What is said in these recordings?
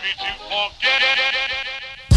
me to forget it.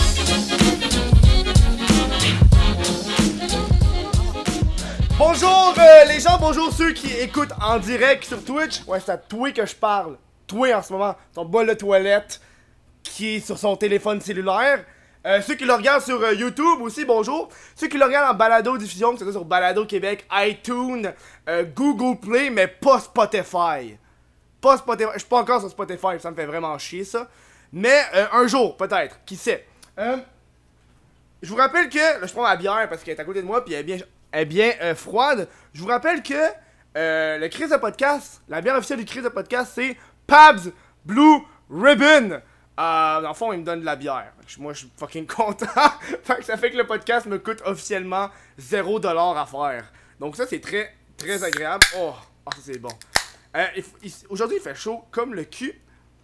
Bonjour les gens, bonjour ceux qui écoutent en direct sur Twitch. Ouais, c'est à toi que je parle. Toi en ce moment, ton bol de toilette qui est sur son téléphone cellulaire. Ceux qui le regardent sur YouTube aussi, bonjour. Ceux qui le regardent en balado-diffusion, c'est-à-dire sur Balado Québec, iTunes, Google Play, mais pas Spotify. Pas Spotify, je suis pas encore sur Spotify, ça me fait vraiment chier ça. Mais un jour, peut-être, qui sait. Je vous rappelle que, là je prends ma bière parce qu'elle est à côté de moi puis elle est bien froide. Je vous rappelle que le Chris de podcast, la bière officielle du Chris de podcast, c'est Pabst Blue Ribbon. Dans le fond, il me donne de la bière. Moi, je suis fucking content. Ça fait que le podcast me coûte officiellement 0$ à faire. Donc ça, c'est très, très agréable. Oh, ça c'est bon. Aujourd'hui, il fait chaud comme le cul.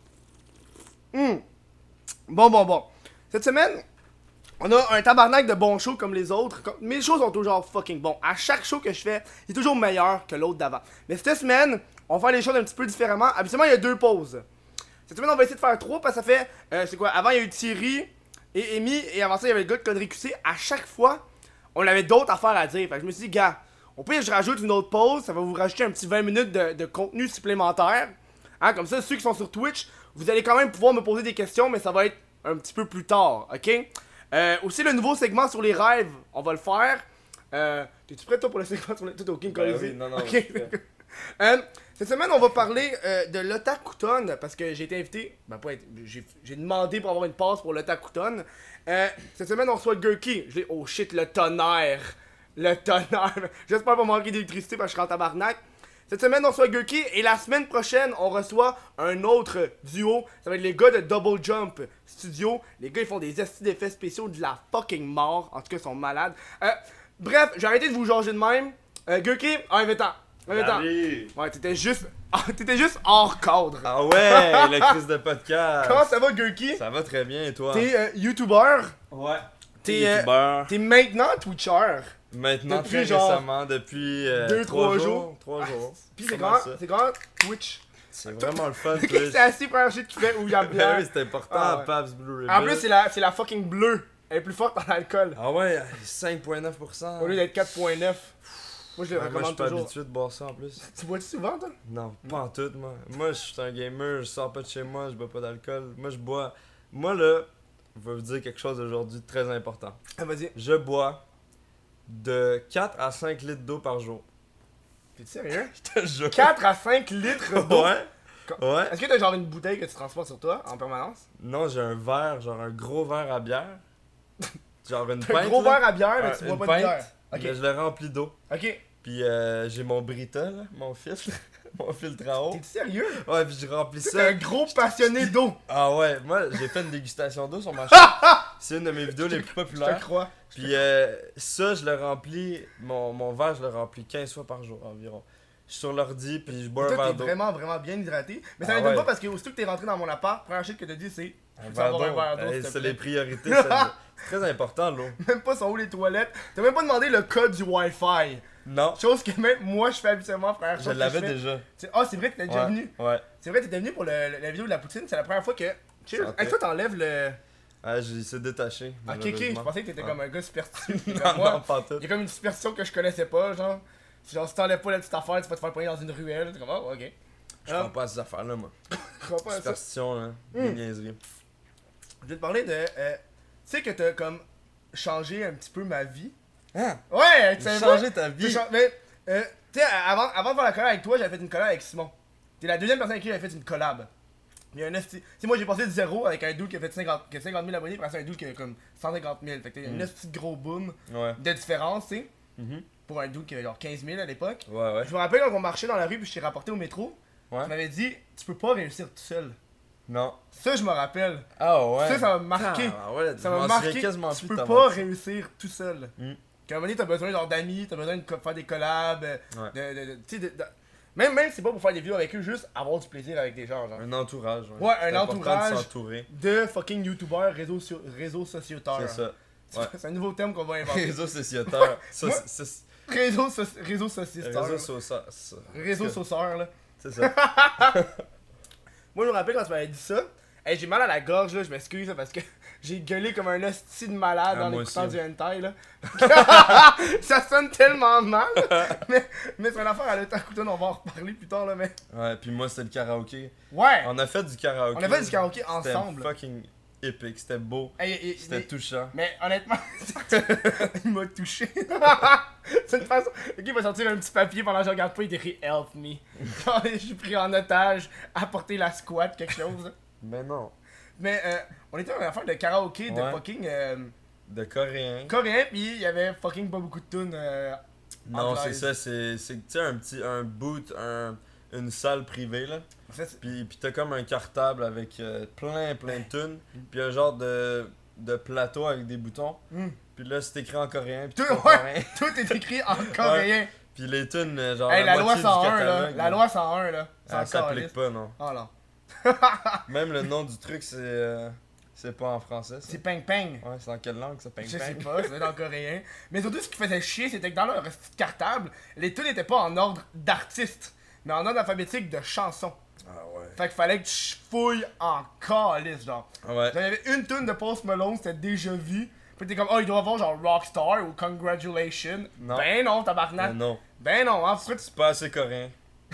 Bon. Cette semaine, on a un tabarnak de bons shows comme les autres. Mes shows sont toujours fucking bons. À chaque show que je fais, il est toujours meilleur que l'autre d'avant. Mais cette semaine, on va faire les choses un petit peu différemment. Habituellement, il y a 2 pauses. Cette semaine, on va essayer de faire 3 parce que ça fait... c'est quoi? Avant, il y a eu Thierry et Amy. Et avant ça, il y avait le gars de Connery QC. À chaque fois, on avait d'autres affaires à dire. Fait que je me suis dit, gars, au pire, je rajoute une autre pause. Ça va vous rajouter un petit 20 minutes de contenu supplémentaire. Hein, comme ça, ceux qui sont sur Twitch, vous allez quand même pouvoir me poser des questions, mais ça va être un petit peu plus tard, ok? Aussi, le nouveau segment sur les rêves, on va le faire. T'es-tu prêt, toi, pour le segment sur les... Toi, t'es aucun oui, non, ok. Cette semaine, on va parler de l'Otakuton, parce que j'ai été invité, j'ai demandé pour avoir une passe pour l'Otakuton. Cette semaine, on reçoit Gurky. Je dis, oh shit, le tonnerre. J'espère pas manquer d'électricité parce que je suis en tabarnak. Cette semaine, on reçoit Gurky, et la semaine prochaine, on reçoit un autre duo. Ça va être les gars de Double Jump Studio. Les gars, ils font des estis d'effets spéciaux de la fucking mort. En tout cas, ils sont malades. Bref, j'ai arrêté de vous janger de même. Gurky, invite-en. Ouais, t'étais juste hors cadre. Ah ouais, le Chris de podcast. Comment ça va, Gurky? Ça va très bien, et toi? T'es YouTuber. Ouais. T'es YouTuber. T'es maintenant Twitcher. Maintenant, depuis très genre récemment, depuis 2-3 jours. 3 jours. Pis c'est grand Twitch. C'est vraiment le fun, Twitch. C'est assez première shit qu'il fait où il y a bien. Ben oui, c'est important, Ah ouais. Pabst Blue Ribbon. En plus, c'est la fucking bleue. Elle est plus forte en alcool. Ah ouais, 5,9%. Au lieu d'être 4.9. Moi, je le Moi, je suis recommande pas toujours. habitué de boire ça en plus. Tu bois-tu souvent, toi? Non, pas en tout, moi. Moi, je suis un gamer, je sors pas de chez moi, je bois pas d'alcool. Moi, je bois... Moi, là, je vais vous dire quelque chose aujourd'hui de très important. Ah, vas-y. Je bois de 4 à 5 litres d'eau par jour. T'es sérieux? Je te jure. 4 à 5 litres d'eau? Ouais. Ouais. Est-ce que t'as genre une bouteille que tu transportes sur toi en permanence? Non, j'ai un verre, genre un gros verre à bière. Genre une T'as pinte. un gros là. verre à bière, mais tu Une bois pas de pinte, bière. Ok. mais je le remplis d'eau. Ok. Puis j'ai mon Brita, là, mon filtre. Mon filtre à eau. T'es sérieux? Ouais, puis je remplis T'es ça. un gros passionné d'eau. Ah ouais, moi j'ai fait une dégustation d'eau sur ma chaîne. C'est une de mes vidéos les plus Je te populaires. crois. Puis ça, je le remplis, mon verre, je le remplis 15 fois par jour environ. Je suis sur l'ordi, puis je bois un Toi, verre t'es d'eau. vraiment bien hydraté. Mais ça Ah m'étonne ouais. pas parce que aussitôt que t'es rentré dans mon appart, première chose que t'as dit c'est. Un Je veux verre avoir un d'eau. verre d'eau, Hey, s'il te c'est plaît. les priorités, ça. C'est très important, l'eau. Même pas son haut les toilettes. T'as même pas demandé le code du Wi-Fi. Non, Chose que même moi je fais habituellement, frère. je l'avais déjà. Ah, c'est vrai que t'es déjà Ouais, venu. ouais. C'est vrai que t'étais venu pour la vidéo de la poutine. C'est la première fois que. Cheers. Santé. Avec toi, t'enlèves le. Ah, c'est détaché. Ok, je malheureusement. pensais que t'étais Ouais. comme un gars superstitieux. Non, Comme moi, non, pas tout. il y a comme une superstition que je connaissais pas, genre. Genre, si t'enlèves pas la petite affaire, tu vas te faire poigner dans une ruelle. T'es comme, oh, ok. Je crois pas à ces affaires-là, moi. Je crois pas à ça. Superstition, là. Des niaiseries. Je vais te parler de. Tu sais que t'as comme changé un petit peu ma vie. Hein? Ouais, tu J'ai sais changé ta vie. Mais, tu sais, avant de faire la collab avec toi, j'avais fait une collab avec Simon. T'es la deuxième personne avec qui j'avais fait une collab. Il y a un esti. Tu sais, moi j'ai passé de 0 avec un dude qui a fait 50 000 abonnés, puis après un dude qui a comme 150 000. Fait que t'as un esti de gros boom Ouais. de différence, tu sais. Mhm. Pour un dude qui avait genre 15 000 à l'époque. Ouais, ouais. Je me rappelle quand on marchait dans la rue, puis je t'ai rapporté au métro. Ouais. Tu m'avais dit, tu peux pas réussir tout seul. Non. Ça, je me rappelle. Ah ouais. Ça m'a marqué. Ah ouais, Ça je m'a m'en marqué. souviens quasiment Tu plus peux de ta pas mention. réussir tout seul. Mm. Qu'à un moment donné, t'as besoin genre d'amis, t'as besoin de faire des collabs, Ouais. tu sais, même si c'est pas pour faire des vidéos avec eux, juste avoir du plaisir avec des gens, genre. Un entourage. Ouais, un C'est important entourage. de s'entourer. De fucking youtubeurs, réseaux socioteurs. C'est ça. Ouais. C'est un nouveau terme qu'on va inventer. Réseau sociétaire. Moi- Réseaux socioteurs. Réseau social. Réseaux sauceurs, là. C'est ça. Moi, je me rappelle quand tu m'avais dit ça. Hey, j'ai mal à la gorge, là, je m'excuse, là, parce que j'ai gueulé comme un hostie de malade en moi écoutant aussi. du hentai, là. Ça sonne tellement mal, mais c'est une affaire à l'Otakuton, on va en reparler plus tard, là, mais... Ouais, puis moi, c'était le karaoké. Ouais! On a fait du karaoké. On a fait du karaoké ensemble. C'était fucking épique, c'était beau, Hey, c'était touchant. Mais honnêtement, il m'a touché. C'est une façon. Ok, il va sortir un petit papier pendant que je regarde pas, il écrit Help me. Genre, je suis pris en otage, apporter la squat, quelque chose. Mais non. Mais on était dans une affaire de karaoké de Ouais. fucking De coréen. coréen, pis il y avait fucking pas beaucoup de tunes. Non, c'est anglaises. ça, c'est tu sais, un boot, une salle privée, là. Ça, c'est- Puis t'as comme un cartable avec plein de tunes. Puis un genre de plateau avec des boutons. Mm. Puis là, c'est écrit en coréen. Puis Tout, tu comprends ouais. rien. Tout est écrit en coréen. Puis les tunes, genre Hey, la loi moitié du 101, là. catalogue, La loi 101, là. C'est ça encore s'applique liste. pas, non. Oh non. Même le nom du truc, c'est pas en français, ça. C'est Peng Peng. Ouais, c'est en quelle langue, ça, Peng Je sais Peng? pas, ça doit être en coréen. Mais surtout, ce qui faisait chier, c'était que dans leur petit cartable, les tunes n'étaient pas en ordre d'artistes, mais en ordre alphabétique de chansons. Ah ouais. Fait qu'il fallait que tu fouilles en calice, genre. Ouais. Genre, il y avait une tune de Post Malone, c'était déjà vu. Puis t'es comme, oh, il doit avoir genre Rockstar ou Congratulations. Non. Ben non, Mais tabarnak. non, Ben non, hein, pourquoi tu... c'est pas assez coréen.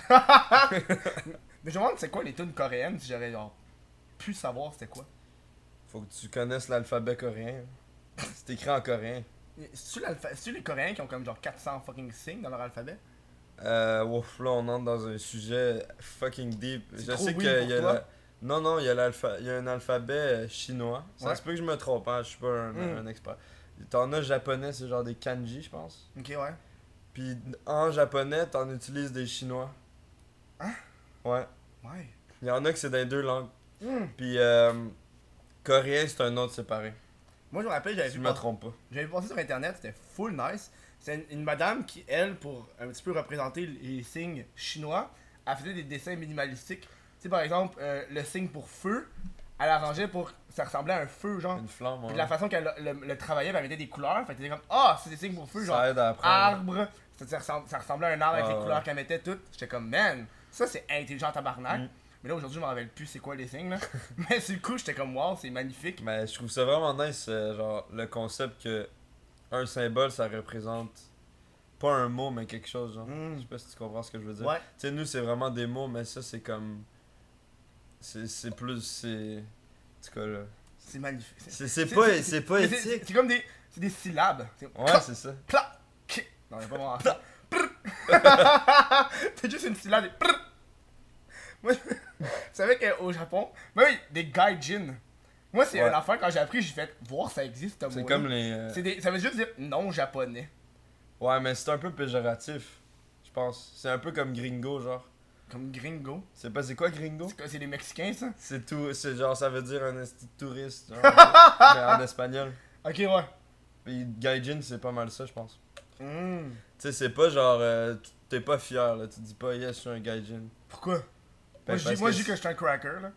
Mais je me demande c'est quoi les tunes coréennes, si j'aurais genre pu savoir c'était quoi. Faut que tu connaisses l'alphabet coréen. C'est écrit en coréen. C'est-tu les Coréens qui ont comme genre 400 fucking signes dans leur alphabet? Ouf, là, on entre dans un sujet fucking deep. C'est Je trop sais weird qu'il y a pour toi? la... Non, il y a un alphabet chinois. Ça Ouais. se peut que je me trompe, hein, je suis pas un expert. T'en as japonais, c'est genre des kanji, je pense. Ok, ouais. Puis en japonais, t'en utilises des chinois. Hein? Ouais. Ouais. Il y en a que c'est dans les deux langues. Hmm. Puis coréen, c'est un autre séparé. Moi, je me rappelle, j'avais Si je vu me passer- trompe pas. j'avais vu passer sur internet, c'était full nice. C'est une madame qui, elle, pour un petit peu représenter les signes chinois, elle faisait des dessins minimalistiques. Tu sais, par exemple, le signe pour feu, elle arrangeait pour que ça ressemblait à un feu, genre. Une flamme, Puis ouais. de la façon qu'elle le travaillait, elle mettait des couleurs. Fait que t'étais comme, ah, c'est des signes pour feu, genre Ça aide à apprendre. arbre. Ça ressemblait à un arbre avec Ah, les ouais. couleurs qu'elle mettait toutes. J'étais comme, man, ça c'est intelligent tabarnak. Mm. Mais là, aujourd'hui, je me rappelle plus c'est quoi les signes, là. Mais sur le coup, j'étais comme, wow, c'est magnifique. Mais je trouve ça vraiment nice, genre, le concept que un symbole, ça représente pas un mot, mais quelque chose, genre. Mm. Je sais pas si tu comprends ce que je veux dire. Ouais. Tu sais, nous, c'est vraiment des mots, mais ça, c'est comme... C'est plus... C'est... En tout cas, là... C'est magnifique. C'est pas mais éthique. C'est comme des, c'est des syllabes. C'est Ouais, c'est ça. pla, ki. Non, il y a pas vraiment ça. C'est juste une syllabe. Des prr. Moi, tu savais qu'au Japon, ben oui, des gaijin. Moi, c'est Ouais. une affaire, quand j'ai appris, j'ai fait voir ça existe, ce C'est mot-là. comme les... Ça veut juste dire non japonais. Ouais, mais c'est un peu péjoratif, je pense. C'est un peu comme gringo, genre. Comme gringo. C'est pas... C'est quoi gringo? C'est quoi, c'est les Mexicains, ça? C'est tout... C'est genre, ça veut dire un esti de touriste, genre. Mais en espagnol. Ok, ouais. Puis gaijin, c'est pas mal ça, je pense. Hmm. Tu sais, c'est pas genre, t'es pas fier, là. Tu dis pas, yes, je suis un gaijin. Pourquoi? Ben, Moi, parce je dis que je suis un cracker, là.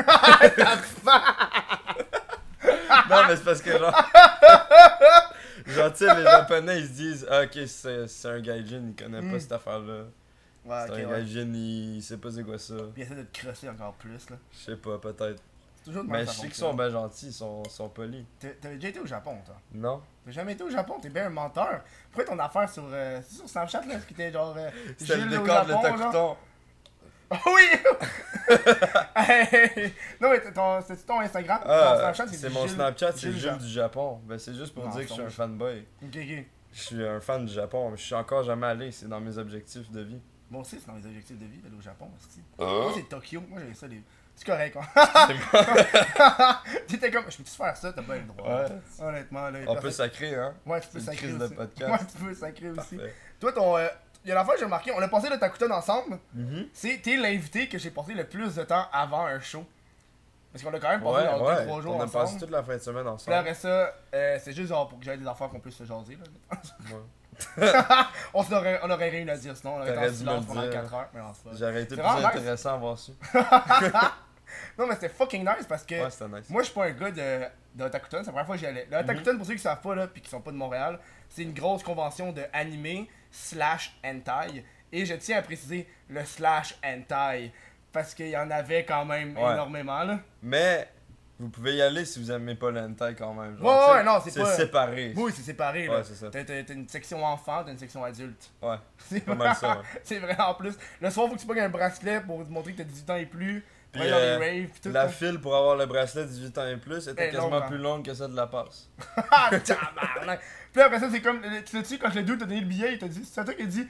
Non, mais c'est parce que genre. Genre, tu sais, les japonais, ils se disent, ah, ok, c'est un gaijin, il connaît pas cette affaire-là. Ouais, C'est ok, un ouais. gaijin, il sait pas c'est quoi ça. Puis essaie de te crosser encore plus, là. Je sais pas, peut-être. C'est toujours de Mais même je ça sais qu'ils fonctionne. sont bien gentils, ils sont polis. T'avais déjà été au Japon, toi? Non? T'as jamais été au Japon, t'es bien un menteur. Pourquoi ton affaire sur, c'est sur Snapchat, là, ce qui était genre... C'était le Gilles au décor de Japon, l'état genre? couton. Oh oui! Hey! Non, mais c'est ton Instagram? Ton Ah, Snapchat, c'est mon Snapchat, c'est Gilles Jules du Japon. Ben, c'est juste pour Non, dire que je suis un mensonge. fanboy. Ok, ok. Je suis un fan du Japon, mais je suis encore jamais allé, c'est dans mes objectifs de vie. Bon, aussi, c'est dans les objectifs de vie d'aller au Japon, aussi. Hein? Moi, c'est Tokyo. Moi, j'avais ça, les... C'est correct, hein? T'étais comme, je peux-tu faire ça? T'as pas le droit. Ouais. Honnêtement, là. On peut sacrer, hein? Ouais, tu peux C'est une sacrer crise aussi. de podcast. Ouais, tu peux sacrer aussi. Parfait. Toi, ton... Il y a l'affaire que j'ai remarqué, on a passé le Takuton ensemble. Mhm. T'es l'invité que j'ai passé le plus de temps avant un show. Parce qu'on a quand même passé Ouais, genre ouais. 2-3 jours On a ensemble. passé toute la fin de semaine Puis là, ensemble. après ça, c'est juste genre pour que j'aille des affaires qu'on puisse se jaser. Là. Ouais. on aurait rien à dire sinon, on aurait été en T'aurais dû silence me le pendant dire. 4 heures. Mais non, c'est pas... J'aurais été C'est plus vraiment nice. intéressant à avoir su. Non, mais c'était fucking nice parce que Ouais, c'était nice. moi, je suis pas un gars de Otakuton, c'est la première fois que j'y allais. Le Otakuton, pour ceux qui savent pas, là, puis qui sont pas de Montréal, c'est une grosse convention de anime / hentai. Et je tiens à préciser le / hentai. parce qu'il y en avait quand même Ouais. énormément, là. Mais vous pouvez y aller si vous aimez pas le hentai quand même. Ouais, tu sais, ouais, non, c'est pas- séparé. Oui, c'est séparé, là. Ouais, c'est ça. T'as une section enfant, t'as une section adulte. Ouais, C'est pas mal ça, ouais. C'est vrai, en plus. Le soir, faut que tu pognes un bracelet pour te montrer que t'as 18 ans et plus. Pour Puis, aller dans les raves, pis tout. La là. file pour avoir le bracelet 18 ans et plus était Eh, quasiment longue, hein. plus longue que celle de la passe. Ah, tabarnak! Puis après ça, c'est comme. Tu sais-tu, quand le dude t'a donné le billet, il t'a dit. C'est toi qui a dit.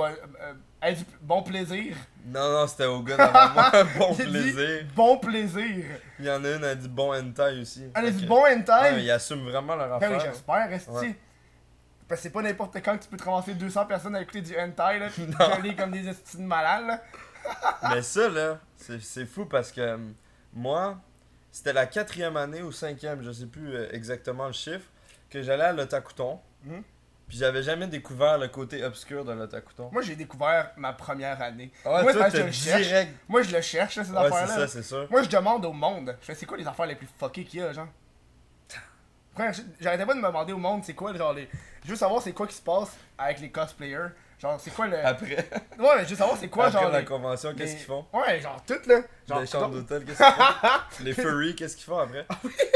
Bon plaisir. Non, non, c'était au gars d'avant moi. Bon Il a dit, plaisir. bon plaisir. Il y en a une, elle a dit bon hentai aussi. Elle a Fait dit que- bon Ouais, hentai. mais ils assument vraiment leur Ben oui, affaire. j'espère, reste Ouais. Parce que c'est pas n'importe quand que tu peux te ramasser 200 personnes à écouter du hentai, là. Pis Non. gueuler comme des estimes malades, là. Mais ça, là, c'est fou parce que moi, c'était la 4e année ou 5e, je sais plus exactement le chiffre, que j'allais à l'Otakuton. Mhm. Puis j'avais jamais découvert le côté obscur de l'Otakuton. Moi, j'ai découvert ma première année. Ah ouais, moi, toi, quand je t'es le cherche, direct. moi, je le cherche, là, ces Ouais, c'est affaires-là. ça, c'est sûr. Moi, je demande au monde. Je fais, c'est quoi les affaires les plus fuckées qu'il y a, genre? Frère, j'arrêtais pas de me demander au monde, c'est quoi, genre, les. Je veux savoir c'est quoi qui se passe avec les cosplayers. Genre, c'est quoi le. Après, Ouais, mais je veux savoir c'est quoi, après genre. la les- convention, qu'est-ce les- qu'ils font? Ouais, genre, tout, là. Genre, Les chambres d'hôtel, qu'est-ce qu'ils font? Les furries, qu'est-ce qu'ils font après?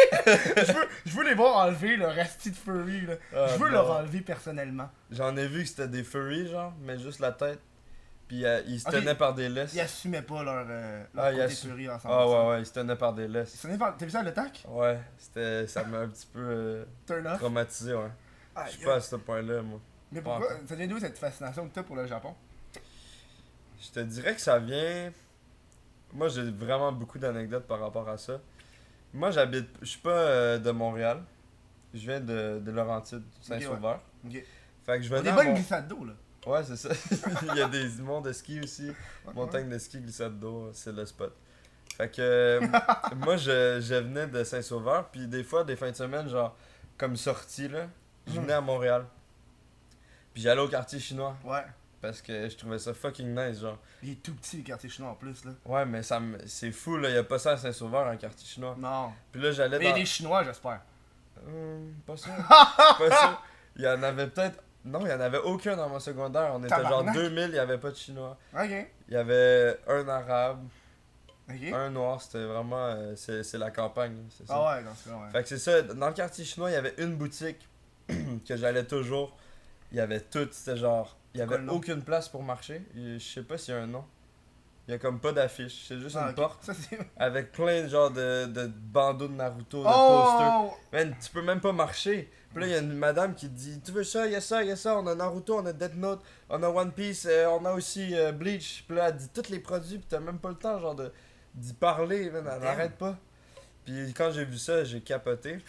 je veux les voir enlever le resti de furry, là. Ah, Je veux non. leur enlever personnellement. J'en ai vu que c'était des furries, genre, mais juste la tête. Puis ils se Ok. tenaient par des laisses. Ils assumaient pas leur Ah, ils côté assument. furry ensemble. Ah ouais, ouais, ils se tenaient par des laisses. T'as vu ça à l'attaque? Ouais, ça m'a un petit peu Turn off. traumatisé, ouais. Ah, Je suis pas à ce point-là, moi. Mais pourquoi? Ça vient d'où cette fascination que t'as pour le Japon? Je te dirais que ça vient. Moi, j'ai vraiment beaucoup d'anecdotes par rapport à ça. Moi, je suis pas de Montréal. Je viens de Laurentides, Saint-Sauveur. Ok. Fait que je On a venais des à bonnes Mon- glissades d'eau, là. Ouais, c'est ça. Il y a des monts de ski aussi. Montagne de ski, glissade d'eau, c'est le spot. Fait que moi, je venais de Saint-Sauveur, puis des fois, des fins de semaine, genre, comme sortie, là, je venais à Montréal. Puis j'allais au quartier chinois, Ouais. parce que je trouvais ça fucking nice, genre. Il est tout petit, le quartier chinois en plus, là. Ouais, mais c'est fou, là, y a pas ça à Saint-Sauveur, un quartier chinois. Non. Puis là, j'allais Mais il y dans... a des Chinois, j'espère. Pas sûr. Pas sûr. Il y en avait peut-être... Non, il y en avait aucun dans mon secondaire. On était Tabarnak. genre 2000, il y avait pas de chinois. Ok. Il y avait un arabe, Ok. un noir, c'était vraiment... c'est la campagne, c'est ça. Ah ouais, dans ce cas, ouais. Fait que c'est ça, dans le quartier chinois, il y avait une boutique que j'allais toujours. Il y avait tout, c'était genre... Il y quoi avait le nom? aucune place pour marcher. Je sais pas s'il y a un nom. Il y a comme pas d'affiche, c'est juste Ah, une ok. porte Ça, c'est. avec plein de genre de bandeaux de Naruto, de posters. Oh! Man, tu peux même pas marcher. Puis là, il y a une madame qui te dit tu veux ça, il y a ça, il y a ça. On a Naruto, on a Death Note, on a One Piece, on a aussi Bleach. Puis là, elle dit tous les produits, puis t'as même pas le temps genre d'y parler, man, elle Damn. n'arrête pas. Puis quand j'ai vu ça, j'ai capoté.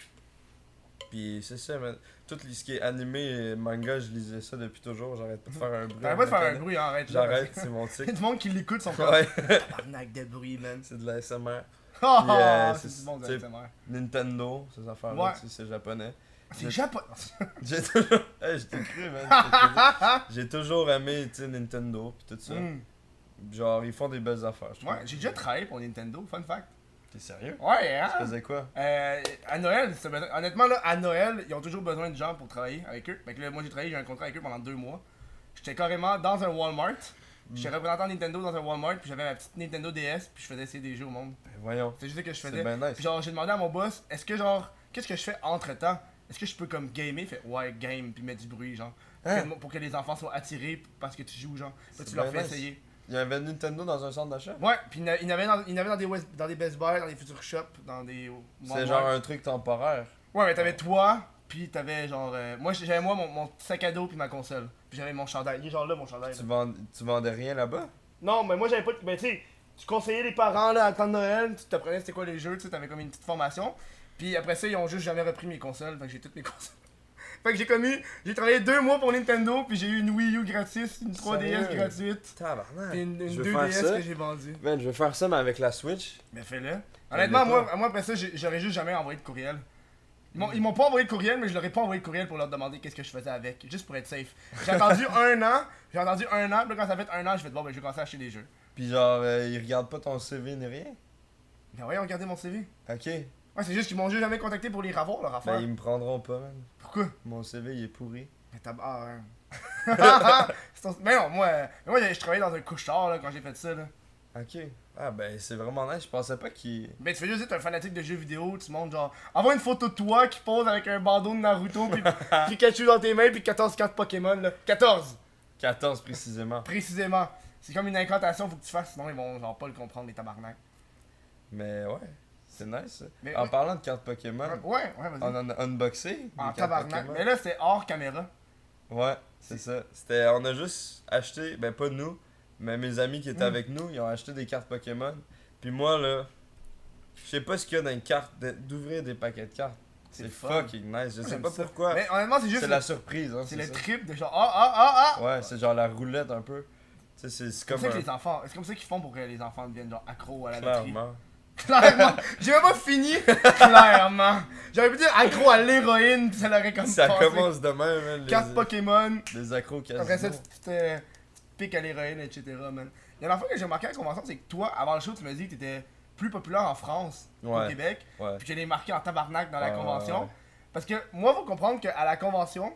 Puis c'est ça, man. Tout ce qui est animé et manga, je lisais ça depuis toujours. J'arrête pas de faire un bruit. T'arrêtes pas de faire un avec bruit, hein, arrête. la là, canette. J'arrête, parce c'est mon que- Il y a tic. du monde qui l'écoute, son comme. Ouais, Tabarnak de bruit, man. c'est de la SMR. Ah, Yeah, c'est c'est- du bon de t'sais, ASMR. Nintendo, ces affaires-là, Ouais. tu sais, c'est japonais. C'est japonais. J'ai toujours. Hey, je t'ai cru, man. je t'ai cru. J'ai toujours aimé, tu sais, Nintendo pis tout ça. Hmm. Genre, ils font des belles affaires, je trouve. Ouais, j'ai déjà travaillé pour Nintendo, fun fact. T'es sérieux? Ouais, hein? Tu faisais quoi? À Noël, honnêtement, là, à Noël, ils ont toujours besoin de gens pour travailler avec eux. Fait que là, moi, j'ai travaillé, j'ai un contrat avec eux pendant 2 mois. J'étais carrément dans un Walmart. J'étais représentant Nintendo dans un Walmart, puis j'avais ma petite Nintendo DS, puis je faisais essayer des jeux au monde. Ben voyons. C'est juste ça que je C'est faisais. bien nice. Puis genre, j'ai demandé à mon boss, est-ce que genre, qu'est-ce que je fais entre temps? Est-ce que je peux comme gamer? Fait ouais, game, puis mettre du bruit, genre. Hein? Pour que les enfants soient attirés parce que tu joues, genre. Puis C'est tu leur bien fais nice. essayer. Il y avait Nintendo dans un centre d'achat? Ouais, puis il y en avait dans des dans des Best Buy, dans des Future Shop, dans des. C'est Walmart. genre un truc temporaire. Ouais, mais t'avais toi, puis t'avais genre. Moi, j'avais mon petit sac à dos, puis ma console. Puis j'avais mon chandail. Il est genre là, mon chandail. là. Tu vendais rien là-bas? Non, mais moi, j'avais pas. Ben, tu sais, tu conseillais les parents, là, à temps de Noël, tu t'apprenais c'était quoi les jeux, tu sais, t'avais comme une petite formation. Puis après ça, ils ont juste jamais repris mes consoles, fait que j'ai toutes mes consoles. Fait que j'ai travaillé 2 mois pour Nintendo, puis j'ai eu une Wii U gratis, une 3DS Sérieux? gratuite, Tabarnak. puis une Je veux faire 2DS ça. que j'ai vendue. Man, je veux faire ça, mais avec la Switch. Mais fais-le. Honnêtement, l'ai pas. moi après ça, j'aurais juste jamais envoyé de courriel. Ils m'ont pas envoyé de courriel, mais je leur ai pas envoyé de courriel pour leur demander qu'est-ce que je faisais avec, juste pour être safe. J'ai attendu un an, puis là quand ça fait un an, je vais bon, ben je vais commencer à acheter des jeux. Puis genre, ils regardent pas ton CV ni rien. Ben ouais, regardez mon CV. Ok. Ouais, c'est juste qu'ils m'ont juste jamais contacté pour les ravoir, leur affaire. Ben, ils me prendront pas, man. Pourquoi? Mon CV, il est pourri. Mais t'as. Ah, ouais. Mais non, moi, je travaillais dans un couche-tard là, quand j'ai fait ça. Là. Ok. Ah ben c'est vraiment nice, je pensais pas qu'il... Ben tu fais juste être un fanatique de jeux vidéo, tu montres genre... Envoie une photo de toi qui pose avec un bandeau de Naruto pis Pikachu dans tes mains pis 14 cartes Pokémon là. 14! 14 précisément. Précisément. C'est comme une incantation, faut que tu fasses, sinon ils vont genre pas le comprendre les tabarnak. Mais ouais, c'est nice. Mais En ouais. parlant de cartes Pokémon, Ouais, vas-y. on en a unboxé des En cartes tabarnak. Pokémon. Mais là c'est hors caméra. Ouais, c'est ça. On a juste acheté, ben pas nous, mais mes amis qui étaient avec nous, ils ont acheté des cartes Pokémon. Puis moi là, je sais pas ce qu'il y a dans une carte, d'ouvrir des paquets de cartes. C'est fun. fucking nice, je sais J'aime pas ça. pourquoi. Mais honnêtement c'est juste C'est la surprise, hein, c'est le ça. trip de genre ah. Ouais, c'est genre la roulette un peu. Tu sais, c'est C'est comme comme ça que un... les enfants, c'est comme ça qu'ils font pour que les enfants deviennent genre accros à la loterie. Clairement. Clairement. J'ai même pas fini. Clairement. J'aurais pu dire accro à l'héroïne, pis ça l'aurait comme Ça passé. commence de même, hein, Carte Pokémon. les accros quasiment. Après ça, tu te piques à l'héroïne, etc. Man. Il y a une affaire que j'ai remarqué à la convention, c'est que toi, avant le show, tu m'as dit que t'étais plus populaire en France qu'au Ouais. Québec. Ouais. Puis que je l'ai marqué en tabarnak dans la Ouais, convention. ouais. Parce que moi, faut comprendre qu'à la convention,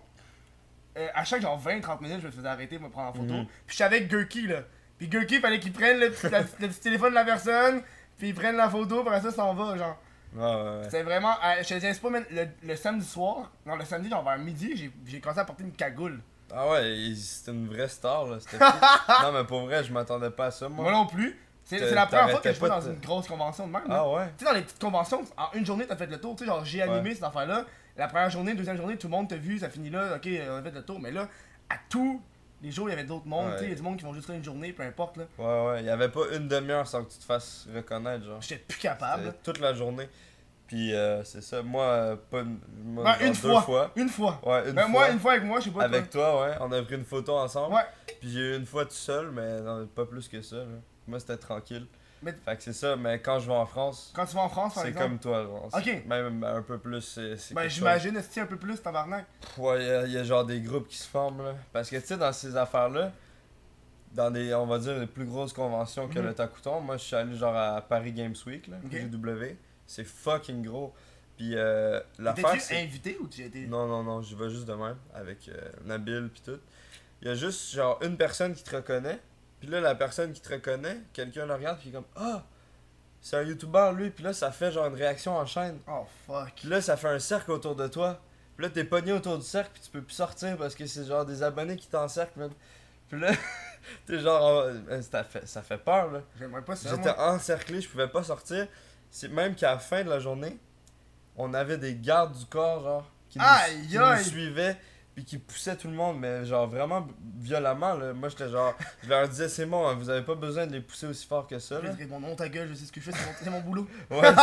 à chaque genre 20-30 minutes, je me faisais arrêter pour me prendre en photo. Mhm. Puis j'étais avec Gurky là. Puis Gurky, fallait qu'il prenne le petit téléphone de la personne. Puis il prenne la photo, puis après ça, s'en va, genre. Ouais. C'est vraiment. Je te dis pas, man, le samedi soir, non, le samedi, genre vers midi, j'ai commencé à porter une cagoule. Ah ouais, c'était une vraie star là, c'était fou. Non mais pour vrai, je m'attendais pas à ça moi. Moi non plus. C'est T'arrêtais la première fois que je vais pas dans de- une grosse convention de même. Ah ouais. Tu sais, dans les petites conventions, en une journée, t'as fait le tour. Tu sais, genre, j'ai animé Ouais. cette affaire-là. La première journée, deuxième journée, tout le monde t'a vu, ça finit là, ok, on a fait le tour. Mais là, à tous les jours, il y avait d'autres mondes. Ouais. Tu sais, il y a du monde qui vont juste là une journée, peu importe. Là. Ouais, il y avait pas une demi-heure sans que tu te fasses reconnaître genre. J'étais plus capable. C'était toute la journée. Puis c'est ça, moi moi, Ben, genre une deux fois. Une fois. Ouais, une Ben, fois. moi, une fois avec moi, je sais pas. Avec toi, ouais, on a pris une photo ensemble. Ouais. Puis j'ai eu une fois tout seul, mais non, pas plus que ça. Là. Moi c'était tranquille. Mais- Fait que c'est ça, mais quand je vais en France, Quand tu vas en France, par c'est exemple. comme toi. Genre, Ok. Même un peu plus. C'est Ben, quelque chose. j'imagine, est-ce un peu plus, tabarnak. Ouais, il y a genre des groupes qui se forment là. Parce que tu sais, dans ces affaires-là, dans des, on va dire, les plus grosses conventions que Mhm. le Takuton, moi je suis allé genre à Paris Games Week, là, Ok. GW. C'est fucking gros. Puis l'affaire T'étais-tu c'est. invité ou tu étais. Non, j'y vais juste de même, avec Nabil pis tout. Il y a juste genre une personne qui te reconnaît. Puis là, la personne qui te reconnaît, quelqu'un le regarde, puis il est comme ah, c'est un youtubeur lui. Puis là, ça fait genre une réaction en chaîne. Oh fuck. Puis là, ça fait un cercle autour de toi. Puis là, t'es pogné autour du cercle, puis tu peux plus sortir parce que c'est genre des abonnés qui t'encerclent, man. Puis là, t'es genre. Ça fait peur, là. J'aimerais pas ça. J'étais Moi. encerclé, je pouvais pas sortir. C'est même qu'à la fin de la journée, on avait des gardes du corps, genre, qui Aïe, nous aïe. suivaient, puis qui poussaient tout le monde, mais genre vraiment violemment, là. Moi, j'étais genre. Je leur disais, c'est bon, hein, vous avez pas besoin de les pousser aussi fort que ça, Je là. vais te répondre, non, ta gueule, je sais ce que je fais, c'est mon boulot. Ouais, c'est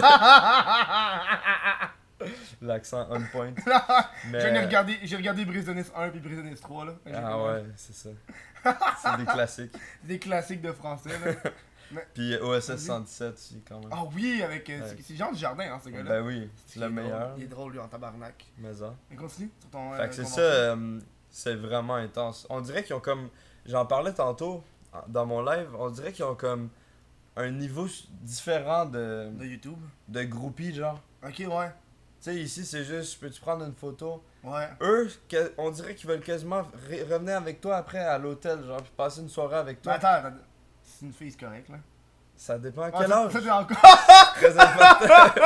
ça. L'accent on point. Mais... J'ai regardé Brise de Nice 1 puis Brise de Nice 3 là. Ah ouais, c'est ça. C'est des classiques. Des classiques de français là. Puis OSS 117 aussi, quand même. Ah oui, avec. Ouais. C'est Jean du Jardin, hein, ce gars-là. Ben oui, c'est Il le est drôle. meilleur. Il est drôle, lui, en tabarnak. Mais ça. Mais continue sur ton. Fait que c'est convention. ça, c'est vraiment intense. On dirait qu'ils ont comme. J'en parlais tantôt dans mon live, on dirait qu'ils ont comme un niveau différent De YouTube. de groupies, genre. Ok, ouais. Tu sais, ici, c'est juste, peux-tu prendre une photo? Ouais. Eux, on dirait qu'ils veulent quasiment revenir avec toi après à l'hôtel, genre, puis passer une soirée avec Mais toi. attends, c'est une fille, c'est correct là. Ça dépend à Ah, quel ça- âge. Ça, c'est encore. Très important.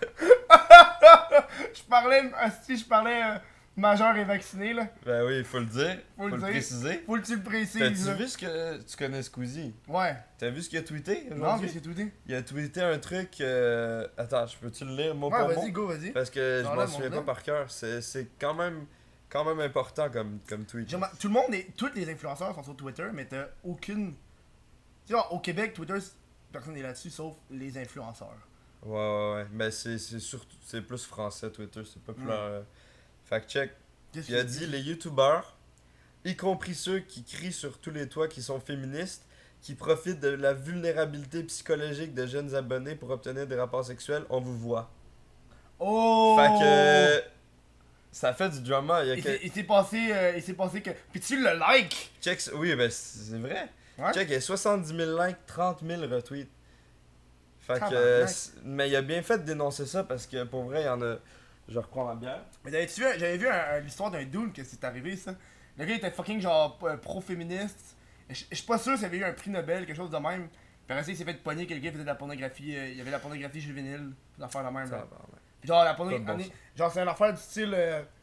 Je parlais majeur et vacciné là. Ben oui, il faut le dire. Faut Faut le le dire. préciser. Faut que tu le précises T'as-tu là. vu ce que tu connais Squeezie? Ouais. T'as vu ce qu'il a tweeté Non, aujourd'hui? mais c'est tout dit. Il a tweeté un truc. Attends, je peux-tu le lire mot Ouais, pour mot? vas-y, go, vas-y. Parce que je Non, m'en là, souviens pas montre-le. par cœur. C'est quand même important comme tweet. Tout le monde, tous les influenceurs sont sur Twitter, mais t'as aucune. Tu vois, au Québec, Twitter, personne n'est là-dessus sauf les influenceurs. Ouais. Mais c'est surtout. C'est plus français, Twitter. C'est populaire. Fact check. Qu'est-ce Il a que- dit les youtubeurs, y compris ceux qui crient sur tous les toits qui sont féministes, qui profitent de la vulnérabilité psychologique de jeunes abonnés pour obtenir des rapports sexuels, on vous voit. Oh! Fait que. Ça fait du drama. Il y a Il s'est passé que. Puis tu le like! Check, oui, ben c'est vrai. Ouais? Check, il y a 70 000 likes, 30 000 retweets. Fait que. Tabarnak. Mais il a bien fait de dénoncer ça parce que pour vrai, il y en a. Je reprends ma bière. Mais j'avais vu l'histoire d'un dude que c'est arrivé ça. Le gars était fucking genre pro-féministe. Je suis pas sûr s'il avait eu un prix Nobel, quelque chose de même. Puis après ça, il s'est fait pogner que le gars faisait de la pornographie. Il y avait de la pornographie juvénile. Une affaire la même. Ça Là. va, ouais. Puis genre, la Pas de bon pornographie. sens. Genre, c'est une affaire du style.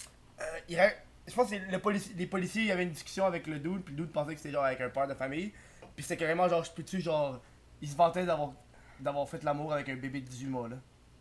Je pense que les policiers, il y avait une discussion avec le dude. Puis le dude pensait que c'était genre avec un père de famille. Puis c'était carrément genre, je peux-tu, genre. Il se vantait d'avoir fait l'amour avec un bébé de 18 mois, là.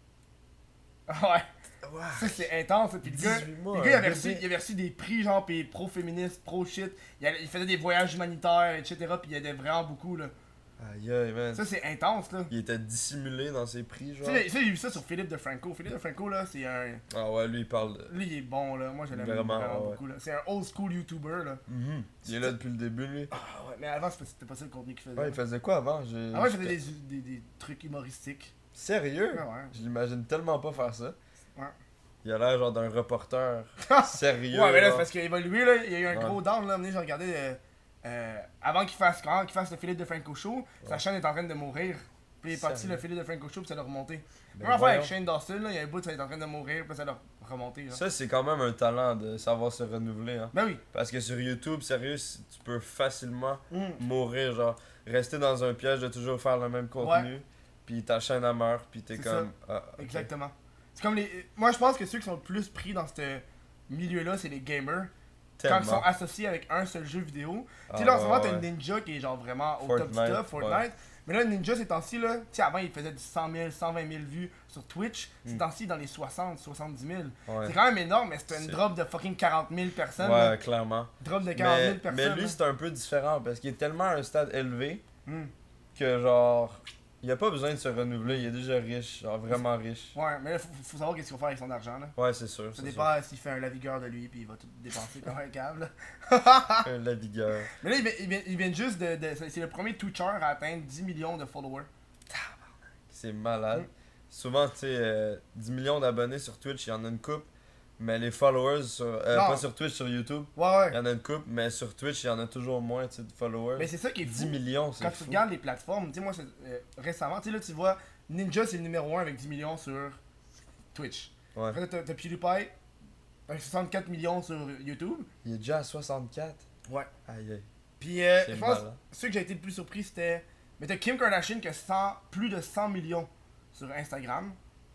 Ouais. Ouais. Ça, c'est intense. Puis le gars, 18 mois, le gars, il un avait bébé. reçu, il avait reçu des prix, genre, pis pro-féministe, pro-shit. Il faisait des voyages humanitaires, etc. Puis il aidait vraiment beaucoup, là. Aïe aïe, man. Ça, c'est intense, là. Il était dissimulé dans ses prix, genre. Tu sais, j'ai vu ça sur Philippe DeFranco. Philippe DeFranco, là, c'est un. Ah ouais, lui, il parle de. Lui, il est bon, là. Moi, je l'aime Vraiment, vraiment ouais. beaucoup, là. C'est un old school YouTuber, là. Mhm. Il est là depuis le début, lui. Ah ouais, mais avant, c'était pas ça le contenu qu'il faisait. Ouais, il faisait quoi avant? Avant, il faisait des trucs humoristiques. Sérieux? Ouais, ouais. Je l'imagine tellement pas faire ça. Ouais. Il a l'air genre d'un reporter sérieux. Ouais, mais là, c'est genre. parce qu'il a évolué, là. Il y a eu un Ouais. gros down, là. À un moment donné, j'ai regardé. Avant qu'il fasse le Philippe DeFranco Show, sa chaîne est en train de mourir. Puis il est parti Sérieux? le Philippe DeFranco Show, puis ça l'a remonté. Ben Même affaire avec voyons. Shane Dawson, là. Il y a un bout, ça est en train de mourir, puis ça l'a remonté, genre. Ça, c'est quand même un talent de savoir se renouveler, hein. Ben oui. Parce que sur YouTube, sérieux, tu peux facilement Mm. mourir, genre, rester dans un piège de toujours faire le même contenu, puis ta chaîne elle meurt, puis t'es C'est comme. Ah, ok. Exactement. C'est comme les. Moi, je pense que ceux qui sont le plus pris dans ce milieu-là, c'est les gamers. Quand ils sont Tellement. associés avec un seul jeu vidéo. Ah, Tu sais, là, en ce moment, ouais, t'as ouais. Ninja qui est genre vraiment au top du Fortnite, top, Fortnite. Mais là, Ninja, ces temps-ci, là, tu sais, avant, il faisait du 100 000, 120 000 vues sur Twitch. Ces Mm. temps-ci, dans les 60, 70 000. Ouais. C'est quand même énorme, mais c'est une C'est- drop de fucking 40 000 personnes. là. Ouais, clairement. Drop de 40 000 personnes. Mais lui, là. c'est un peu différent parce qu'il est tellement à un stade élevé Mm. que, genre, il a pas besoin de se renouveler. Il est déjà riche, genre vraiment riche. Ouais, mais là, faut savoir qu'est-ce qu'il faut faire avec son argent. Là. Ouais, c'est sûr. Ça c'est dépend s'il fait un lavigueur de lui, puis il va tout dépenser comme un câble. sûr. La vigueur. Mais là, il vient juste c'est le premier Twitcher à atteindre 10 millions de followers. C'est malade. Mm. Souvent, tu sais, 10 millions d'abonnés sur Twitch, il y en a une coupe. Mais les followers, Non. pas sur Twitch, sur YouTube, Ouais, il ouais. y en a une coupe. Mais sur Twitch, il y en a toujours moins, tu sais, de followers. Mais c'est ça qui est fou. 10 millions, c'est Quand fou. tu regardes les plateformes, tu sais, moi, récemment, tu sais, là, tu vois, Ninja, c'est le numéro 1 avec 10 millions sur Twitch. Ouais. Après, t'as PewDiePie, avec 64 millions sur YouTube. Il est déjà à 64. Ouais. Aïe aïe. Puis, C'est je pense, malade. ceux que j'ai été le plus surpris, c'était. Mais t'as Kim Kardashian qui a plus de 100 millions sur Instagram.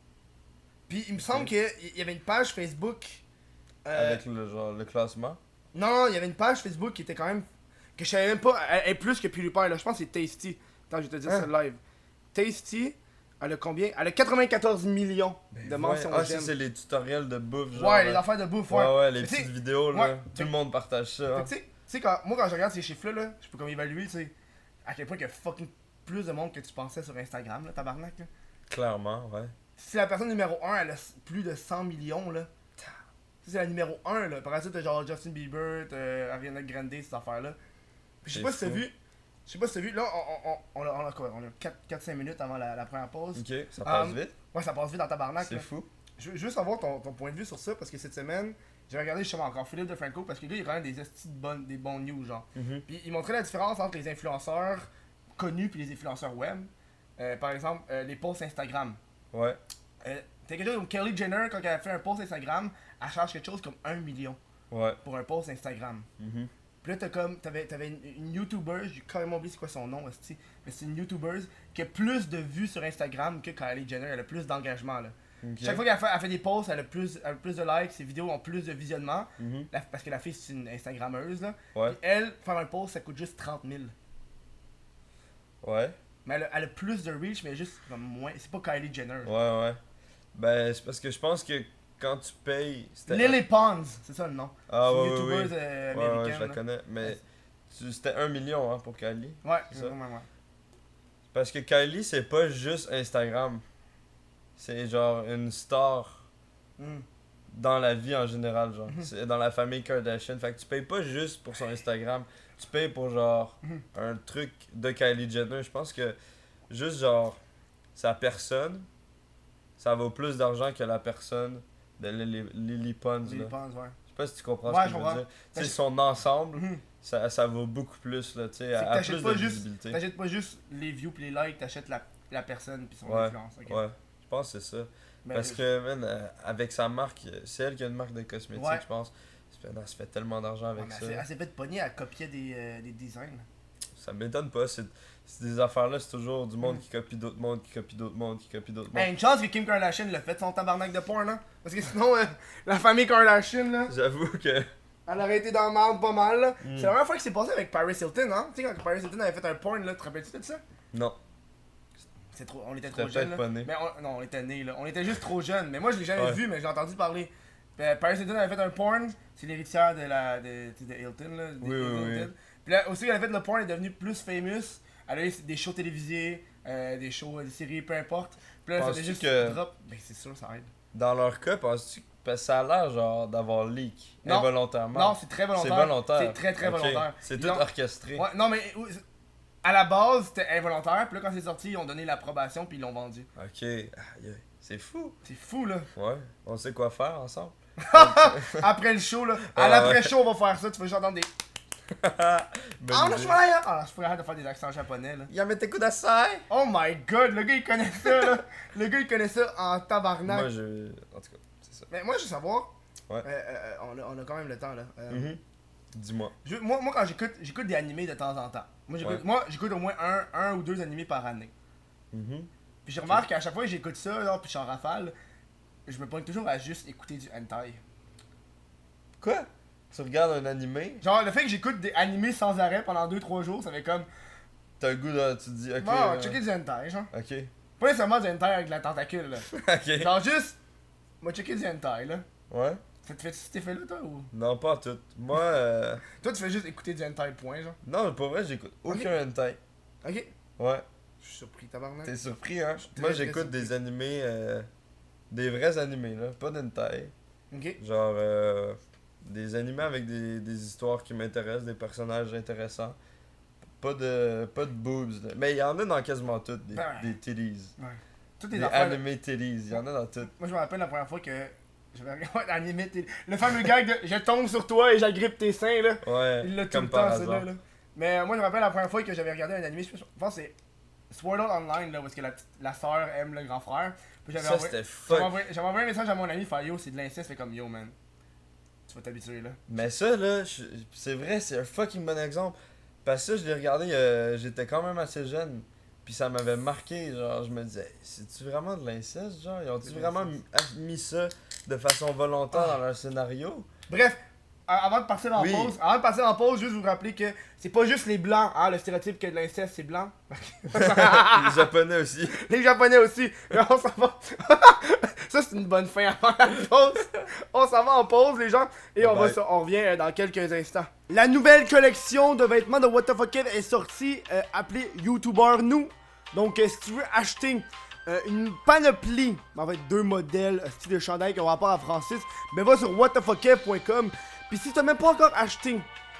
Puis, il me semble qu'il y avait une page Facebook. Avec le, genre, le classement. Non, il y avait une page Facebook qui était quand même. Que je savais même pas. Elle est plus que PewDiePie, là. Je pense que c'est Tasty. Attends, je vais te dire Hein? ça live. Tasty, elle a combien? Elle a 94 millions de mentions Ah, j'aime. ça, c'est les tutoriels de bouffe, genre. Ouais, les là. affaires de bouffe, Ouais, ouais, les Mais tu sais, petites vidéos, là. ouais, Tout le monde partage ça. hein. Tu sais, moi quand je regarde ces chiffres-là, là, je peux comme évaluer, tu sais, à quel point il y a fucking plus de monde que tu pensais sur Instagram, là, tabarnak, là. Clairement, ouais. Si la personne numéro 1, elle a plus de 100 millions, là. Ça, c'est la numéro 1, là. Par exemple, t'as genre Justin Bieber, t'as Ariana Grande, ces affaires-là. Puis je sais C'est pas si t'as fou. vu. Je sais pas si t'as vu. Là, on a quoi? On a 4-5 minutes avant la première pause. Ok, ça passe vite. Ouais, ça passe vite dans tabarnak, C'est là. fou. Je veux juste avoir ton point de vue sur ça parce que cette semaine, j'ai regardé justement encore Philippe DeFranco parce que là, il y a quand même des bons news, genre. Mhm. Puis il montrait la différence entre les influenceurs connus puis les influenceurs web. Par exemple, les posts Instagram. Ouais. T'as quelque chose comme Kylie Jenner, quand elle a fait un post Instagram, elle charge quelque chose comme 1 million Ouais. pour un post Instagram. Mhm. Puis là, t'avais une YouTuber, j'ai carrément oublié c'est quoi son nom, esti, mais c'est une YouTuber qui a plus de vues sur Instagram que Kylie Jenner, elle a plus d'engagement, là. Ok. Chaque fois elle fait des posts, elle a plus de likes, ses vidéos ont plus de visionnement. Mhm. Parce que la fille, c'est une Instagrammeuse, là. Ouais. Puis elle, faire un post, ça coûte juste 30 000. Ouais. Mais elle a plus de reach, mais juste comme moins. C'est pas Kylie Jenner. Ouais, ouais. Ben, c'est parce que je pense que quand tu payes. Lily Pons, c'est ça le nom. Ah, c'est ouais, une ouais, youtubeuse ouais. Ouais, américaine. ouais, je la là. connais. Mais c'était 1 million hein, pour Kylie. Ouais, C'est ça. exactement, ouais. Parce que Kylie, c'est pas juste Instagram. C'est genre une star Mm. dans la vie en général, genre. C'est dans la famille Kardashian. Fait que tu payes pas juste pour son Instagram. Tu payes pour genre Mhm. un truc de Kylie Jenner. Je pense que juste genre sa personne, ça vaut plus d'argent que la personne de Lily Pons. Lily là. Pons, ouais. Je sais pas si tu comprends Ouais, ce je que je comprends. veux dire. Tu sais, Parce- son ensemble, Mhm. ça vaut beaucoup plus, là, tu sais, C'est que à t'achètes plus pas de juste- visibilité. T'achètes pas juste les views pis les likes, t'achètes la personne pis son Ouais, influence. ok? ouais, je pense que c'est ça. Mais- Parce que, man, avec sa marque, c'est elle qui a une marque de cosmétiques, Ouais. je pense. Elle se fait tellement d'argent Ouais, avec mais ça. elle s'est fait pogner à copier des designs. ça m'étonne pas. C'est des affaires-là, c'est toujours du monde qui copie d'autres mondes, qui copie d'autres mondes, qui copie d'autres mondes. Hey, une chance que Kim Kardashian l'a fait son tabarnak de porn, hein? Parce que sinon, la famille Kardashian, là, J'avoue que. elle aurait été dans le marde pas mal, là. Mm. C'est la première fois que c'est passé avec Paris Hilton, hein? Tu sais, quand Paris Hilton avait fait un porn, là, te rappelles-tu de ça? Non. On était J'étais trop jeunes, là. peut-être pas né. Mais non, on était nés, là. On était juste trop jeunes. Mais moi, je l'ai jamais Ouais. vu, mais j'ai entendu parler. Paris Hilton avait fait un porn, c'est l'héritière de Hilton, là. Oui, oui. Puis là, aussi, elle a fait le porn, elle est devenue plus famous. Elle a eu des shows télévisés, des shows, des séries, peu importe. Puis là, elle faisait Penses-tu juste que- drop. Ben, c'est sûr, ça aide. Dans leur cas, penses-tu que. Parce que ça a l'air genre d'avoir leak Non. involontairement. Non, c'est très volontaire. C'est volontaire. C'est très, très Ok. volontaire. C'est Ils tout l'ont- orchestré. Ouais, non, mais à la base, c'était involontaire. Puis là, quand c'est sorti, ils ont donné l'approbation, puis ils l'ont vendu. Ok. Aïe, c'est fou. C'est fou, là. Ouais. On sait quoi faire ensemble. Après le show, là. Ah, À l'après ouais. show, on va faire ça. Tu vas juste entendre des. Bonne Ah, idée. je pourrais arrêter de faire des accents japonais, là. Yamete kudasai. Oh my god, le gars, il connaît ça, là. Le gars, il connaît ça en tabarnak. Moi, je. En tout cas, c'est ça. Mais moi, je veux savoir. Ouais. On a quand même le temps, là. Mhm. Dis-moi. Moi, quand j'écoute des animés de temps en temps. Moi, j'écoute au moins un ou deux animés par année. Mhm. Puis je remarque qu'à chaque fois que j'écoute ça, là, puis je suis en rafale, je me pogne toujours à juste écouter du hentai. Quoi? Tu regardes un animé, Genre, le fait que j'écoute des animés sans arrêt pendant 2-3 jours, ça fait comme. t'as le goût de. Tu te dis, ok. Bon, checker du hentai, genre. Ok. Pas nécessairement du hentai avec de la tentacule, là. Ok. Genre, juste. Moi, checker du hentai, là. Ouais? Ça te fait cet effet-là, toi, ou. Non, pas tout. Moi, Toi, tu fais juste écouter du hentai, point, genre. non, pour vrai, j'écoute aucun hentai. Ok. Ouais. Je suis surpris, tabarnak. T'es surpris, hein? suis très, Moi, très j'écoute surpris. des animés. Des vrais animés, là. Pas d'hentai. Ok. Genre, des animés avec des histoires qui m'intéressent, des personnages intéressants. Pas de boobs, là. Mais il y en a dans quasiment toutes, des, Ouais. des titties. Ouais. Toutes les Des affaires. animés titties, il y en a dans toutes. Moi, je me rappelle la première fois que j'avais regardé l'animé. Le fameux gag de je tombe sur toi et j'agrippe tes seins, là. Ouais, Il l'a tout comme le par temps, celui-là. hasard. Là. Mais moi, je me rappelle la première fois que j'avais regardé un anime, je pense que c'est Sword Art Online, là, où est-ce que la sœur aime le grand frère. Puis Ça, c'était j'avais fuck. envoyé un message à mon ami, faire yo, c'est de l'inceste, fait comme yo, man. Tu vas t'habituer, là. Mais ça, là, c'est vrai, c'est un fucking bon exemple. Parce que ça, je l'ai regardé, j'étais quand même assez jeune. Puis ça m'avait marqué, genre, je me disais, c'est-tu vraiment de l'inceste, genre? Ils ont-tu C'est de vraiment mis ça de façon volontaire dans leur scénario? Bref, avant de passer en Oui. pause, juste vous rappeler que c'est pas juste les blancs, hein, le stéréotype que de l'inceste, c'est blanc. Les Japonais aussi. Les japonais aussi. Mais on s'en va. Ça, c'est une bonne fin avant la pause. On s'en va en pause, les gens. Et on Bye. revient dans quelques instants. La nouvelle collection de vêtements de What the Fuck Kid est sortie, appelée YouTuber Nous. Donc, si tu veux acheter une panoplie, en fait 2 modèles style de chandail qui ont rapport à Francis, ben va sur whatthefuckkev.com. Puis si t'as même pas encore acheté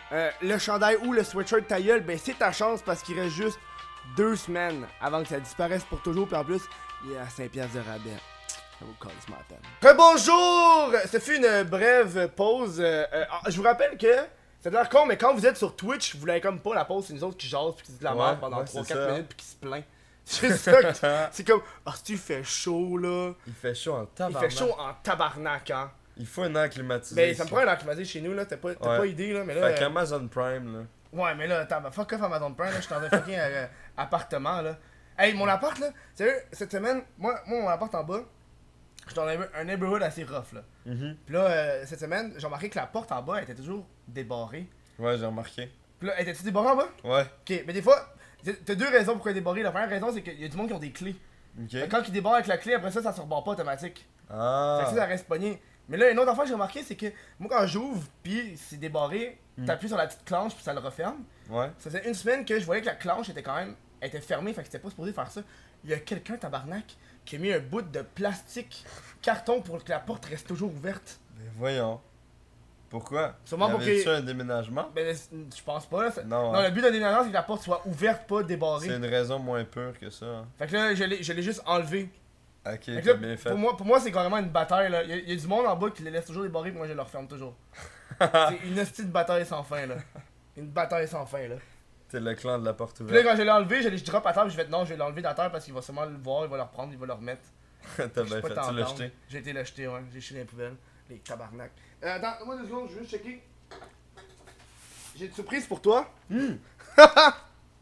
le chandail ou le sweatshirt ta gueule, ben c'est ta chance parce qu'il reste juste 2 semaines avant que ça disparaisse pour toujours. Puis en plus, il est à 5$ de rabais. Ça vaut carrément la peine. Rebonjour! Ce fut une brève pause. Je vous rappelle que, ça a l'air con, mais quand vous êtes sur Twitch, vous l'avez comme pas la pause, c'est nous autres qui jasent puis qui disent de la Ouais, merde pendant ouais, 3-4 c'est ça. minutes puis qui se plaint. C'est ça que c'est comme, ah, si tu fait chaud là. Il fait chaud en Il tabarnak. fait chaud en tabarnak, hein. Il faut un air climatisé. Ben, ça me ici. prend un air climatisé chez nous là, t'as Ouais. pas idée là, mais là. Fait qu'Amazon Prime, là. Ouais, mais là, attends, fuck off Amazon Prime, là, je suis dans un fucking appartement, là. Hey, mon appart, là, sérieux, cette semaine, moi mon appart en bas, je suis dans un neighborhood assez rough, là. Mhm. Puis là, cette semaine, j'ai remarqué que la porte en bas, elle était toujours débarrée. Ouais, j'ai remarqué. Puis là, elle était-tu débarrée en bas? Ouais. Ok, mais des fois, t'as 2 raisons pourquoi elle est débarrée. La première raison, c'est qu'il y a du monde qui ont des clés. Ok. Fait que quand ils débarrent avec la clé, après ça, ça se rebord pas automatique. Fait Ah. que ça reste pogné. Mais là, une autre affaire que j'ai remarqué, c'est que moi, quand j'ouvre, puis c'est débarré, t'appuies sur la petite clenche, puis ça le referme. Ouais. Ça faisait une semaine que je voyais que la clenche était quand même elle était fermée, fait que c'était pas supposé faire ça. Il y a quelqu'un, tabarnak, qui a mis un bout de plastique, carton pour que la porte reste toujours ouverte. Mais voyons. Pourquoi? Sûrement pour Y avait-tu que- un déménagement? Ben, je pense pas, là. Non, Non, hein. le but d'un déménagement, c'est que la porte soit ouverte, pas débarrée. C'est une raison moins pure que ça. hein. Fait que là, je l'ai juste enlevé. Ok, Fait que t'as là, bien fait. pour moi, c'est carrément une bataille, là. Il y a du monde en bas qui les laisse toujours débarrer, puis moi, je les referme toujours. C'est une hostie de bataille sans fin, là. Une bataille sans fin, là. T'es le clan de la porte Puis là, ouverte. quand je l'ai enlevé, je drop à terre, je vais non, je vais l'enlever de la terre parce qu'il va sûrement le voir, il va le reprendre, il va le remettre. T'as Je bien suis fait, pas tu l'as tendance. jeté. J'ai été le jeter, ouais. J'ai jeté dans les poubelles. Les tabarnak. Attends, moi 2 secondes, je veux juste checker. J'ai une surprise pour toi.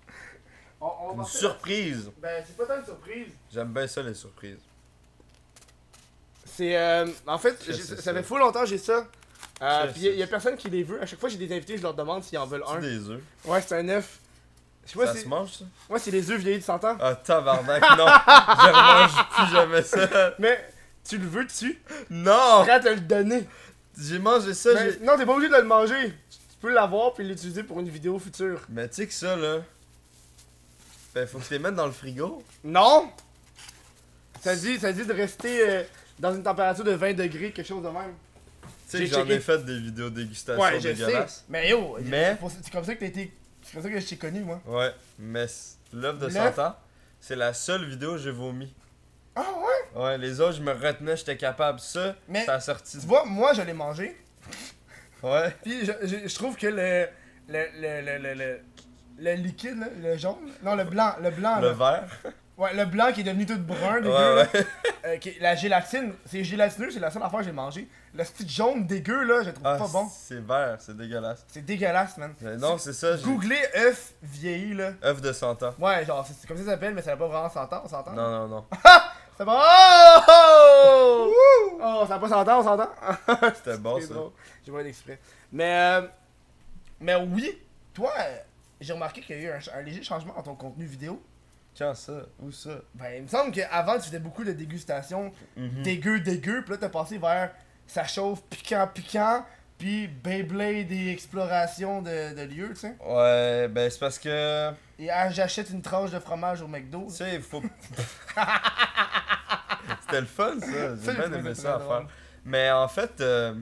On va Une partir surprise. Ben, c'est pas tant une surprise. J'aime bien ça, les surprises. C'est. En fait, Qu'est-ce que c'est ça fait ça? full longtemps que j'ai ça. Qu'est-ce Puis que y a c'est? personne qui les veut. À chaque fois, j'ai des invités, je leur demande s'ils en veulent C'est un. des œufs. Ouais, c'est un œuf. Je sais pas Ça si. se mange, ça? Ouais, c'est les œufs vieillis de 100 ans. Ah, tabarnak, non! Je mange plus jamais ça. Mais, tu le veux dessus? Non! Prêt à te le donner. J'ai mangé ça, Mais, non, t'es pas obligé de le manger. Tu peux l'avoir puis l'utiliser pour une vidéo future. Mais tu sais que ça, là... Ben, faut que tu les mettes dans le frigo. Non! Ça dit de rester dans une température de 20 degrés, quelque chose de même. Tu sais J'ai que j'en checké. ai fait des vidéos dégustation Ouais, je sais. dégueulasses. Mais yo, Mais- c'est comme ça que t'as été. C'est comme ça que je t'ai connu, moi. Ouais, mais l'œuf de L'œuf? 100 ans, c'est la seule vidéo où j'ai vomi. Ah ouais? Ouais, les autres, je me retenais, j'étais capable. Ça, Mais- ça a sorti. Tu vois, moi, je l'ai mangé. Ouais. Puis je trouve que le liquide, là, le jaune. Non, le blanc. Le là. verre. Ouais, le blanc qui est devenu tout brun, dégueu. Ouais, là. ouais. La gélatine, c'est gélatineux, c'est la seule affaire que j'ai mangé. Le petit jaune dégueu, là, je le trouve Ah, pas bon. c'est vert, c'est dégueulasse. C'est dégueulasse, man. Mais non, c'est ça, j'ai. Googlez œuf vieilli, là. œuf de 100 ans. Ouais, genre, c'est comme ça ça s'appelle, mais ça n'a pas vraiment 100 ans, on s'entend? Non, non, non. C'est bon. Oh! Oh, ça n'a pas 100 ans, on s'entend? C'était bon, C'est ça. drôle. J'ai pas d'exprès. Mais oui, toi, j'ai remarqué qu'il y a eu un léger changement dans ton contenu vidéo. Quand ça? Où ça? Ben, il me semble qu'avant, tu faisais beaucoup de dégustation Mhm. dégueu, puis là, t'as passé vers ça chauffe, piquant, puis Beyblade et exploration de lieux, tu sais. Ouais, ben c'est parce que. Et j'achète une tranche de fromage au McDo. Tu sais, il faut. C'était le fun, ça. J'ai Ça, bien j'ai aimé trouvé ça à très faire. drôle. Mais en fait.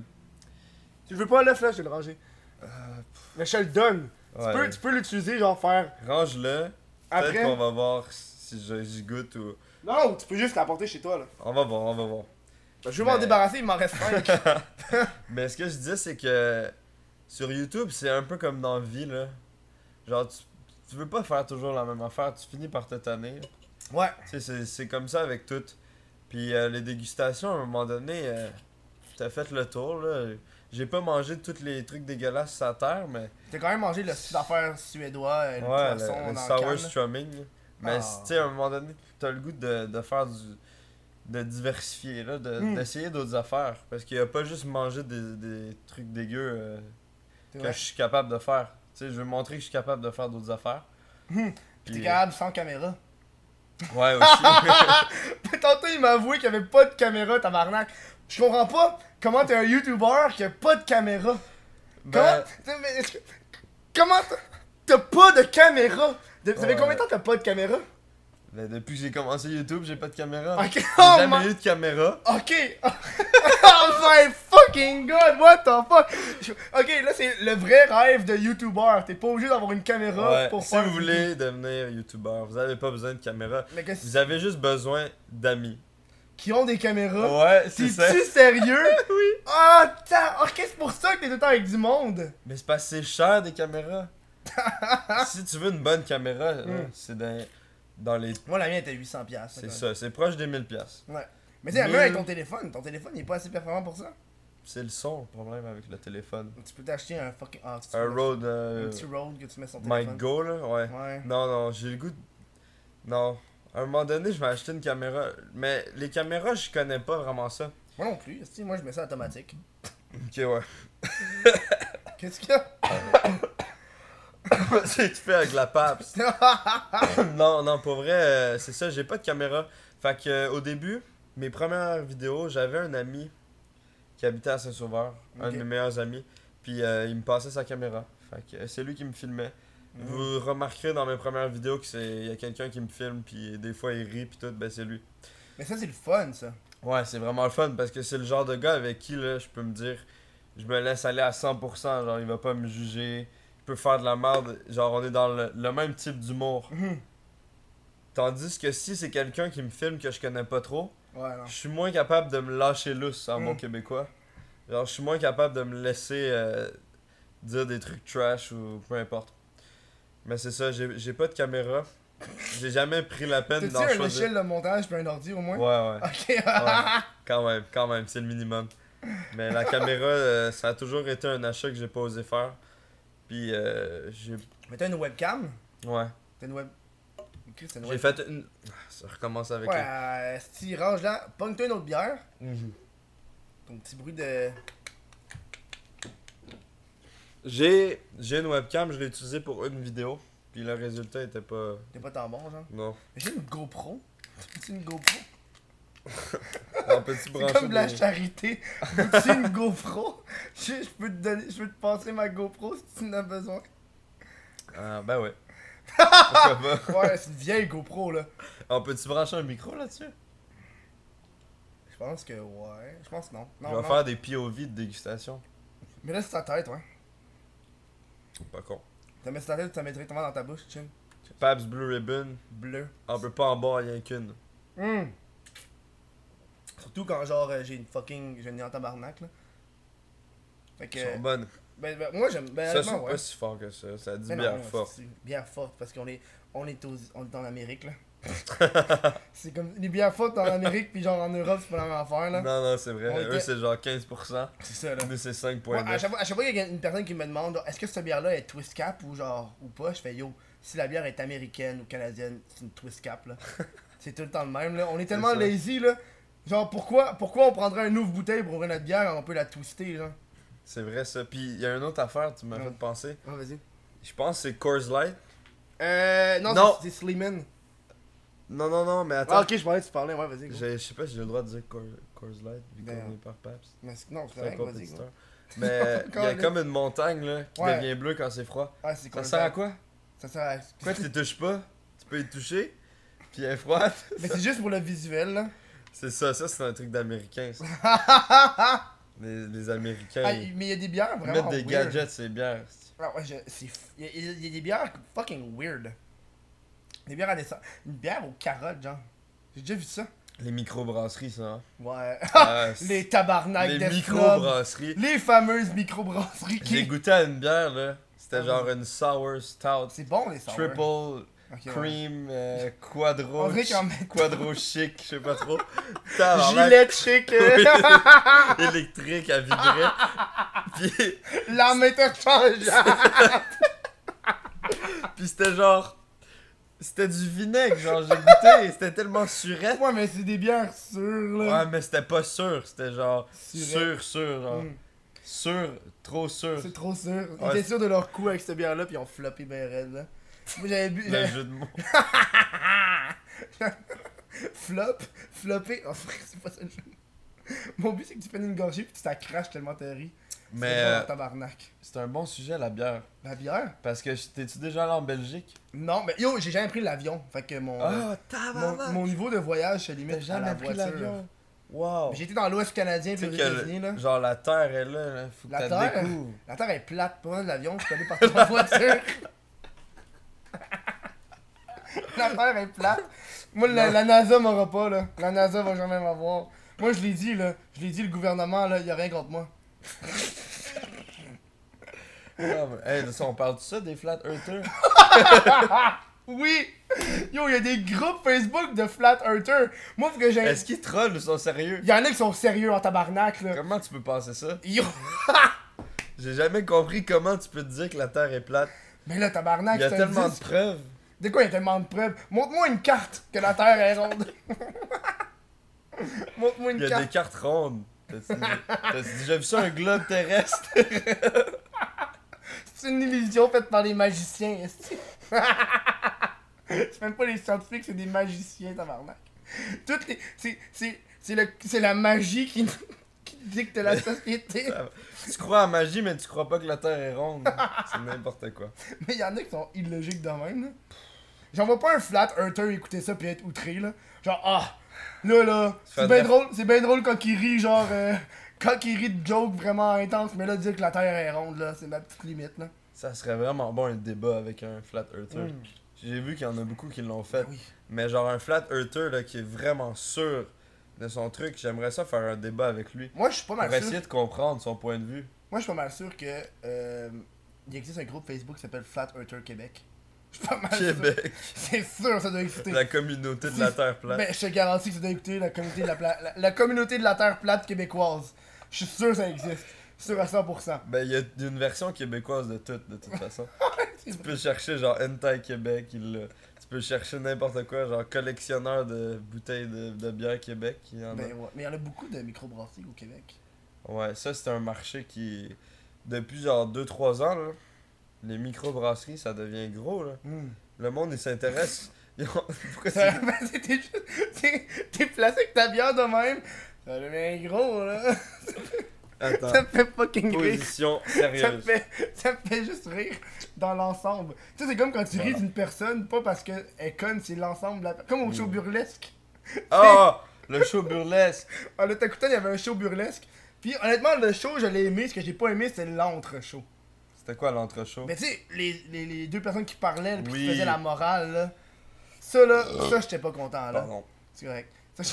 Tu veux pas l'œuf là, je vais le ranger. Mais je te le donne. Ouais. Tu peux l'utiliser, genre faire. Range-le. Après. Peut-être qu'on va voir si j'y goûte ou. Non, tu peux juste l'apporter chez toi là. On va voir, on va voir. Ben, je veux m'en Mais- débarrasser, il m'en reste 5. Mais ce que je disais, c'est que sur YouTube, c'est un peu comme dans la vie, là. Genre, tu veux pas faire toujours la même affaire, tu finis par te tanner. Ouais. Tu sais, c'est comme ça avec tout. Puis les dégustations, à un moment donné, t'as fait le tour, là. J'ai pas mangé tous les trucs dégueulasses sur la terre, mais. T'as quand même mangé le style d'affaires suédois, le Ouais, poisson le dans sour le canne. strumming. Là. Mais Ah. tu sais, à un moment donné, t'as le goût de faire de diversifier, là, d'essayer d'autres affaires. Parce qu'il y a pas juste manger des trucs dégueux C'est que vrai. je suis capable de faire. Tu sais, je veux montrer que je suis capable de faire d'autres affaires. T'es Puis, capable sans caméra. ouais, aussi. Tantôt, il m'a avoué qu'il y avait pas de caméra, tabarnak. Je comprends pas comment t'es un YouTuber qui a pas de caméra. Ben, Comment t'as pas de caméra? Ça fait Ouais. combien de temps t'as pas de caméra? ben, depuis que j'ai commencé YouTube, j'ai pas de caméra. Ok, J'ai oh jamais my- eu de caméra. Ok! Oh my fucking god, what the fuck? Ok, là c'est le vrai rêve de YouTuber. T'es pas obligé d'avoir une caméra Ouais, pour si faire vous une voulez devenir YouTuber, vous avez pas besoin de caméra. vidéo. Mais qu'est-ce Vous avez juste besoin d'amis. qui ont des caméras? Ouais, c'est ça. T'es-tu sérieux? Oui! Ah, ok, c'est pour ça que t'es tout le temps avec du monde! Mais c'est parce que c'est cher des caméras. Si tu veux une bonne caméra, là, c'est dans les. Moi, la mienne était 800$. C'est ça, c'est proche des 1000$. Ouais. Mais tu sais, même 1000. avec ton téléphone il est pas assez performant pour ça. C'est le son, le problème avec le téléphone. Tu peux t'acheter un fucking. Ah, tu Un peux Rode un petit Rode que tu mets sur ton téléphone. Mic Go, là, ouais. Ouais. Non, non, j'ai le goût de... Non. À un moment donné, je vais acheter une caméra. Mais les caméras, je connais pas vraiment ça. Moi non plus, si, moi je mets ça automatique. Ok, ouais. Qu'est-ce qu'il y a? C'est tu fais avec la PAPS. Non, non, pour vrai, c'est ça, j'ai pas de caméra. Fait que au début, mes premières vidéos, j'avais un ami qui habitait à Saint-Sauveur, un Ok. de mes meilleurs amis, puis il me passait sa caméra. Fait que c'est lui qui me filmait. Vous remarquerez dans mes premières vidéos que y a quelqu'un qui me filme, puis des fois il rit, puis tout, ben c'est lui. Mais ça, c'est le fun, ça. Ouais, c'est vraiment le fun parce que c'est le genre de gars avec qui là, je peux me dire, je me laisse aller à 100%, genre il va pas me juger, il peut faire de la merde, genre on est dans le même type d'humour. Tandis que si c'est quelqu'un qui me filme que je connais pas trop, Ouais, non. je suis moins capable de me lâcher lousse en bon québécois. Genre je suis moins capable de me laisser dire des trucs trash ou peu importe. Mais c'est ça, j'ai pas de caméra. J'ai jamais pris la peine T'as-tu d'en un choisir. échelle de montage puis un ordi au moins? Ouais, ouais. Ok. Quand même, c'est le minimum. Mais la caméra, ça a toujours été un achat que j'ai pas osé faire. Puis j'ai. Mais t'as une webcam? Ouais. T'as une web. Chris, c'est une J'ai fait une. Ça recommence avec Ouais, si range là, pogne-toi une autre bière. Mhm. Ton petit bruit de. J'ai une webcam, je l'ai utilisée pour une vidéo. Puis le résultat était pas. T'es pas tant bon, genre. Non. Mais j'ai une GoPro. C'est une GoPro. On peut-tu C'est brancher comme de la des- charité. Veux-tu une GoPro? Je peux te donner, je peux te passer ma GoPro si tu en as besoin. Ah, ben ouais. Pourquoi pas? Ouais, c'est une vieille GoPro là. On peut-tu brancher un micro là-dessus? Je pense que ouais. Je pense que non. Non, Je vais non. faire des POV de dégustation. Mais là, c'est ta tête, ouais. Pas con. T'as mis sur ta tête, tu la mets directement dans ta bouche, chin. Pabst Blue Ribbon, Bleu. on peut pas en boire rien qu'une. Surtout quand genre j'ai une fucking. J'ai une en tabarnak là. Fait Elles sont que. bonnes. Moi j'aime. Ben, Ça, honnêtement, c'est ouais. pas si fort que ça. Ça dit Mais bière non, forte. c'est bière forte parce qu'on est on est en Amérique là. C'est comme les bières fortes en Amérique puis genre en Europe c'est pas la même affaire là. Non, non, c'est vrai. On Eux, était- c'est genre 15%. C'est ça là. Nous, c'est Moi, 5.9. à chaque fois qu'il y a une personne qui me demande est-ce que cette bière là est twist cap ou genre ou pas, je fais yo, si la bière est américaine ou canadienne, c'est une twist cap là. C'est tout le temps le même là. On est tellement ça. lazy là. Genre pourquoi on prendrait une ouvre bouteille pour ouvrir notre bière quand on peut la twister là. C'est vrai ça. Puis il y a une autre affaire, tu m'as Ouais. fait penser. Ah vas-y. Je pense que c'est Coors Light. Non, Non. c'est Sleeman. Non, non, non, mais attends. Ah ok, je parlais, tu parlais, ouais vas-y. Go. Je sais pas si j'ai le droit de dire Coors Light, vu Ben, qu'on est par Pabst. Mais non, c'est C'est correct, pas vas-y. pétiteur. Go. Mais il y a Encore, comme une montagne là, qui Ouais. devient bleue quand c'est froid. Ah, c'est Ça Coors sert à Light. quoi? Ça sert à. Pourquoi tu touches pas? Tu peux y toucher, puis elle est froide. Mais c'est juste pour le visuel là. C'est ça c'est un truc d'américain ça. Les Américains, Ah, ils mais il y a des bières ils vraiment mettent des weird. gadgets sur les bières. Ah ouais, il y a des bières fucking weird. Des bières à descendre. Une bière aux carottes, genre. J'ai déjà vu ça. Les microbrasseries, ça. Hein? Ouais. Ah, Les tabarnak les de snobs. microbrasseries. Les fameuses microbrasseries J'ai qui. goûté à une bière, là. C'était Ah, genre une sour stout. C'est bon les sour. Triple Ok, ouais. cream quadro. On dirait qu'en même- Quadro chic, je sais pas trop. Tabarnak. Gilet chic. Oui. Électrique à vibrer. Puis, Lame interchangeable. puis c'était genre. C'était du vinaigre, genre j'ai goûté. C'était tellement surette. Ouais, mais c'est des bières sûres là. Ouais, mais c'était pas sûr. C'était genre Surette. sûr, genre. Mm. Sûr, trop sûr. C'est trop sûr. Ils Ouais, étaient c'est- sûrs de leur coup avec cette bière-là, puis ils ont floppé ben raide, là. Moi, j'avais bu... Le jeu de mots. Floppé... Oh, frère, c'est pas ça le jeu. Mon but, c'est que tu prennes une gorgée, puis tu t'as crache tellement t'as ri. Mais C'est drôle, tabarnak. c'est un bon sujet, la bière. La bière? Parce que t'es-tu déjà allé en Belgique? Non, mais yo, j'ai jamais pris l'avion. Fait que mon niveau de voyage se limite T'as à la jamais pris voiture. l'avion? Wow. J'ai été dans l'Ouest canadien, Tu puis sais aux que États-Unis, là. genre la terre est là, faut que La tu terre? découvres. La terre est plate, pas mal de l'avion, je suis allé partir en voiture. La terre est plate. Moi, la NASA m'aura pas, là. La NASA va jamais m'avoir. Moi, je l'ai dit, là. Je l'ai dit, le gouvernement, là, y a rien contre moi. Ah, mais, hey, ça, on parle de ça, des flat earthers? Oui! Yo, y a des groupes Facebook de Flat Earther. Moi, faut que j'ai. Est-ce qu'ils trollent ou sont sérieux? Y'en a qui sont sérieux en tabarnak, là. Comment tu peux penser ça? Yo! J'ai jamais compris comment tu peux te dire que la terre est plate. Mais là, tabarnak, Il y a c'est un tellement de disque. preuves. De quoi il y a tellement de preuves? Montre-moi une carte que la Terre est ronde. Montre-moi Il une y a carte. des cartes rondes. T'as déjà vu ça, un globe terrestre? C'est une illusion faite par les magiciens, est-ce que- C'est même pas les scientifiques, c'est des magiciens, tabarnak. Toutes les... C'est la magie qui dicte la société. Tu crois à magie, mais tu crois pas que la terre est ronde. C'est n'importe quoi. Mais y'en a qui sont illogiques de même, là. J'en vois pas un flat earther écouter ça pis être outré, là. Genre, là, fais c'est bien de drôle, c'est bien drôle quand il rit, genre, quand il rit de jokes vraiment intenses, mais là, dire que la Terre est ronde, là, c'est ma petite limite, là. Ça serait vraiment bon un débat avec un flat earther. Mm. J'ai vu qu'il y en a beaucoup qui l'ont fait. Oui. Mais genre un flat earther là, qui est vraiment sûr de son truc, j'aimerais ça faire un débat avec lui. Moi, je suis pas Pour mal sûr. essayer de comprendre son point de vue. Moi, je suis pas mal sûr que il existe un groupe Facebook qui s'appelle Flat Earther Québec. Je suis pas mal sûr. Québec, C'est sûr, ça doit exister. la communauté de la terre plate. Ben, je te garantis que ça doit écouter la communauté de la communauté de la Terre plate québécoise. Je suis sûr que ça existe. Sûr à 100%. Ben, il y a une version québécoise de tout, de toute façon. Tu peux chercher genre Hentai Québec, tu Tu peux chercher n'importe quoi, genre collectionneur de bouteilles de bière Québec, il y en a. Ben ouais, mais il y en a beaucoup de microbrasseries au Québec. Ouais, ça c'est un marché qui, depuis genre 2-3 ans, là, les microbrasseries, ça devient gros, là. Le monde, il s'intéresse. Pourquoi Ça, c'est... ben, t'es juste. T'es placé avec ta bière de même. Ça devient gros, là. Attends, Ça me fait fucking rire. position Ça me, sérieuse. ça me fait juste rire dans l'ensemble. Tu sais, c'est comme quand tu ris Voilà. d'une personne, pas parce qu'elle est conne, c'est l'ensemble de la comme au show burlesque. Ah! Le show burlesque! À l'Otakuton, il y avait un show burlesque. Puis honnêtement, le show, je l'ai aimé. Ce que j'ai pas aimé, c'est l'entre-show. C'était quoi l'entre-show? Mais tu sais, les deux personnes qui parlaient, puis Oui. qui faisaient la morale, là. Ça, j'étais pas content, là. Pardon. C'est correct.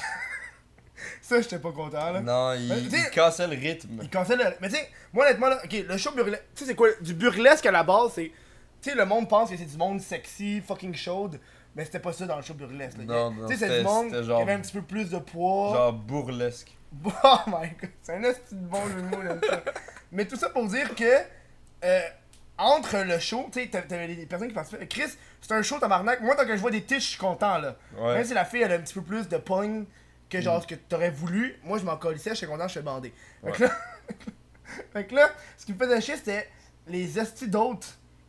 Ça, j'étais pas content, là. Non, Mais, il tu sais- cassait le rythme. Il cancelle le... Mais tu sais, moi honnêtement, là, ok, le show burlesque, tu sais c'est quoi, du burlesque à la base, c'est... Tu sais, le monde pense que c'est du monde sexy, fucking chaude, mais c'était pas ça dans le show burlesque. Là. Non, non, tu sais, c'est c'était- du monde c'était qui genre- avait un petit peu plus de poids. Genre burlesque. Oh my god, c'est un esti de bon jeu de mots, j'aime ça. Mais tout ça pour dire que, entre le show, tu sais, t'avais des personnes qui participaient. Chris, c'est un show tabarnak. Moi, tant que je vois des tiches, je suis content, là. Ouais. Même si la fille, elle a un petit peu plus de pogne que genre ce que t'aurais voulu, moi, je m'en colissais, je suis content, je suis bandé. Fait que Ouais. là, fait que là, ce qui me faisait chier, c'était les estis d'autres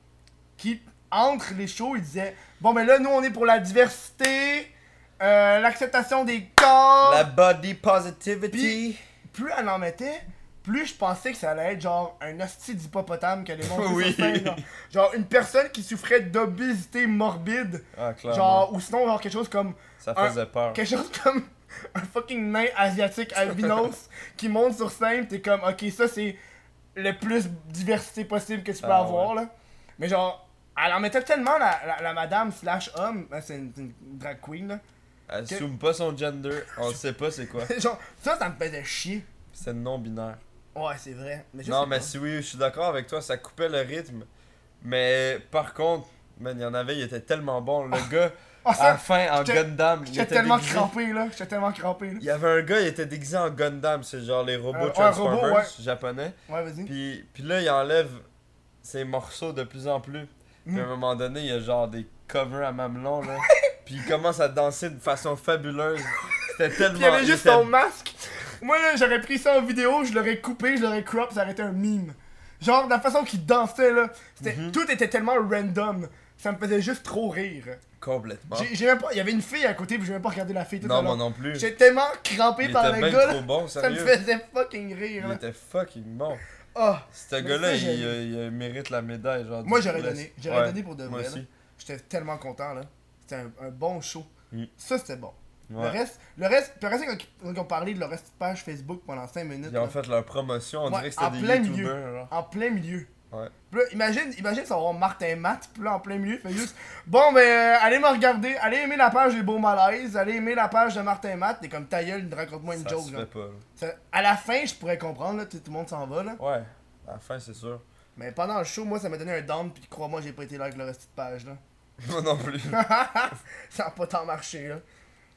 qui, entre les shows, ils disaient bon, ben là, nous, on est pour la diversité, l'acceptation des corps. La body positivity. Plus elle en mettait, plus je pensais que ça allait être genre un hostie d'hippopotame qu'elle allait monter Oui. sur scène. Genre une personne qui souffrait d'obésité morbide. Ah, clairement. Genre, ou sinon, genre quelque chose comme. Ça un- faisait peur. Quelque chose comme un fucking nain asiatique albinos qui monte sur scène, t'es comme, ok, ça c'est le plus diversité possible que tu peux Ah, avoir, ouais. là. Mais genre, elle en mettait tellement la madame slash homme, ben, c'est une drag queen, là. Elle assume pas son gender, on sait pas c'est quoi. Genre, ça me faisait chier. C'est non-binaire. Ouais, c'est vrai. Mais je Non, sais mais pas. si oui, je suis d'accord avec toi, ça coupait le rythme. Mais par contre, man, il y en avait, il était tellement bon. Le gars, Ah, à la ça, fin, en j'étais- Gundam, il j'étais était tellement déguisé. crampé, là. J'étais tellement crampé, là. Il y avait un gars, il était déguisé en Gundam, c'est genre les robots Ouais, Transformers robot, ouais. japonais. Ouais, vas-y. Puis là, il enlève ses morceaux de plus en plus. Puis à un moment donné, il y a genre des covers à mamelon, là. Puis il commence à danser de façon fabuleuse. C'était tellement... Puis il y avait juste était- son masque. Moi, là, j'aurais pris ça en vidéo, je l'aurais coupé, je l'aurais crop, ça aurait été un meme. Genre, la façon qu'il dansait, là, c'était, tout était tellement random. Ça me faisait juste trop rire. Complètement. J'ai même pas... Il y avait une fille à côté, puis j'ai même pas regardé la fille tout à Non, l'heure. moi non plus. J'étais tellement crampé Il par était le même gars, là. trop bon, Ça me sérieux. faisait fucking rire, Il là. était fucking bon. Ah, Ce Mais gars-là, ça, j'ai- il mérite la médaille, genre. moi, du j'aurais burlesque. donné. J'aurais Ouais, donné pour de moi vrai, là. aussi. J'étais tellement content, là. C'était un bon show. Mm. Ça, c'était bon. Ouais. Le reste, quand ils ont parlé de leur reste de page Facebook pendant 5 minutes. Ils ont là, fait leur promotion, on Ouais, dirait que en c'était des plein youtubers, milieu. genre. en plein milieu. Ouais. Puis là, imagine ça va avoir Martin Matt, puis là en plein milieu, il fait juste bon ben allez me regarder, allez aimer la page des beaux malaises, allez aimer la page de Martin Matt, t'es comme ta gueule, raconte-moi une Ça joke se genre. fait pas, là. À la fin, je pourrais comprendre là, tout le monde s'en va là. Ouais, à la fin, c'est sûr. Mais pendant le show, moi ça m'a donné un down, puis crois-moi, j'ai pas été là avec le reste de page là. Moi non plus. Ça a pas tant marché là.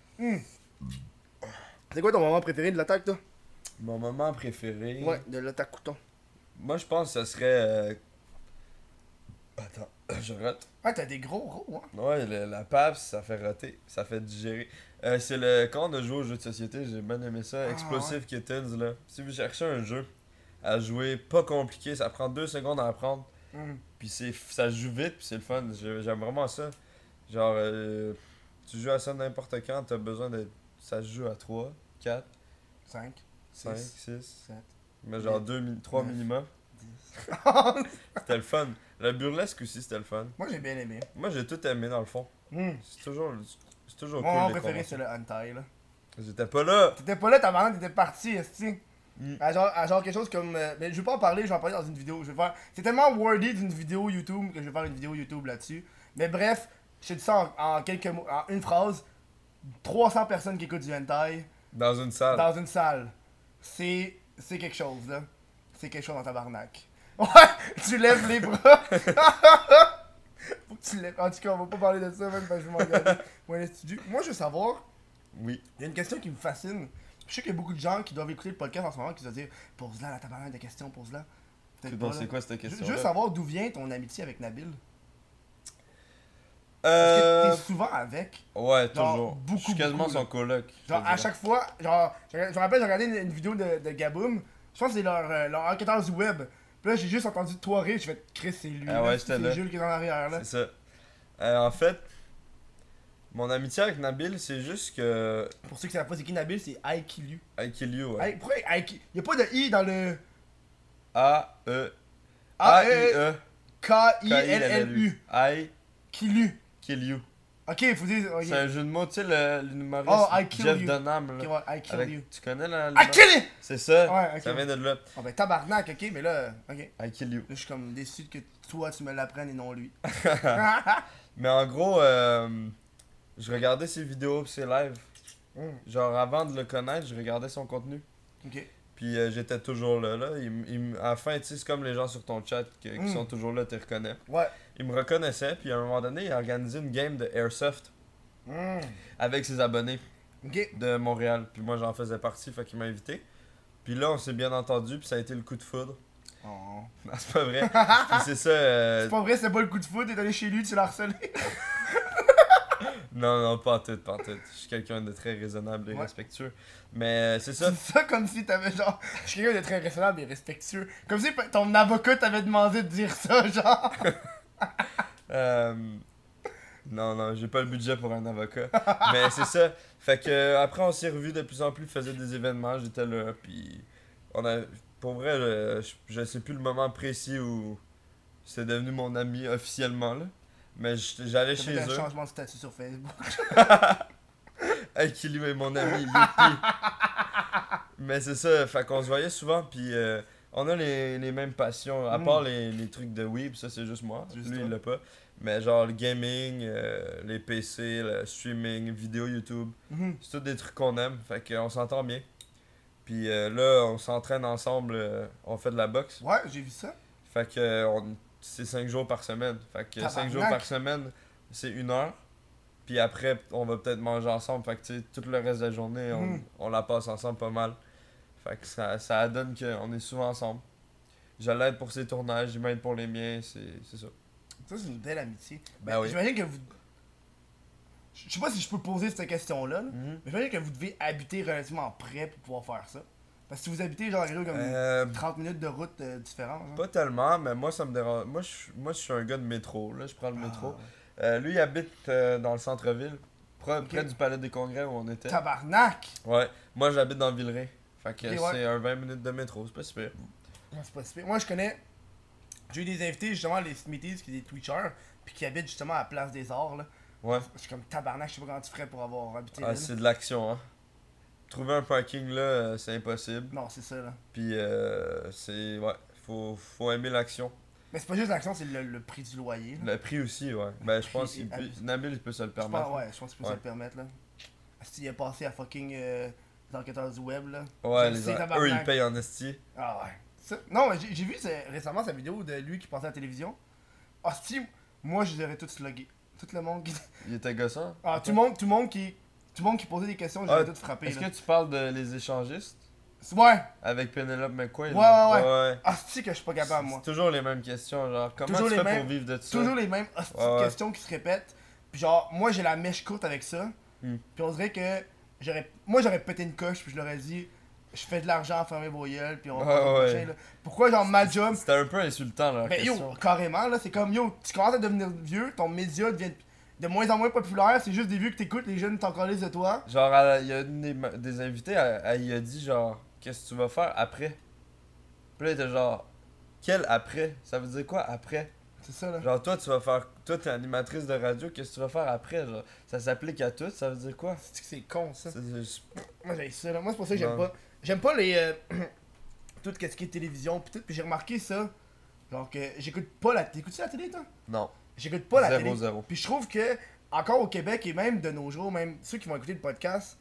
C'est quoi ton moment préféré de l'attaque toi? Mon moment préféré. Ouais, de l'attaque couton. Moi, je pense que ce serait. Attends, je rate. Ah, t'as des gros gros, hein? Ouais, la PAPS, ça fait rater, ça fait digérer. C'est le. Quand on a joué au jeu de société, j'ai bien aimé ça. Ah, Explosive Kittens, là. Si vous cherchez un jeu à jouer, pas compliqué, ça prend 2 secondes à apprendre. Puis ça se joue vite, puis c'est le fun. J'aime vraiment ça. Genre, tu joues à ça n'importe quand, t'as besoin de. Ça se joue à 3, 4, 5, 5, 6, 6. 7. Mais genre 3 9. minimum. C'était le fun. Le burlesque aussi, c'était le fun. Moi j'ai bien aimé. Moi, j'ai tout aimé dans le fond. C'est toujours Mon cool. moment les préféré c'est conventions. le hentai là. J'étais pas là. T'étais pas là, ta maman, t'étais parti, esti. Mm. À genre quelque chose comme. Mais je vais pas en parler, je vais en parler dans une vidéo. Je vais faire. C'est tellement wordy d'une vidéo YouTube que je vais faire une vidéo YouTube là-dessus. Mais bref, je te dis ça en quelques mots, en une phrase. 300 personnes qui écoutent du hentai Dans une salle. dans une salle. C'est quelque chose, là. C'est quelque chose dans tabarnak. Ouais, tu lèves les bras. Faut que tu lèves. En tout cas, on va pas parler de ça, même parce que je vais m'en regarder. Ouais, l'institut. Moi, je veux savoir. Oui. Il y a une question qui me fascine. Je sais qu'il y a beaucoup de gens qui doivent écouter le podcast en ce moment qui se disent pose-la la tabarnak de questions, pose-la. Peut-être Donc, pas, là. c'est quoi cette Je question? veux savoir d'où vient ton amitié avec Nabil. Parce que Euh. t'es souvent avec. Ouais, Genre, toujours. beaucoup, Je suis quasiment beaucoup, son là. coloc. je Genre, te à dirais. chaque fois, genre, je me rappelle, j'ai regardé une vidéo de Gaboom. Je pense que c'est leur enquêteur du web. Puis là, j'ai juste entendu toi rire, je vais te Chris, c'est lui. Ah ouais, là. j'étais C'est là. Jules qui est en arrière, là. C'est ça. En fait, mon amitié avec Nabil, c'est juste que. Pour ceux qui savent pas c'est qui Nabil, c'est I Kill You. I kill you, ouais. Pourquoi Y'a pas de I dans le A-E. A-E A-I-E. K-I-L-L-U. I Kill You. kill you. Ok, faut dire. Ok, C'est un jeu de mots, tu sais, l'humoriste Oh, I kill Jeff you. Dunham, Ok, là. ouais, I Kill Avec- You. Tu connais la. I Kill You! C'est ça. Ouais, ok. Ça vient de là. Ah ben tabarnak, ok, mais là, ok. Là, I kill you. je suis comme déçu que toi tu me l'apprennes et non lui. Mais en gros, je regardais ses vidéos pis ses lives. Genre, avant de le connaître, je regardais son contenu. Ok. Puis j'étais toujours là. À la fin, tu sais, c'est comme les gens sur ton chat qui sont toujours là, tu les reconnais. Ouais. Il me reconnaissait, puis à un moment donné, il a organisé une game de Airsoft avec ses abonnés Ok. de Montréal. Puis moi, j'en faisais partie, fait qu'il m'a invité. Puis là, on s'est bien entendu, puis ça a été le coup de foudre. Oh. Non, c'est pas vrai. Puis c'est ça. C'est pas vrai, c'est pas le coup de foot, t'es allé chez lui, tu l'as harcelé. Non, pas en tout, pas en tout. Je suis quelqu'un de très raisonnable et Ouais. respectueux. Mais c'est ça. C'est ça comme si t'avais genre. Je suis quelqu'un de très raisonnable et respectueux. Comme si ton avocat t'avait demandé de dire ça, genre. Euh, Non, j'ai pas le budget pour un avocat. Mais c'est ça. Fait que après, on s'est revus de plus en plus, faisait des événements, j'étais là, puis on a. Pour vrai, je sais plus le moment précis où c'est devenu mon ami officiellement, là. Mais j'allais T'as chez fait un eux. changement de statut sur Facebook. Hey, qui lui est mon ami, youpi. Mais c'est ça, fait qu'on se voyait souvent, puis on a les mêmes passions, à part les trucs de weeb, ça c'est juste moi, Juste lui toi. il l'a pas. Mais genre le gaming, les PC, le streaming, vidéo YouTube, c'est tous des trucs qu'on aime, fait qu'on s'entend bien. Puis là, on s'entraîne ensemble, on fait de la boxe, Ouais, j'ai vu ça. fait que c'est 5 jours par semaine. Fait que 5 Tabarnak. jours par semaine, c'est 1 heure. Puis après, on va peut-être manger ensemble. Fait que tu sais, tout le reste de la journée, on la passe ensemble pas mal. Fait que ça donne qu'on est souvent ensemble. Je l'aide pour ses tournages, je m'aide pour les miens, c'est ça. Ça, c'est une belle amitié. Ben Mais oui. j'imagine que vous. Je sais pas si je peux poser cette question-là, là, Mhm. mais j'imagine que vous devez habiter relativement près pour pouvoir faire ça. Parce que si vous habitez genre comme Euh, 30 minutes de route différentes. genre. Pas tellement, mais moi ça me dérange. Moi je suis un gars de métro, là, je prends le métro. Ah, Lui il habite dans le centre-ville, près du palais des congrès où on était. Tabarnak! Ouais, moi j'habite dans Villeray. Fait que Ok, ouais. c'est un 20 minutes de métro, c'est pas super. Non, c'est pas si pire. Moi, je connais. J'ai eu des invités, justement, les Smithies, qui sont des Twitchers, puis qui habitent justement à Place des Arts, là. Ouais. Je suis comme tabarnak, je sais pas comment tu ferais pour avoir habité Ah, là. c'est de l'action, hein. Trouver un parking là, c'est impossible. Non, c'est ça, là. Puis c'est. Ouais, faut aimer l'action. Mais c'est pas juste l'action, c'est le prix du loyer. Là. Le prix aussi, ouais. Ben, je pense prix est abusé. Nabil il peut se le Je pense, permettre. ouais, je pense qu'il peut Ouais. se le permettre, là. Parce qu'il est passé à fucking les enquêteurs du web, là. Ouais, Je sais, eux tabarnak. ils payent en esti. Ah ouais. Non, mais j'ai vu récemment sa vidéo de lui qui passait à la télévision. Ah, si, moi, je les aurais tous slogués. Tout le monde qui. Il était gossant. Ah, tout le monde qui posait des questions, je les Ah, aurais tous frappés. Est-ce là. que tu parles de les échangistes Ouais! avec Penelope McQuaid? Ouais, là? ouais, ouais. Ah, c'est que je suis pas capable, moi. C'est toujours les mêmes questions, genre comment Toujours tu les fais mêmes- pour vivre de ça? Toujours les mêmes hosties de Ouais, ouais. questions qui se répètent. Puis genre, moi j'ai la mèche courte avec ça. Puis on dirait que j'aurais pété une coche, puis je leur ai dit, je fais de l'argent, fermez vos gueules, puis on va Ouais, faire le ouais. prochain, là. Pourquoi genre ma job. C'était un peu insultant leur Ben yo, question. carrément là, c'est comme yo, tu commences à devenir vieux, ton média devient de moins en moins populaire, c'est juste des vieux que t'écoutes, les jeunes t'en collent de toi. Genre, il y a une des invités, il a dit genre, qu'est-ce que tu vas faire après? Puis là, il était genre, quel après? Ça veut dire quoi après? C'est ça là. Genre, toi, toi, t'es animatrice de radio, qu'est-ce que tu vas faire après? Genre, ça s'applique à tout, ça veut dire quoi? C'est con ça. C'est- Moi j'ai ça là. Moi c'est pour ça que j'aime Non. pas. J'aime pas les. Tout ce qui est télévision pis tout. Puis j'ai remarqué ça. Genre que j'écoute pas la. T'écoutes-tu la télé toi? Non. J'écoute pas la télé. 0-0. Puis je trouve que, encore au Québec et même de nos jours, même ceux qui vont écouter le podcast,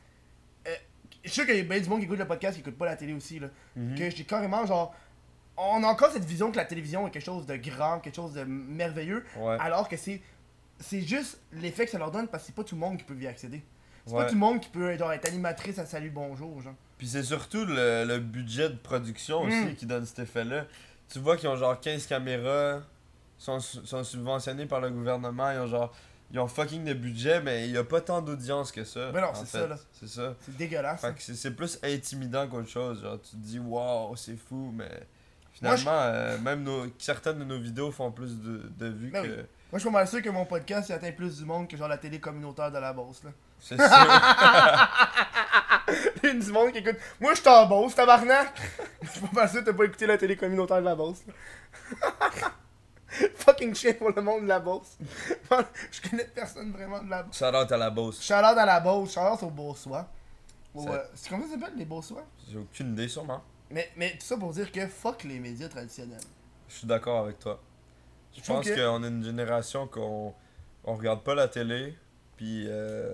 je suis sûr qu'il y a bien du monde qui écoute le podcast qui écoute pas la télé aussi. Là. Mhm. Que j'ai carrément genre. On a encore cette vision que la télévision est quelque chose de grand, quelque chose de merveilleux, Ouais. alors que c'est juste l'effet que ça leur donne parce que c'est pas tout le monde qui peut y accéder. C'est Ouais. pas tout le monde qui peut genre, être animatrice à Salut Bonjour, genre. Puis c'est surtout le budget de production aussi qui donne cet effet-là. Tu vois qu'ils ont genre 15 caméras, sont subventionnés par le gouvernement, ils ont genre ils ont fucking de budget, mais il y a pas tant d'audience que ça. Mais non, en c'est fait. ça, là. C'est ça. C'est dégueulasse. Fait que c'est plus intimidant qu'autre chose. Genre, tu te dis, waouh, c'est fou, mais finalement, même certaines de nos vidéos font plus de vues Ben que. oui. Moi, je suis pas mal sûr que mon podcast il atteint plus du monde que genre la télé communautaire de la Beauce, là. C'est sûr. Il y a du monde qui écoute. Moi, je suis en Beauce, tabarnak! Je suis pas mal sûr que t'as pas écouté la télé communautaire de la Beauce, là. Fucking chien pour le monde de la Beauce. Je connais personne vraiment de la Beauce. Shout-out à la Beauce. Shout-out à la Beauce, shout-out aux Beauceois. Ça- C'est comme ça ça s'appelle, les Beauceois? J'ai aucune idée, sûrement. Mais tout ça pour dire que fuck les médias traditionnels. Je suis d'accord avec toi. Je trouve pense que- qu'on est une génération on regarde pas la télé, puis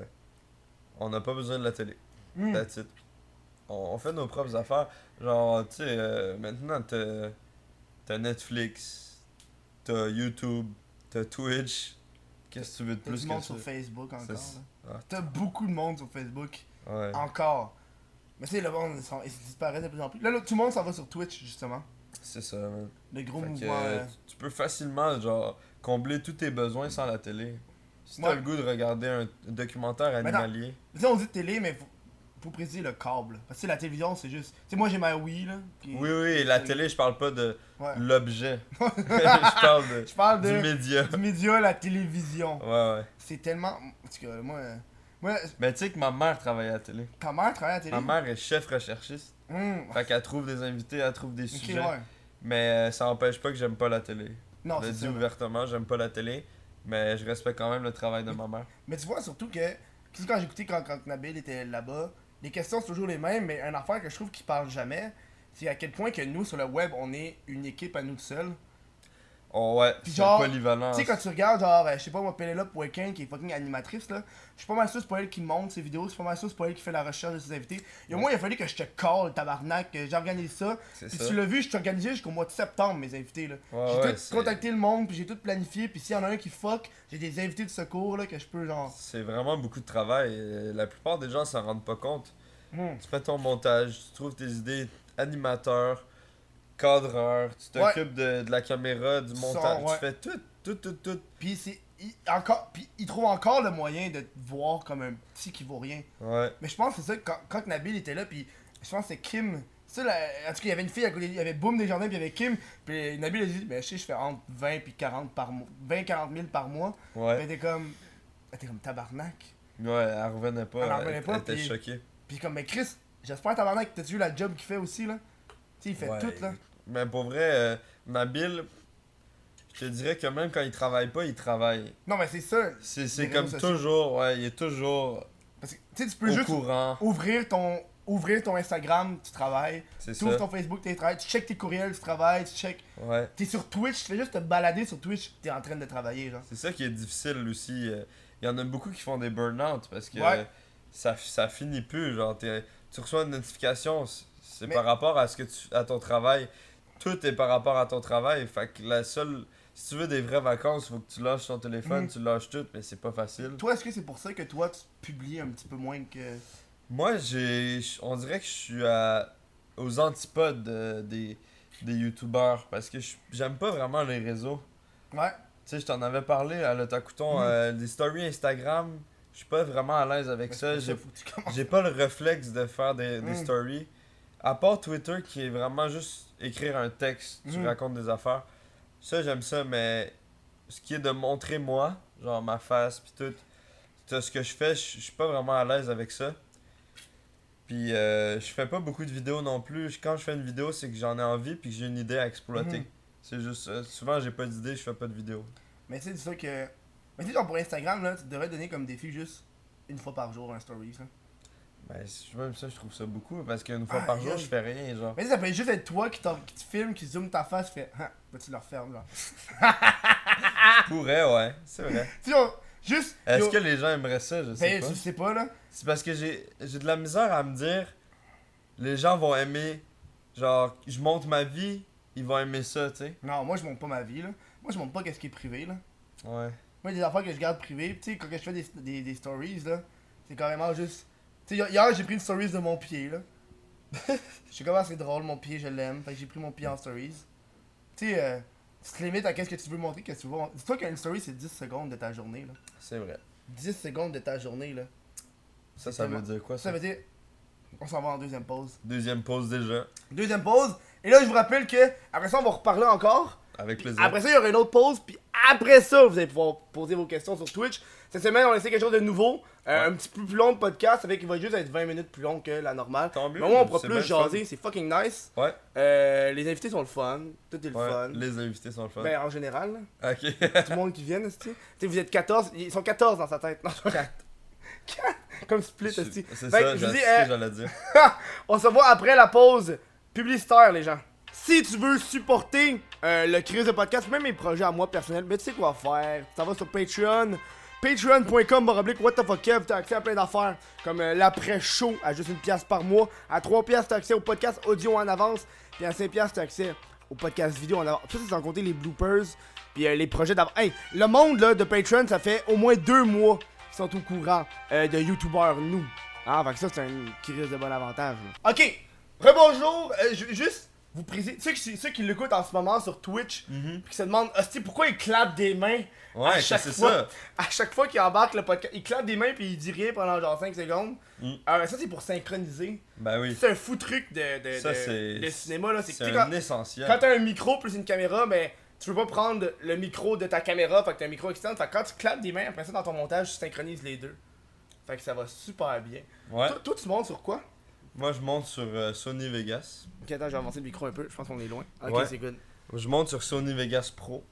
on n'a pas besoin de la télé. Hmm. That's it. On fait nos propres affaires. Genre, tu sais, maintenant, t'as Netflix, t'as YouTube, t'as Twitch. Qu'est-ce que tu veux de T'as plus du que monde ça? sur Facebook encore. C'est- Là. Ah. T'as beaucoup de monde sur Facebook. Ouais. Encore. Mais tu sais, le monde, ils disparaissent de plus en plus. Là, tout le monde s'en va sur Twitch, justement. C'est ça, man. Le gros Fait que, mouvement. tu peux facilement, genre, combler tous tes besoins sans la télé. Si t'as Ouais. le goût de regarder un documentaire Mais non. animalier. Tu sais, on dit télé, mais faut préciser le câble. Parce que la télévision, c'est juste. Tu sais, moi, j'ai ma Wii, là. Puis... Oui, oui, la télé, je parle pas de Ouais. l'objet. Je parle Je parle du de. média. Du média, la télévision. Ouais, ouais. C'est tellement. En tout cas, moi, Mais tu sais que ma mère travaille à la télé. ta mère travaille à la télé. Ma mère est chef recherchiste. Fait qu'elle trouve des invités, elle trouve des Ok, sujets. ouais. Mais ça empêche pas que j'aime pas la télé. Non, Je le c'est dis ça. ouvertement, j'aime pas la télé. Mais je respecte quand même le travail de ma mère. Mais tu vois surtout que. Tu sais, quand j'écoutais quand Nabil était là-bas, les questions sont toujours les mêmes, mais une affaire que je trouve qu'il parle jamais, c'est à quel point que nous, sur le web, on est une équipe à nous seuls. Oh ouais, Puis c'est genre, polyvalent. Tu sais, quand tu regardes, genre, je sais pas, moi, Penelope Waken, qui est fucking animatrice, là, je suis pas mal sûr que c'est pas elle qui monte ses vidéos, je suis pas mal sûr que c'est pas elle qui fait la recherche de ses invités. Et au moins, il a fallu que je te call, tabarnak, que j'organise ça. C'est Puis ça. tu l'as vu, je t'ai organisé jusqu'au mois de septembre, mes invités, là. Ouais, J'ai ouais, tout c'est- contacté le monde, puis j'ai tout planifié, puis s'il y en a un qui fuck, j'ai des invités de secours, là, que je peux, genre. C'est vraiment beaucoup de travail. Et la plupart des gens s'en rendent pas compte. Hmm. Tu fais ton montage, tu trouves tes idées, animateur, cadreur, tu t'occupes de la caméra, du Son, montage, ouais. tu fais tout. Puis il trouve encore le moyen de te voir comme un petit qui vaut rien. Ouais, Mais je pense que c'est ça, quand Nabil était là, puis je pense que c'est Kim. Ça, là, en tout cas, il y avait une fille à côté, il y avait Boom Desjardins, puis il y avait Kim. Puis Nabil a dit, ben je sais, je fais entre 20 puis 40 par mois, 20-40 000 par mois. Puis ouais. elle était comme tabarnak. Ouais, elle revenait pas. Elle en revenait pas, Elle était puis- choquée. Puis comme, mais Chris, j'espère tabarnak, t'as-tu vu la job qu'il fait aussi, là? Tu sais, il fait Ouais. tout, là. Mais pour vrai, Nabil, je te dirais que même quand il travaille pas, il travaille. Non, mais c'est ça. C'est Les comme réseaux sociaux. toujours, ouais, il est toujours Parce que, tu sais, tu peux au juste courant. ouvrir ton Instagram, tu travailles. C'est Tu ouvres ça. ton Facebook, tu travailles. Tu checkes tes courriels, tu travailles. Tu checkes. Ouais. T'es sur Twitch, tu fais juste te balader sur Twitch, t'es en train de travailler, genre. C'est ça qui est difficile aussi. Il y en a beaucoup qui font des burn-out parce que Ouais. ça finit plus. Genre, tu reçois une notification, c'est Mais- par rapport à à ton travail. Tout est par rapport à ton travail. Fait que la seule. Si tu veux des vraies vacances, faut que tu lâches ton téléphone, Mm. tu lâches tout, mais c'est pas facile. Toi, est-ce que c'est pour ça que toi, tu publies un petit peu moins que. Moi, on dirait que je suis aux antipodes des youtubeurs parce que j'aime pas vraiment les réseaux. Ouais. Tu sais, je t'en avais parlé à l'Otakuton, des stories Instagram, je suis pas vraiment à l'aise avec Mais ça. c'est pour faut que tu commences. J'ai pas le réflexe de faire des Mm. stories. À part Twitter qui est vraiment juste écrire un texte, tu Mm. racontes des affaires. Ça, j'aime ça, mais ce qui est de montrer moi, genre ma face pis tout, ce que je fais, je suis pas vraiment à l'aise avec ça. Puis je fais pas beaucoup de vidéos non plus. Quand je fais une vidéo, c'est que j'en ai envie puis que j'ai une idée à exploiter. Mhm. C'est juste ça. Souvent, j'ai pas d'idée, je fais pas de vidéo. Mais tu sais, c'est ça que. Mais tu sais, genre pour Instagram, là, tu devrais donner comme défi juste une fois par jour un story, ça. Ben, même ça, je trouve ça beaucoup parce qu'une fois par Aïe, jour, aïe. je fais rien, genre. Mais tu sais, ça peut juste être toi qui te filme, qui zoome ta face, fait. Ah, bah tu le refermes, genre. Je pourrais, ouais, c'est vrai. Tu sais, juste. Est-ce yo, que les gens aimeraient ça? Je sais ben, pas. tu sais pas, là. C'est parce que j'ai de la misère à me dire, les gens vont aimer, genre, je montre ma vie, ils vont aimer ça, tu sais. Non, moi, je montre pas ma vie, là. Moi, je montre pas qu'est-ce qui est privé, là. Ouais. Moi, il y a des affaires que je garde privées. Tu sais, quand je fais des stories, là, c'est carrément juste. Tu sais, hier, j'ai pris une stories de mon pied, là. Je sais comment c'est drôle, mon pied, je l'aime. Fait que j'ai pris mon pied en stories. Tu sais, Tu te limites à qu'est-ce que tu veux montrer, qu'est-ce que tu veux montrer. Dis-toi qu'une story, c'est 10 secondes de ta journée, là. C'est vrai. 10 secondes de ta journée, là. Ça tellement- veut dire quoi, Ça ça? veut dire, on s'en va en deuxième pause. Deuxième pause déjà. Deuxième pause, et là, je vous rappelle que, après ça, on va reparler encore. Avec plaisir. Après ça, il y aura une autre pause, puis après ça, vous allez pouvoir poser vos questions sur Twitch. Cette semaine, on a essayé quelque chose de nouveau, un petit peu plus long de podcast, avec il va juste être 20 minutes plus long que la normale. Tant mieux. Mais au moins, on pourra c'est plus bien le jaser, c'est fucking nice. fun. Ouais. Les invités sont le fun, tout est le Ouais. fun. Les invités sont le fun. Ben, en général, là. Ok. Tout le monde qui vient, tu sais, vous êtes 14, ils sont 14 dans sa tête. Non, 4. Comme split, esti. C'est Fait que ça, je vous dis, c'est ce que j'allais dire. on se voit après la pause publicitaire, les gens. Si tu veux supporter le Chris de podcast, même mes projets à moi personnels, ben tu sais quoi faire. Tu t'en vas sur Patreon. Patreon.com/whatthefuckev, t'as accès à plein d'affaires comme l'après-show à juste 1$ par mois. À 3$, t'as accès au podcast audio en avance. Puis à 5$, t'as accès au podcast vidéo en avance. Ça, c'est sans compter les bloopers. Puis les projets d'avant. Hey, le monde là, de Patreon, ça fait au moins 2 mois qu'ils sont au courant de YouTubers, nous. Ah, fait que ça, c'est un crise de bon avantage. Là. Ok, rebonjour. Juste, vous précisez, ceux qui l'écoutent en ce moment sur Twitch, puis qui se demandent, hostie, pourquoi ils clapent des mains Ouais, à ça, chaque c'est fois, ça. à chaque fois qu'il embarque le podcast, il clappe des mains puis il dit rien pendant genre 5 secondes. Ça, c'est pour synchroniser. Ben oui. C'est un fou truc Ça, c'est- de cinéma, là. C'est que C'est tu sais, un essentiel. quand t'as un micro plus une caméra, ben, tu veux pas prendre le micro de ta caméra, fait que t'as un micro externe. Fait que quand tu clapes des mains, après ça, dans ton montage, tu synchronises les deux. Fait que ça va super bien. Ouais. Toi, tu montes sur quoi? Moi, je monte sur Sony Vegas. Ok, attends, j'ai avancé le micro un peu, je pense qu'on est loin. Ok, Ouais. c'est good. Je monte sur Sony Vegas Pro.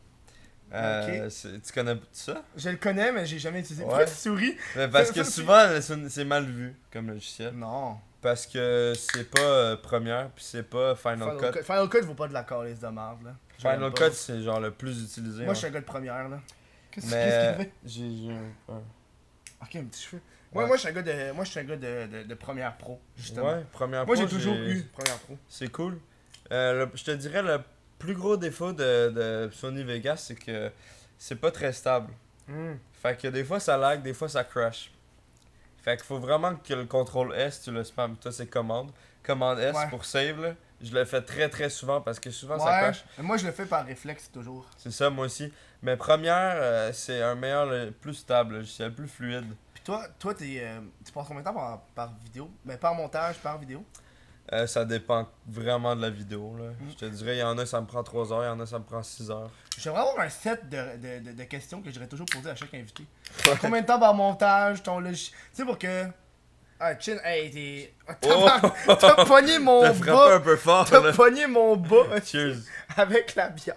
Tu connais ça? Je le connais, mais j'ai jamais utilisé. Ouais. Pourquoi tu souris? Mais parce Ça, que c'est- souvent, c'est mal vu comme logiciel. Non. Parce que c'est pas Premiere, puis c'est pas Final Cut. Final Cut vaut pas de la calice de merde, là. Final J'aime Cut, pas. c'est genre le plus utilisé. Moi, hein. je suis un gars de première, là. Qu'est-ce qu'il Mais fait? j'ai Ok, un petit cheveu. Ouais. Moi, je suis un gars de première pro, justement. Ouais, Premiere Moi, Pro, j'ai toujours eu première pro. C'est cool. Je te dirais le plus gros défaut de Sony Vegas, c'est que c'est pas très stable. Fait que des fois ça lag, des fois ça crash. Fait qu'il faut vraiment que le contrôle S, tu le spam. Toi, c'est commande. Commande S Ouais. pour save, là. Je le fais très très souvent parce que souvent ça Ouais, crash. mais moi, je le fais par réflexe, toujours. C'est ça, moi aussi. Mais Premiere, c'est un meilleur, plus stable, logiciel, plus fluide. Puis toi tu passes combien de temps par vidéo? Ben, par montage, par vidéo? Ça dépend vraiment de la vidéo, là. Je te dirais, il y en a, ça me prend 3 heures, il y en a, ça me prend 6 heures. J'aimerais avoir un set de questions que j'aurais toujours posées à chaque invité. Combien de temps par montage, ton logiciel? Tu sais, pour que... Ah, Chin, hey, t'es... T'as pogné mon T'as frappé un bas! peu fort, T'as là. pogné mon bas Cheers. avec la bière.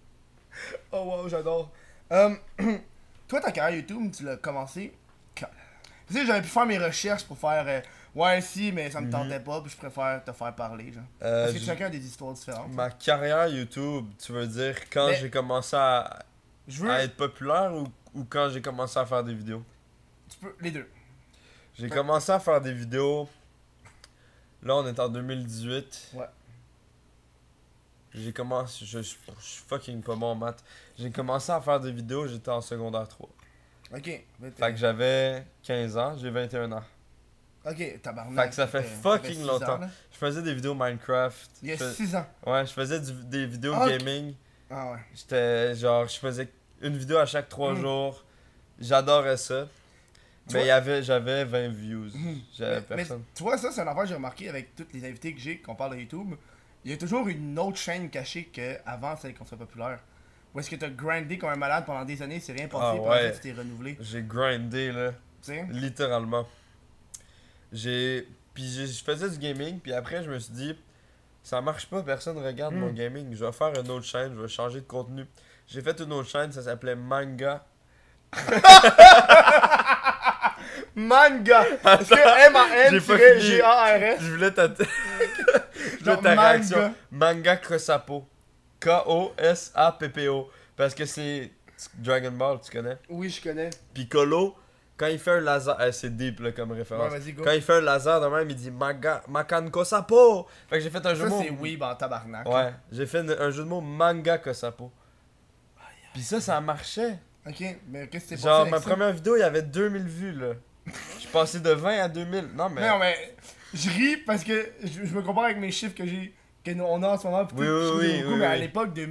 Oh wow, j'adore. Toi, ta carrière YouTube, tu l'as commencé quand? Tu sais, j'aurais pu faire mes recherches pour faire... ouais, si, mais ça me tentait pas, puis je préfère te faire parler, genre. Parce que chacun a des histoires différentes. Ma carrière YouTube, tu veux dire quand Mais- j'ai commencé à Je veux... être populaire ou quand j'ai commencé à faire des vidéos? Tu peux... Les deux. J'ai commencé à faire des vidéos. Là, on est en 2018. Ouais. J'ai commencé. Je suis fucking pas bon en maths. J'ai commencé à faire des vidéos, j'étais en secondaire 3. Ok. Mais Fait que j'avais 15 ans, j'ai 21 ans. Ok, tabarnak. Fait que ça fait fait fucking 6 longtemps. ans, là. Je faisais des vidéos Minecraft. Il y a Je fais- 6 ans. Ouais, je faisais des vidéos Ah, ok. gaming. Ah ouais. J'étais genre, je faisais une vidéo à chaque 3 Mm. jours. J'adorais ça. Tu Mais vois- j'avais 20 views. J'avais Mais personne. tu vois, ça, c'est un affaire que j'ai remarqué avec tous les invités que j'ai, qu'on parle de YouTube. Il y a toujours une autre chaîne cachée qu'avant celle qu'on soit populaire. Ou est-ce que t'as grindé comme un malade pendant des années, c'est rien passé, Ah puis ouais. en fait, tu t'es renouvelé. J'ai grindé là, Tu sais? littéralement. Je faisais du gaming, puis après je me suis dit, ça marche pas, personne regarde mon gaming. Je vais faire une autre chaîne, je vais changer de contenu. J'ai fait une autre chaîne, ça s'appelait Manga. Manga! Est-ce que J'ai pas fini. M-A-N-G-A-R-S? Je voulais ta, Genre ta manga. réaction. Manga Kosapo. K-O-S-A-P-P-O. Parce que c'est Dragon Ball, tu connais? Oui, je connais. Piccolo, quand il fait un laser, c'est deep là, comme référence. Ouais, vas-y, go. Quand il fait un laser de même, il dit Makan Kosapo. Fait que j'ai fait un jeu Ça, de mots. c'est weeb en tabarnak. Ouais, j'ai fait un jeu de mots Manga Kosapo. Puis ça marchait. Ok, mais qu'est-ce que c'est Genre, passé ma avec ça? première vidéo, il y avait 2000 vues là. Je suis passé de 20 à 2000. Non, mais. Non, mais je ris parce que je me compare avec mes chiffres que on a en ce moment. Puis Oui, tout, oui, je trouve oui, ça beaucoup, oui, mais à oui. l'époque 2000,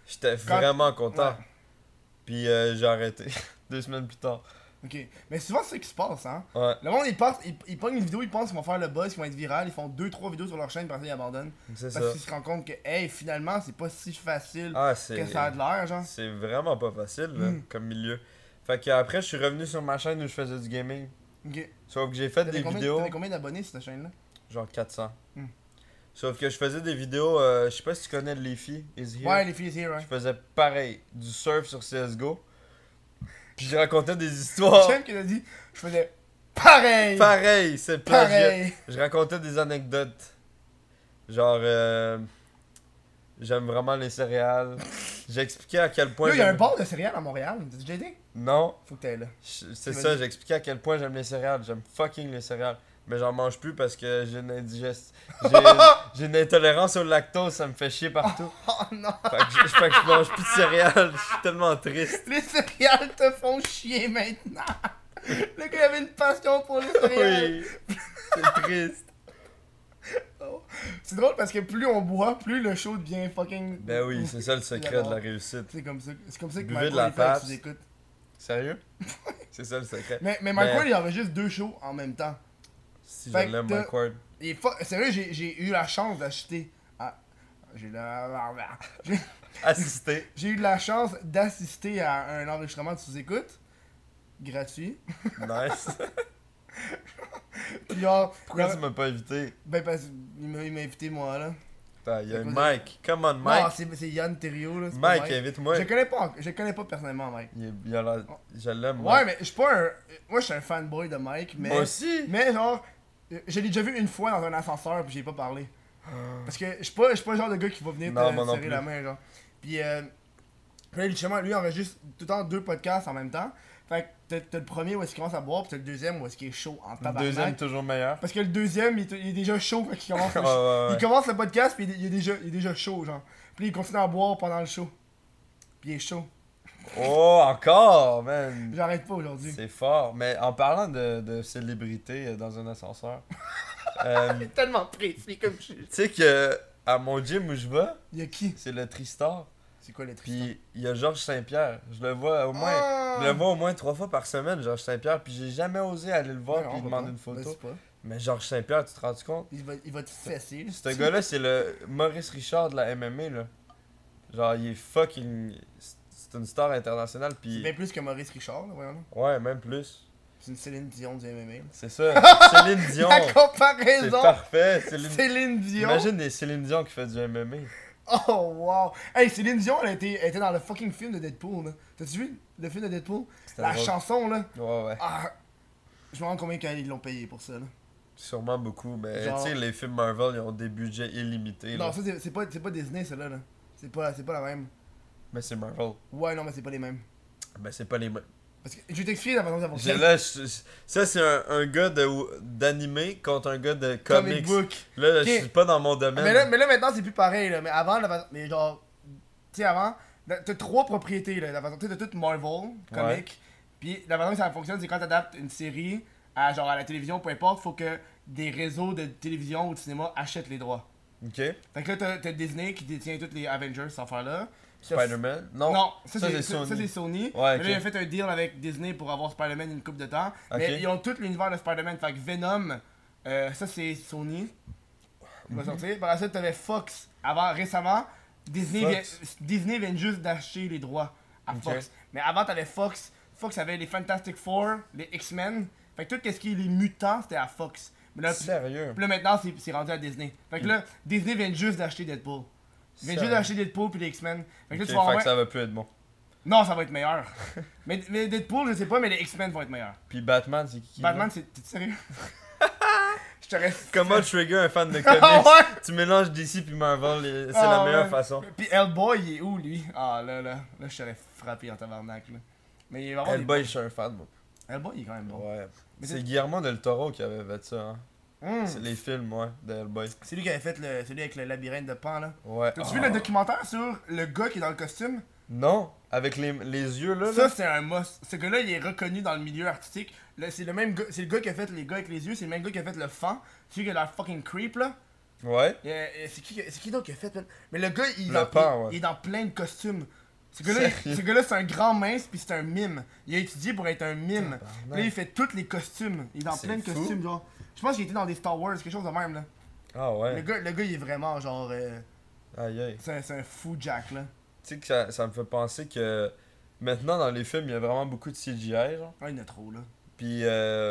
J'étais Quand- vraiment content. Ouais. Puis j'ai arrêté 2 semaines plus tard. Ok. Mais souvent, c'est ce qui se passe, hein. Ouais, Le monde, ils pognent une vidéo, ils pensent qu'ils vont faire le buzz, qu'ils vont être viral, ils font 2-3 vidéos sur leur chaîne, puis après ils abandonnent. c'est Parce ça. qu'ils se rendent compte que, hey, finalement, c'est pas si facile Ah, que ça a de l'air, genre. c'est vraiment pas facile, là, Mm. comme milieu. Fait que après, je suis revenu sur ma chaîne où je faisais du gaming. Ok. Sauf que j'ai fait des vidéos, T'avais combien d'abonnés sur ta chaîne-là? genre 400. Mm. Sauf que je faisais des vidéos, je sais pas si tu connais Leafy is Here. Ouais, les filles ici, ouais. Je faisais pareil, du surf sur CSGO. Puis je racontais des histoires. J'aime qu'il a dit, je faisais pareil! Pareil, c'est plagiat. Pareil! Je racontais des anecdotes. Genre, j'aime vraiment les céréales. J'expliquais à quel point Là, il y a un j'aime... bar de céréales à Montréal, t'as déjà été? Non, Faut que t'ailles là. c'est Vas-y. ça, j'expliquais à quel point j'aime les céréales. J'aime fucking les céréales. Mais j'en mange plus parce que j'ai une indigeste. J'ai une intolérance au lactose, ça me fait chier partout. Oh non! Fait que je mange plus de céréales. Je suis tellement triste. Les céréales te font chier maintenant! Le gars avait une passion pour les céréales! Oui, c'est triste. C'est drôle parce que plus on boit, plus le show devient fucking. Ben oui, c'est ça le secret de la réussite. C'est comme ça que Buvez Michael de la il fait avec Pabst. ses écoutes. Sérieux? C'est ça le secret. Mais Michael il enregistre 2 shows en même temps. Si Fait je l'aime, que Mike Ward. Et sérieux, j'ai eu la chance d'acheter. Assister. J'ai eu la chance d'assister à un enregistrement de sous-écoute. Gratuit. Nice. Puis genre. Pourquoi tu m'as pas invité? Ben parce qu'il m'a invité moi là. Attends, il y a C'est quoi Mike. Come on, Non, Mike. c'est Yann Thériault là. c'est pas Mike, invite-moi. Je le connais pas personnellement, Mike. Il a l'air... Je l'aime, Ouais, Mike. mais je suis pas un. Moi, je suis un fanboy de Mike, mais. Moi aussi. Mais genre, je l'ai déjà vu une fois dans un ascenseur, puis j'ai pas parlé. Parce que je suis pas le genre de gars qui va venir Non, te moi non serrer plus. la main, genre. Puis là, justement, lui, il enregistre tout le temps 2 podcasts en même temps. Fait que t'as le premier où est-ce qu'il commence à boire, puis t'as le deuxième où est-ce qu'il est chaud en Le tabarnak. deuxième, toujours meilleur. Parce que le deuxième, il est déjà chaud quand il commence, Ouais, ouais, ouais. il commence le podcast, puis il est déjà chaud, genre. Puis il continue à boire pendant le show. Puis il est chaud. Oh, encore, man. J'arrête pas aujourd'hui. C'est fort. Mais en parlant de célébrité dans un ascenseur, Tellement précis comme je suis. tu sais que à mon gym où je vais, Il y a qui? c'est le Tristar. C'est quoi les Tristan? Puis il y a Georges Saint-Pierre. Je le vois au moins. Ah! Je le vois au moins 3 fois par semaine, Georges Saint-Pierre. Puis j'ai jamais osé aller le voir Ouais, puis on lui va demander pas. une photo. Vas-y pas. Mais Georges Saint-Pierre, tu te rends compte? Il va te fesser. Ce gars-là, c'est le Maurice Richard de la MMA, là. Genre, il est fucking. C'est une star internationale, C'est puis. bien plus que Maurice Richard, là, voyons. Ouais, même plus. C'est une Céline Dion du MMA. C'est ça. Céline Dion. La C'est comparaison! parfait. Céline... Dion! Imagine des Céline Dion qui fait du MMA. Oh wow! Hey, Céline Dion, elle était dans le fucking film de Deadpool, là. T'as-tu vu le film de Deadpool? C'était La drôle. chanson, là. Ouais, ouais. Ah, je me rends combien qu'ils l'ont payé pour ça, là. Sûrement beaucoup, mais Genre- tu sais, les films Marvel, ils ont des budgets illimités. Non, Là. ça, c'est pas Disney, celle-là, là. C'est pas la même. Mais c'est Marvel. Ouais, non, mais c'est pas les mêmes. Ben, c'est pas les mêmes. Parce que je vais t'expliquer la façon dont ça J'ai fonctionne. là, ça, c'est un gars d'animé contre un gars de comics. Comic book. Là, Ok. je suis pas dans mon domaine. Mais là, maintenant, c'est plus pareil, là. Mais avant, mais genre, tu sais, avant, t'as 3 propriétés, là. La façon, tu sais, t'as tout Marvel, comic. Puis la façon que ça fonctionne, c'est quand t'adaptes une série à, genre, à la télévision, peu importe, faut que des réseaux de télévision ou de cinéma achètent les droits. Ok. Fait que là, t'as Disney qui détient tous les Avengers, cette affaire-là. Spider-Man? Non. Non, ça c'est c'est Sony. Sony. Ouais, Mais ok. là, il a fait un deal avec Disney pour avoir Spider-Man une coupe de temps. Mais Ok. ils ont tout l'univers de Spider-Man. Fait que Venom, ça c'est Sony. Il va sortir. Par la suite, t'avais Fox. Récemment, Disney vient juste d'acheter les droits à Ok. Fox. Mais avant, t'avais Fox. Fox avait les Fantastic Four, les X-Men. Fait que tout ce qui est les mutants, c'était à Fox. Mais là, Sérieux? puis là maintenant, c'est rendu à Disney. Fait que là, Disney vient juste d'acheter Deadpool. Ils viennent juste Sérieux? d'acheter Deadpool puis les X-Men. Fait que là, Ok, tu vas fait avoir... que ça va plus être bon. Non, ça va être meilleur. mais Deadpool, je sais pas, mais les X-Men vont être meilleurs. Puis Batman, c'est qui? Batman, là? c'est... T'es sérieux? Je te reste... Comment trigger un fan de Ah comics? ouais? Tu mélanges DC puis Marvel, c'est Ah la meilleure ouais. façon. Puis Hellboy, il est où, lui? Ah, là, je t'aurais frappé en tabarnak, là. Mais il va y avoir Hellboy, je suis un fan, moi. Hellboy, il est quand même bon. Ouais. Mais C'est c'est- Guillermo del Toro qui avait fait ça, hein. Hmm. C'est les films, ouais, de Hellboy. C'est lui qui avait fait celui avec le labyrinthe de Pan, là. Ouais. T'as-tu Ah. vu le documentaire sur le gars qui est dans le costume? Non, avec les yeux là. Ça, là. c'est un must. Ce gars-là, il est reconnu dans le milieu artistique. Là, c'est le même gars, c'est le gars qui a fait les gars avec les yeux, c'est le même gars qui a fait le fan. Celui qui a la fucking creep, là. Ouais. C'est qui d'autre qui a fait, man? Mais le gars, Le pan, ouais. il est dans plein de costumes. Ce gars-là, c'est un grand mince, puis c'est un mime. Il a étudié pour être un mime. Puis là, il fait tous les costumes. Il est dans C'est plein de fou. costumes, genre. Je pense qu'il était dans des Star Wars, quelque chose de même, là. Ah ouais. Le gars, il est vraiment, genre... Aïe aïe. c'est un fou Jack, là. Tu sais que ça me fait penser que maintenant dans les films, il y a vraiment beaucoup de CGI, genre. Ouais, il y en a trop, là. Puis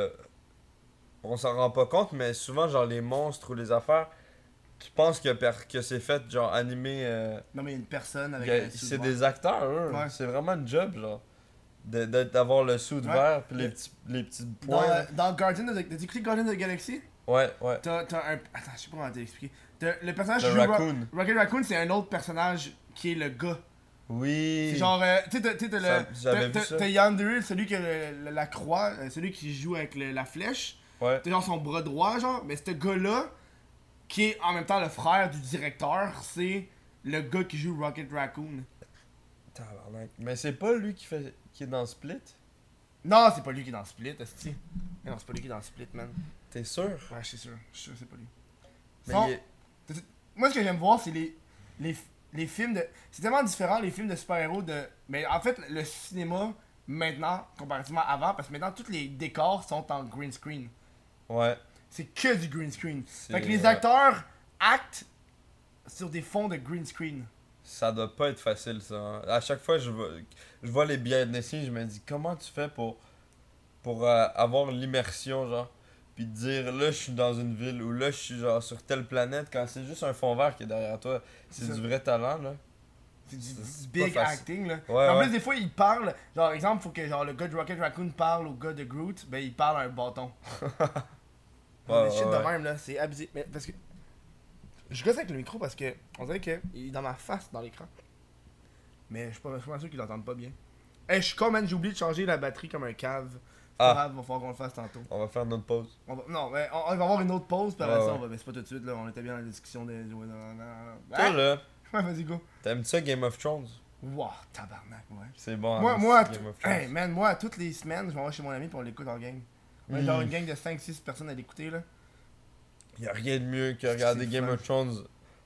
on s'en rend pas compte, mais souvent, genre, les monstres ou les affaires, tu penses que c'est fait, genre, animé. Non, mais il y a une personne avec C'est des acteurs, eux. Ouais. C'est vraiment un job, genre. D'avoir le sou de Ouais. verre, puis les petits points. là. Dans Guardian of the... T'as écouté Guardian of the Galaxy? Ouais, ouais. T'as un... Attends, je sais pas comment t'expliquer. Le personnage Le qui joue raccoon. Rocket Raccoon, c'est un autre personnage qui est le gars. Oui. C'est genre, tu sais, t'as Ça, le. j'avais vu ça. T'as Yandere, celui qui a la croix, celui qui joue avec la flèche. Ouais. T'as genre son bras droit, genre. Mais ce gars-là, qui est en même temps le frère du directeur, c'est le gars qui joue Rocket Raccoon. Tabarnak. Mais c'est pas lui qui est dans Split? Non, c'est pas lui qui est dans Split, esti. Non, c'est pas lui qui est dans Split, man. T'es sûr? Ouais, je suis sûr que c'est pas lui. Mais Sinon, il est- moi, ce que j'aime voir, c'est les films de. C'est tellement différent, les films de super-héros de. Mais en fait, le cinéma, maintenant, comparativement à avant, parce que maintenant, tous les décors sont en green screen. Ouais. C'est que du green screen. C'est- Fait que les acteurs actent sur des fonds de green screen. Ça doit pas être facile, ça. Hein. À chaque fois, je vois les behind the scenes, je me dis, comment tu fais pour avoir l'immersion, genre, puis te dire, là, je suis dans une ville, ou là, je suis, genre, sur telle planète, quand c'est juste un fond vert qui est derrière toi. C'est C'est du ça. vrai talent, là. C'est du C'est big pas facile. acting, là. Ouais, En ouais. plus, des fois, ils parlent. Genre, exemple, faut que genre, le gars de Rocket Raccoon parle au gars de Groot, ben il parle à un bâton. Ouais, Des shit ouais. de même, là, c'est abusé. Mais parce que. Je gosse avec le micro parce que on dirait qu'il est dans ma face dans l'écran. Mais je suis pas sûr qu'ils l'entendent pas bien. Hey, je suis con, man, j'ai oublié de changer la batterie comme un cave. C'est pas Ah. grave, va falloir qu'on le fasse tantôt. On va faire notre pause. Non, mais on va avoir une autre pause, puis après Ouais, ça, ouais. on va. Mais c'est pas tout de suite, là, on était bien dans la discussion de. Toi, là, Ouais, vas-y, go. t'aimes ça Game of Thrones? Wow, tabarnak, ouais. C'est bon. Moi, hein, moi, Game of Thrones. hey, man, moi, toutes les semaines, je vais voir chez mon ami, puis on l'écoute en gang. On est genre une gang de 5-6 personnes à l'écouter, là. Y'a rien de mieux que C'est regarder fun. Game of Thrones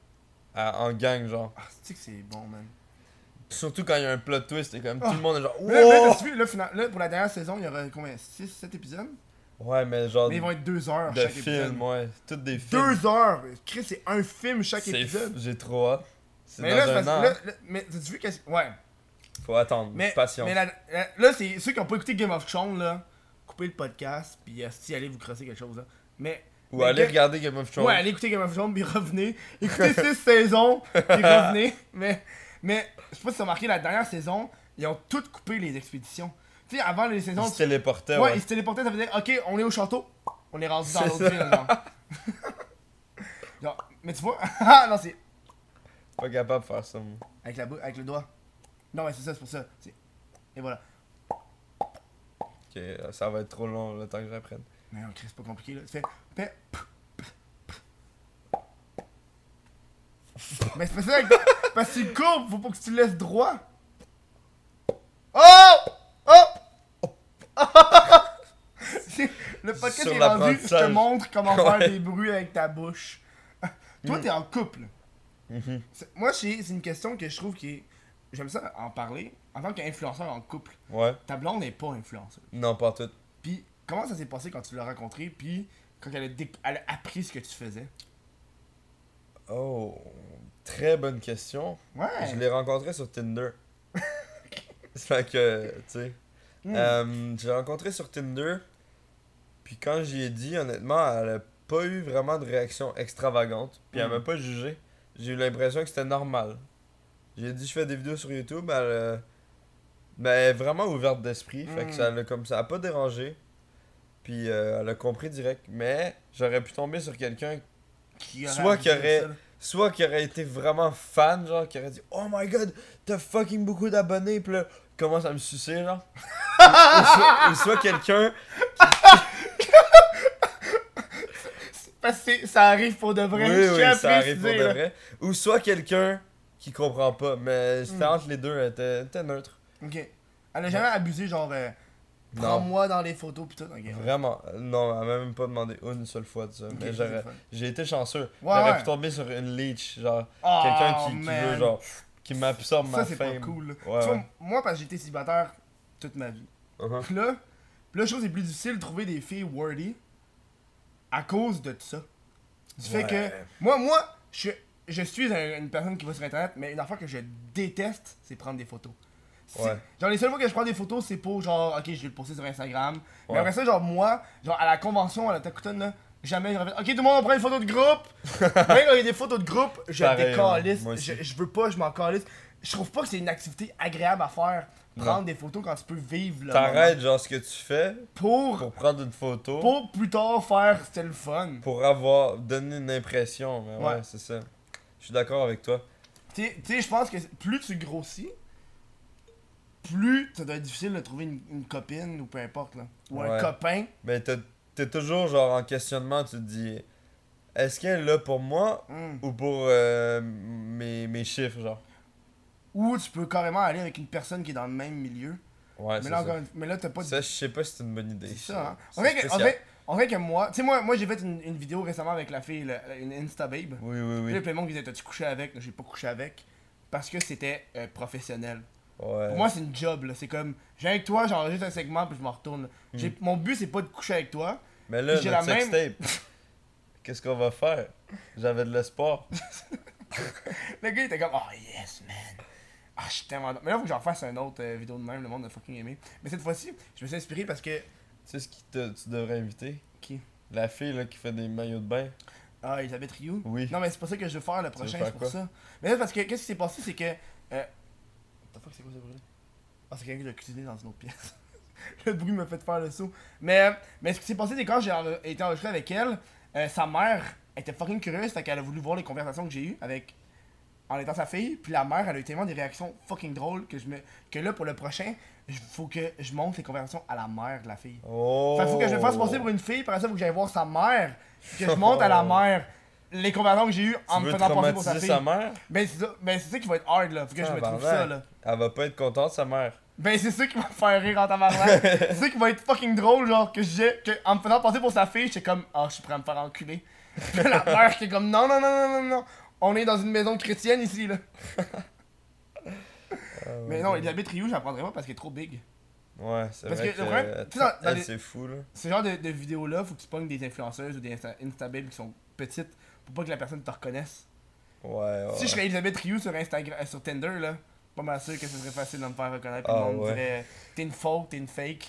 en gang, genre. Ah, c'est que c'est bon, man. Surtout quand il y a un plot twist et comme Ah. tout le monde est genre Mais là, wow! t'as-tu vu, là, pour la dernière saison, il y aura combien 6-7 épisodes? Ouais, mais genre Mais ils vont être 2 heures de chaque films, épisode. ouais. Toutes des films. 2 heures! Chris, c'est un film chaque C'est épisode. J'ai trop hâte. C'est Mais dans là, c'est un parce an. que mais t'as-tu vu qu'est-ce. Ouais. Faut attendre. Mais, Patience. mais là, c'est ceux qui ont pas écouté Game of Thrones, là. Coupez le podcast, puis si allez vous crosser quelque chose, là. Mais. Ou mais aller que- regarder Game of Thrones. Ouais, allez écouter Game of Thrones, puis revenez. Écoutez 6 saisons, puis revenez. Mais, je sais pas si t'as remarqué, la dernière saison, ils ont toutes coupé les expéditions. Tu sais, avant les saisons. Ils se téléportaient, Ouais, ouais. ils se téléportaient, ça veut dire, ok, on est au château, on est rendu dans C'est l'autre ça. ville, genre. Genre, mais tu vois, ah non, c'est Pas capable de faire ça, moi. avec avec le doigt. Non, mais c'est ça, c'est pour ça. Et voilà. Ok, ça va être trop long le temps que j'apprenne. Mais non, Chris, c'est pas compliqué, là. Tu fais. Mais c'est pas ça, parce que tu courbes, faut pas que tu le laisses droit. Oh! Oh! Le podcast Sur est rendu, je te l'apprentissage. montre comment faire Ouais. des bruits avec ta bouche. Toi, t'es en couple. Mhm. Moi, c'est une question que je trouve qui est. J'aime ça en parler. En tant qu'influenceur en couple, Ouais. ta blonde n'est pas influenceuse. Non, pas tout. Puis, comment ça s'est passé quand tu l'as rencontrée, puis quand elle a appris ce que tu faisais? Oh, très bonne question. Ouais. Je l'ai rencontré sur Tinder. Fait que, tu sais. Je l'ai rencontré sur Tinder. Puis quand j'y ai dit, honnêtement, elle a pas eu vraiment de réaction extravagante. Puis elle m'a pas jugé. J'ai eu l'impression que c'était normal. J'ai dit, je fais des vidéos sur YouTube. Elle est vraiment ouverte d'esprit. Fait que ça a pas dérangé. Puis elle a compris direct. Mais j'aurais pu tomber sur quelqu'un soit qui aurait été vraiment fan, genre, qui aurait dit oh my god, t'as fucking beaucoup d'abonnés, pis là, commence à me sucer, genre. ou soit quelqu'un. Parce que ça arrive pour de vrai. je Oui, tiens à ça arrive pour préciser, de là. vrai. Ou soit quelqu'un qui comprend pas, mais c'était entre les deux, elle était neutre. Ok. Elle a jamais abusé, genre. Prends-moi dans les photos pis tout. Ok, ouais. Vraiment. Non, elle m'a même pas demandé une seule fois de ça. Ok, Mais ça, c'est fun. j'ai été chanceux. Ouais, J'aurais ouais. pu tomber sur une leech, genre Oh, quelqu'un qui man. veut, genre, qui m'absorbe ma Ça, c'est pas fame. cool. Là. Ouais, Tu vois, ouais. moi, parce que j'ai été célibataire toute ma vie. Uh-huh. Puis là, la chose est plus difficile de trouver des filles worthy à cause de ça. Du fait que, Ouais. moi, je suis une personne qui va sur internet, mais une affaire que je déteste, c'est prendre des photos. Ouais. Genre, les seules fois que je prends des photos, c'est pour genre, ok, je vais le poster sur Instagram. Mais Ouais. après ça, genre, moi, genre, à la convention, à la Takuton, là, jamais j'aurais fait, ok, tout le monde, on prend une photo de groupe. Même quand il y a des photos de groupe, je Pareil, décalisse. moi aussi. Je veux pas, je m'en calisse. Je trouve pas que c'est une activité agréable à faire. Prendre Non. des photos quand tu peux vivre le T'arrêtes, genre, ce que tu fais moment. pour prendre une photo. Pour plus tard faire c'était le fun. Pour avoir donné une impression. Mais ouais, Ouais. c'est ça. Je suis d'accord avec toi. Tu sais, je pense que plus tu grossis, plus ça doit être difficile de trouver une copine ou peu importe là. Ou un Ouais. copain. Mais t'es toujours genre en questionnement, tu te dis est-ce qu'elle est là pour moi ou pour mes chiffres, genre. Ou tu peux carrément aller avec une personne qui est dans le même milieu. Ouais, Mais c'est là, ça. mais là t'as pas de. Ça, je sais pas si c'est une bonne idée. C'est ça, hein. C'est On dirait que, spécial. on dirait que moi, tu sais, moi j'ai fait une vidéo récemment avec la fille, une Insta Babe. Oui, oui, Puis là, oui. plein de monde qui disait, t'as-tu couché avec? Là, j'ai pas couché avec. Parce que c'était professionnel. Ouais. Pour moi, c'est une job, là. C'est comme, je viens avec toi, j'enregistre un segment, puis je m'en retourne. Là. Mon but, c'est pas de coucher avec toi. Mais là, j'ai notre la même- sextape, qu'est-ce qu'on va faire? J'avais de l'espoir. Le gars, il était comme, oh yes, man. Ah, je suis tellement. Mais là, faut que j'en fasse une autre vidéo de même, le monde a fucking aimé. Mais cette fois-ci, je me suis inspiré parce que. Tu sais ce tu devrais inviter? Qui? La fille là, qui fait des maillots de bain. Ah, Elisabeth Rioux? Oui. Non, mais c'est pas ça que je veux faire le prochain, faire c'est pour quoi? ça. Mais là, parce que, qu'est-ce qui s'est passé, c'est que. What the fuck, c'est quoi ça brûlé? Ah, c'est quelqu'un qui l'a cuisiné dans une autre pièce. Le bruit m'a fait faire le saut. Mais ce qui s'est passé, c'est quand j'ai été enregistré avec elle, sa mère était fucking curieuse, fait qu'elle a voulu voir les conversations que j'ai eues avec. En étant sa fille, puis la mère, elle a eu tellement des réactions fucking drôles que là, pour le prochain, il faut que je montre les conversations à la mère de la fille. Oh! Fait qu'il faut que je me fasse passer pour une fille, puis après ça, il faut que j'aille voir sa mère, puis que je montre à la mère les conversations que j'ai eues en Tu me veux faisant passer pour sa traumatiser fille. sa mère? Ben c'est ça qui va être hard là, faut que je me trouve ça là. Elle va pas être contente, sa mère. Ben c'est ça qui va me faire rire en tabarnak. C'est ça qui va être fucking drôle, genre que en me faisant passer pour sa fille, j'étais comme, ah, je suis prêt à me faire enculer. Puis la mère qui est comme, non, non, non, non, non, non, on est dans une maison chrétienne ici là. Mais non, Elisabeth Rioux, j'en prendrais pas parce qu'elle est trop big. Ouais, c'est Parce vrai que le problème, tu sais, dans elle, les- c'est fou, là. Ce genre de vidéos-là, faut que tu pognes des influenceuses ou des Instabables qui sont petites pour pas que la personne te reconnaisse. Ouais, ouais. Si je serais Elisabeth Rioux sur Instagram, sur Tinder, là, pas mal sûr que ce serait facile de me faire reconnaître. Puis Ah, le monde ouais. dirait t'es une fake, t'es une fake.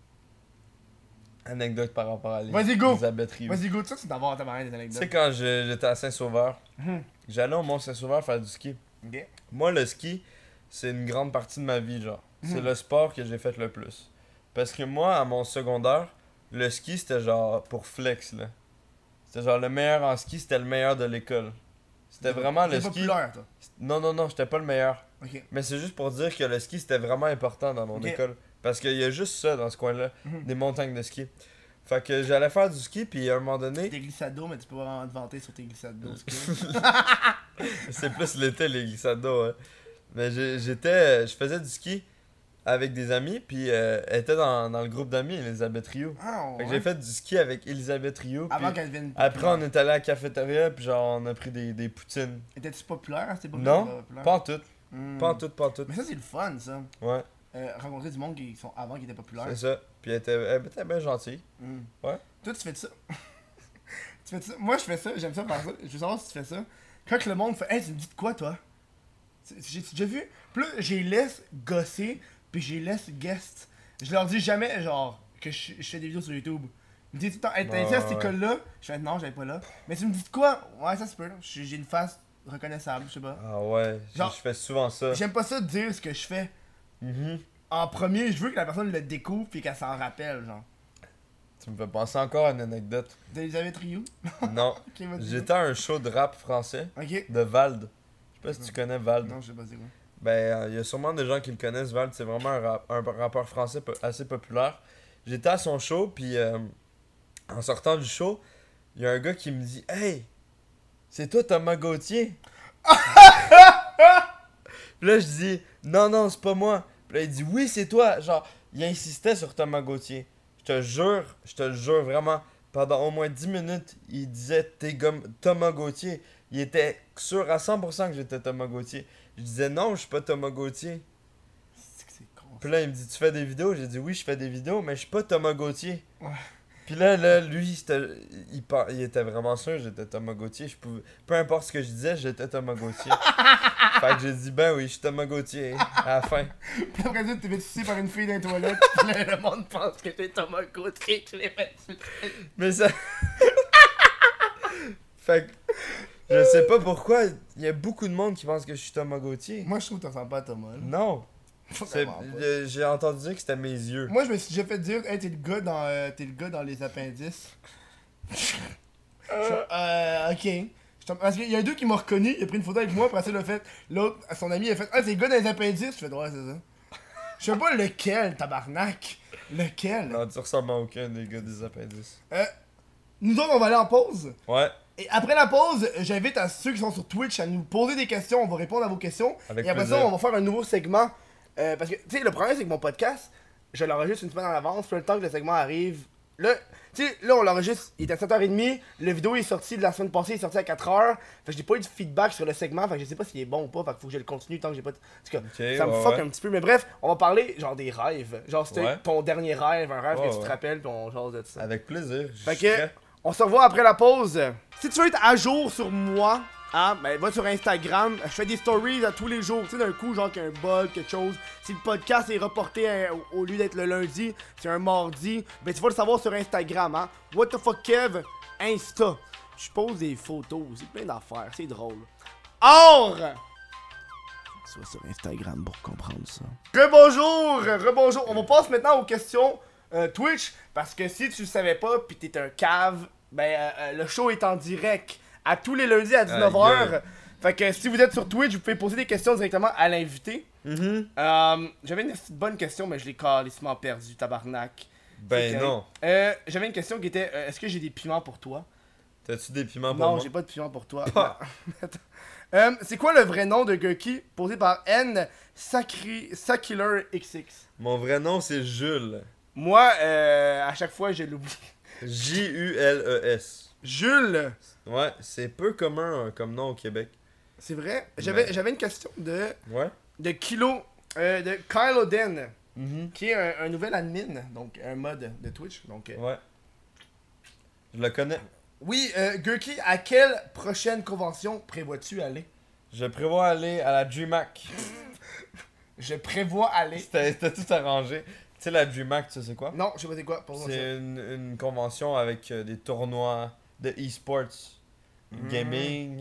Anecdote par rapport à Vas-y, go! Elisabeth Rioux. Vas-y, go, ça, c'est d'avoir ta marraine des Tu anecdotes. sais, quand j'étais à Saint-Sauveur, Mhm. j'allais au Mont-Saint-Sauveur faire du ski. Ok. Moi, le ski, c'est une grande partie de ma vie, genre. C'est le sport que j'ai fait le plus. Parce que moi, à mon secondaire, le ski, c'était genre pour flex, là. C'était genre le meilleur en ski, c'était le meilleur de l'école. C'était vraiment le T'es ski. populaire, toi. Non, non, non, j'étais pas le meilleur. Ok. Mais c'est juste pour dire que le ski, c'était vraiment important dans mon Ok. école. Parce qu'il y a juste ça dans ce coin-là, Mhm. des montagnes de ski. Fait que j'allais faire du ski, puis à un moment donné, T'es glissade d'eau, mais tu peux vraiment te vanter sur tes glissades d'eau. c'est cool. c'est plus l'été les glissades d'eau, hein. Mais je faisais du ski avec des amis, puis elle était dans le groupe d'amis, Elisabeth Rioux. Ah, Fait que ouais. j'ai fait du ski avec Elisabeth Rioux, puis Avant qu'elle devienne après populaire. on est allé à la cafétéria, puis genre on a pris des poutines. Étais-tu populaire? C'était pas Non, populaire? pas en tout, Hmm. pas en tout, pas en tout. Mais ça, c'est le fun, ça. Ouais, Rencontrer du monde qui sont avant qui était populaire. c'est ça. Puis elle était bien gentille. Hmm. Ouais. Toi, tu fais de ça. Tu fais de ça. Moi, je fais ça. J'aime ça faire ça. Je veux savoir si tu fais ça. Quand que le monde fait, hey, tu me dis de quoi, toi? J'ai-tu déjà vu? Puis là, j'ai laisse gosser, puis j'ai laisse guest. Je leur dis jamais, genre, que je fais des vidéos sur YouTube. Ils me disent tout le temps, hey, t'as été à cette Ouais. école-là? Je fais, non, j'allais pas là. Mais tu me dis de quoi? Ouais, ça se peut. J'ai une face reconnaissable, je sais pas. Ah ouais, Genre- je fais souvent ça. J'aime pas ça de dire ce que je fais. Mhm. En premier, je veux que la personne le découvre, puis qu'elle s'en rappelle, genre. Tu me fais penser encore à une anecdote. D'Elisabeth Rioux? Non, Ok, vas-y. j'étais à un show de rap français Ok. de Vald. Je sais pas si tu connais Vald. Non, je sais pas c'est quoi. Ben, il y a sûrement des gens qui le connaissent, Vald. C'est vraiment un rappeur français assez populaire. J'étais à son show, puis en sortant du show, il y a un gars qui me dit « Hey, c'est toi Thomas Gauthier? » Puis là, je dis « Non, non, c'est pas moi. » Puis là, il dit « Oui, c'est toi. » Genre, il insistait sur Thomas Gauthier. Je te le jure vraiment. Pendant au moins 10 minutes, il disait t'es comme Thomas Gauthier. Il était sûr à 100% que j'étais Thomas Gauthier. Je disais non, je suis pas Thomas Gauthier. C'est con. Puis là, il me dit tu fais des vidéos? J'ai dit oui, je fais des vidéos, mais je suis pas Thomas Gauthier. Ouais. Puis là, lui, il était vraiment sûr que j'étais Thomas Gauthier. Peu importe ce que je disais, j'étais Thomas Gauthier. Fait que j'ai dit ben oui, je suis Thomas Gauthier. À la fin. Puis après ça, tu t'es fait sucer par une fille dans les toilettes. Puis là, le monde pense que t'es Thomas Gauthier. Tu l'as fait sucer. Mais ça. Fait que. Je sais pas pourquoi, il y a beaucoup de monde qui pense que je suis Thomas Gauthier. Moi, je trouve que t'en ressembles pas à Thomas. Là. Non. Vraiment pas. J'ai entendu dire que c'était mes yeux. Moi, je me suis déjà fait dire, hey, t'es le gars dans les appendices. Ok. Parce qu'il y a un deux qui m'a reconnu, il a pris une photo avec moi, après ça, il a fait. L'autre, son ami, il a fait, ah, t'es le gars dans les appendices. Je fais, ouais, c'est ça. Je sais pas lequel, tabarnak. Lequel. Non, tu ressembles à aucun des gars des appendices. Nous autres, on va aller en pause. Ouais. Et après la pause, j'invite à ceux qui sont sur Twitch à nous poser des questions. On va répondre à vos questions. Avec et après plaisir. ça, on va faire un nouveau segment. Parce que, tu sais, le problème, c'est que mon podcast, je l'enregistre une semaine en avance. Puis le temps que le segment arrive. Là, tu sais, là, on l'enregistre. Il est à 7h30. Le vidéo est sorti de la semaine passée. Il est sorti à 4h. Fait que j'ai pas eu de feedback sur le segment. Fait que je sais pas s'il est bon ou pas. Fait qu'il faut que je le continue tant que j'ai pas. En tout cas, Ok, ça me ouais, fuck ouais. un petit peu. Mais bref, on va parler genre des rêves. Genre, c'était Ouais. ton dernier rêve, un rêve Ouais, que tu te ouais. rappelles. Puis on jase de ça. Avec plaisir. Je Fait suis que, prêt. on se revoit après la pause. Si tu veux être à jour sur moi, ben va sur Instagram. Je fais des stories à tous les jours. Tu sais, d'un coup, genre qu'il y a un bug, quelque chose. Si le podcast est reporté au lieu d'être le lundi, c'est un mardi, ben tu vas le savoir sur Instagram, hein. What the fuck Kev, Insta. Je pose des photos, c'est plein d'affaires, c'est drôle. Or! Sois sur Instagram pour comprendre ça. Rebonjour. On va passer maintenant aux questions Twitch, parce que si tu le savais pas, pis t'es un cave, ben le show est en direct à tous les lundis à 19h. Fait que si vous êtes sur Twitch, vous pouvez poser des questions directement à l'invité. J'avais une petite bonne question, mais je l'ai calissement perdu, tabarnak. Ben C'est non. J'avais une question qui était est-ce que j'ai des piments pour toi? T'as-tu des piments pour Non, moi? j'ai pas de piments pour toi. Pas. Attends. C'est quoi le vrai nom de Gurky posé par N Sakiller XX? Mon vrai nom, c'est Jules. Moi, à chaque fois, je l'oublie. Jules. Jules! Ouais, c'est peu commun comme nom au Québec. C'est vrai? Mais- J'avais une question Ouais? de Kyle Oden, Mhm. qui est un nouvel admin, donc un mod de Twitch. Donc, Ouais. Je le connais. oui, Gurky, à quelle prochaine convention prévois-tu aller? Je prévois aller à la DreamHack. Je prévois aller. C'était tout arrangé. Tu sais, la DreamHack, tu sais c'est quoi? Non, je sais pas c'est quoi. Pour moi, ça. C'est une convention avec des tournois de e-sports, gaming,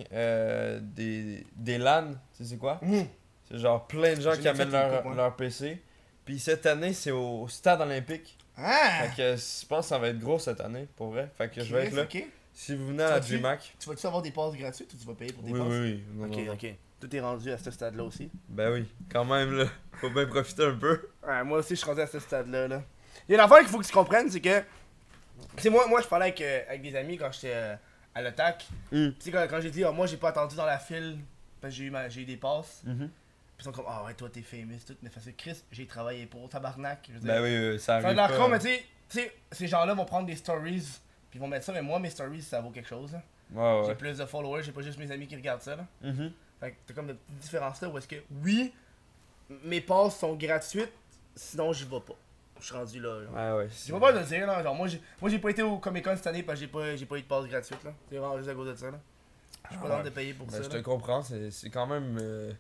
des LAN, tu sais c'est quoi? C'est genre plein de gens J'ai qui fait amènent une coupe, moi. leur PC. Puis cette année, c'est au stade olympique. Ah! Fait que je pense que ça va être gros cette année, pour vrai. Fait que je vais être là. Ok. Si vous venez à la Tu vas-tu- DreamHack. Tu vas-tu avoir des passes gratuites ou tu vas payer pour des Oui, passes? oui, oui. Non, Ok, non, non. ok. Tout est rendu à ce stade-là aussi. Ben oui, quand même là. Faut bien profiter un peu. Ouais, moi aussi, je suis rendu à ce stade-là. Là. Il y a une affaire qu'il faut que tu comprennes, c'est que. Tu sais, moi, je parlais avec des amis quand j'étais à l'OTAC. Mm. Tu sais, quand j'ai dit, ah, moi, j'ai pas attendu dans la file parce que j'ai eu des passes. Mhm. Puis ils sont comme, ah ouais, toi, t'es famous, tout. Mais fait Chris, j'ai travaillé pour tabarnak. Je veux dire, Ben oui, ça ça a arrive l'air pas. con, mais tu sais, ces gens-là vont prendre des stories. Puis ils vont mettre ça, mais moi, mes stories, ça vaut quelque chose. Là. Ouais, J'ai ouais. plus de followers, j'ai pas juste mes amis qui regardent ça. Là. Mhm. Fait que t'as comme de petites différences là où est-ce que, oui, mes passes sont gratuites, sinon j'y vais pas. Je suis rendu là. Ouais, ouais. Je vais pas le dire, là. Genre, moi, j'ai pas été au Comic Con cette année parce que j'ai pas eu de passe gratuite, là. C'est vraiment juste à cause de ça, là. Je suis pas dans de payer pour Ben, ça. je là. te comprends, c'est quand même.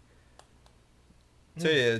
Tu sais,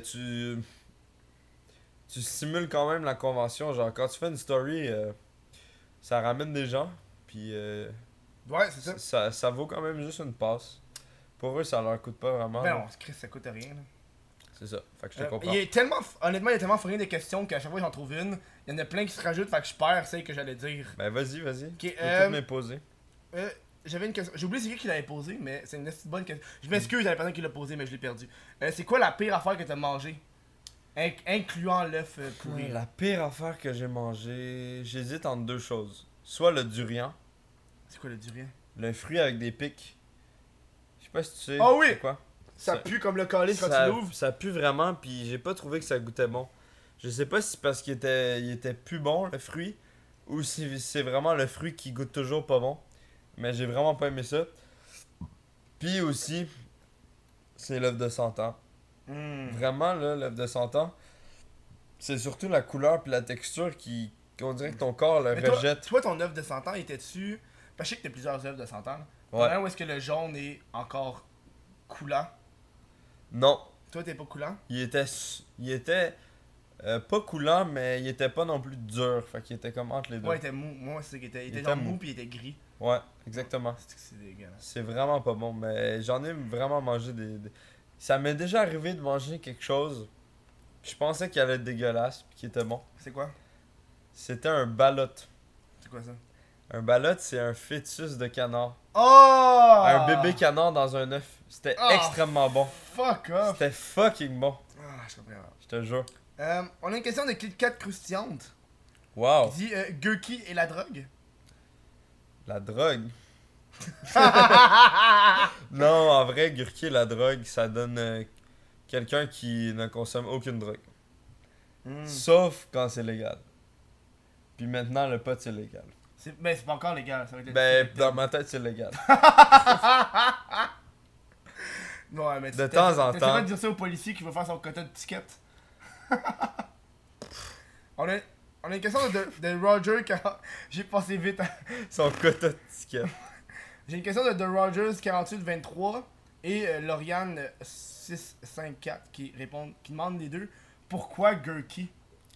tu stimules quand même la convention. Genre, quand tu fais une story, ça ramène des gens. Puis Ouais, c'est ça. ça vaut quand même juste une passe. Pour eux, ça leur coûte pas vraiment. Ben non, Chris, ça coûte rien, là. C'est ça. Fait que je te comprends. Il y a tellement, honnêtement, il y a tellement fourni des questions qu'à chaque fois que j'en trouve une, il y en a plein qui se rajoutent, fait que je perds celle que j'allais dire. Ben vas-y. Ok, Tu peux toutes me poser. J'avais une question. J'ai oublié c'est qui l'avait posée, mais c'est une bonne question. Je m'excuse à la personne qui l'a posée, mais je l'ai perdue. C'est quoi la pire affaire que t'as mangé? Incluant l'œuf pourri. La pire affaire que j'ai mangé, j'hésite entre deux choses. Soit le durian, C'est quoi le durian? le fruit avec des pics. Je sais pas si tu sais. Ah oui! c'est quoi. Ça pue comme le calice quand tu l'ouvres. Ça pue vraiment, puis j'ai pas trouvé que ça goûtait bon. Je sais pas si c'est parce il était plus bon, le fruit, ou si c'est vraiment le fruit qui goûte toujours pas bon. Mais j'ai vraiment pas aimé ça. Puis aussi, c'est l'œuf de 100 ans. Vraiment, là, l'œuf de 100 ans, c'est surtout la couleur puis la texture qu'on dirait que ton corps le Mais rejette. toi, ton œuf de 100 ans était-tu. Parce que je sais que t'as plusieurs œufs de 100 ans. Ouais. Où est-ce que le jaune est encore coulant? Non, Toi, t'es pas coulant? il était pas coulant, mais il était pas non plus dur. Fait qu'il était comme entre les deux. Ouais, il était mou. Moi, c'est qu'il était, il était était genre mou. mou puis il était gris. Ouais, exactement. C'est dégueulasse. C'est vraiment pas bon, mais j'en ai vraiment mangé Ça m'est déjà arrivé de manger quelque chose, puis je pensais qu'il allait être dégueulasse, puis qu'il était bon. C'est quoi? C'était un balotte. C'est quoi ça? Un balotte, c'est un fœtus de canard. Oh! Un bébé canard dans un œuf. C'était Oh! extrêmement bon. Fuck off! C'était fucking bon, Ah, je comprends. je te jure. On a une question de Kit Kat croustillante. Wow, Qui dit Gurky et la drogue? la drogue. Non, en vrai, gurker la drogue, ça donne quelqu'un qui ne consomme aucune drogue. Sauf quand c'est légal. Puis maintenant, le pot, c'est légal. Ben, c'est pas encore légal. Ça va être Ben, dans ma tête, c'est légal. Ouais, mais De temps en t'essaies temps. pas de dire ça au policier qui va faire son quota de tickets. on a une question de Roger car j'ai passé vite. Son quota de ticket. J'ai une question de Rogers 4823 et Lauriane 654 qui demandent les deux pourquoi Gurky.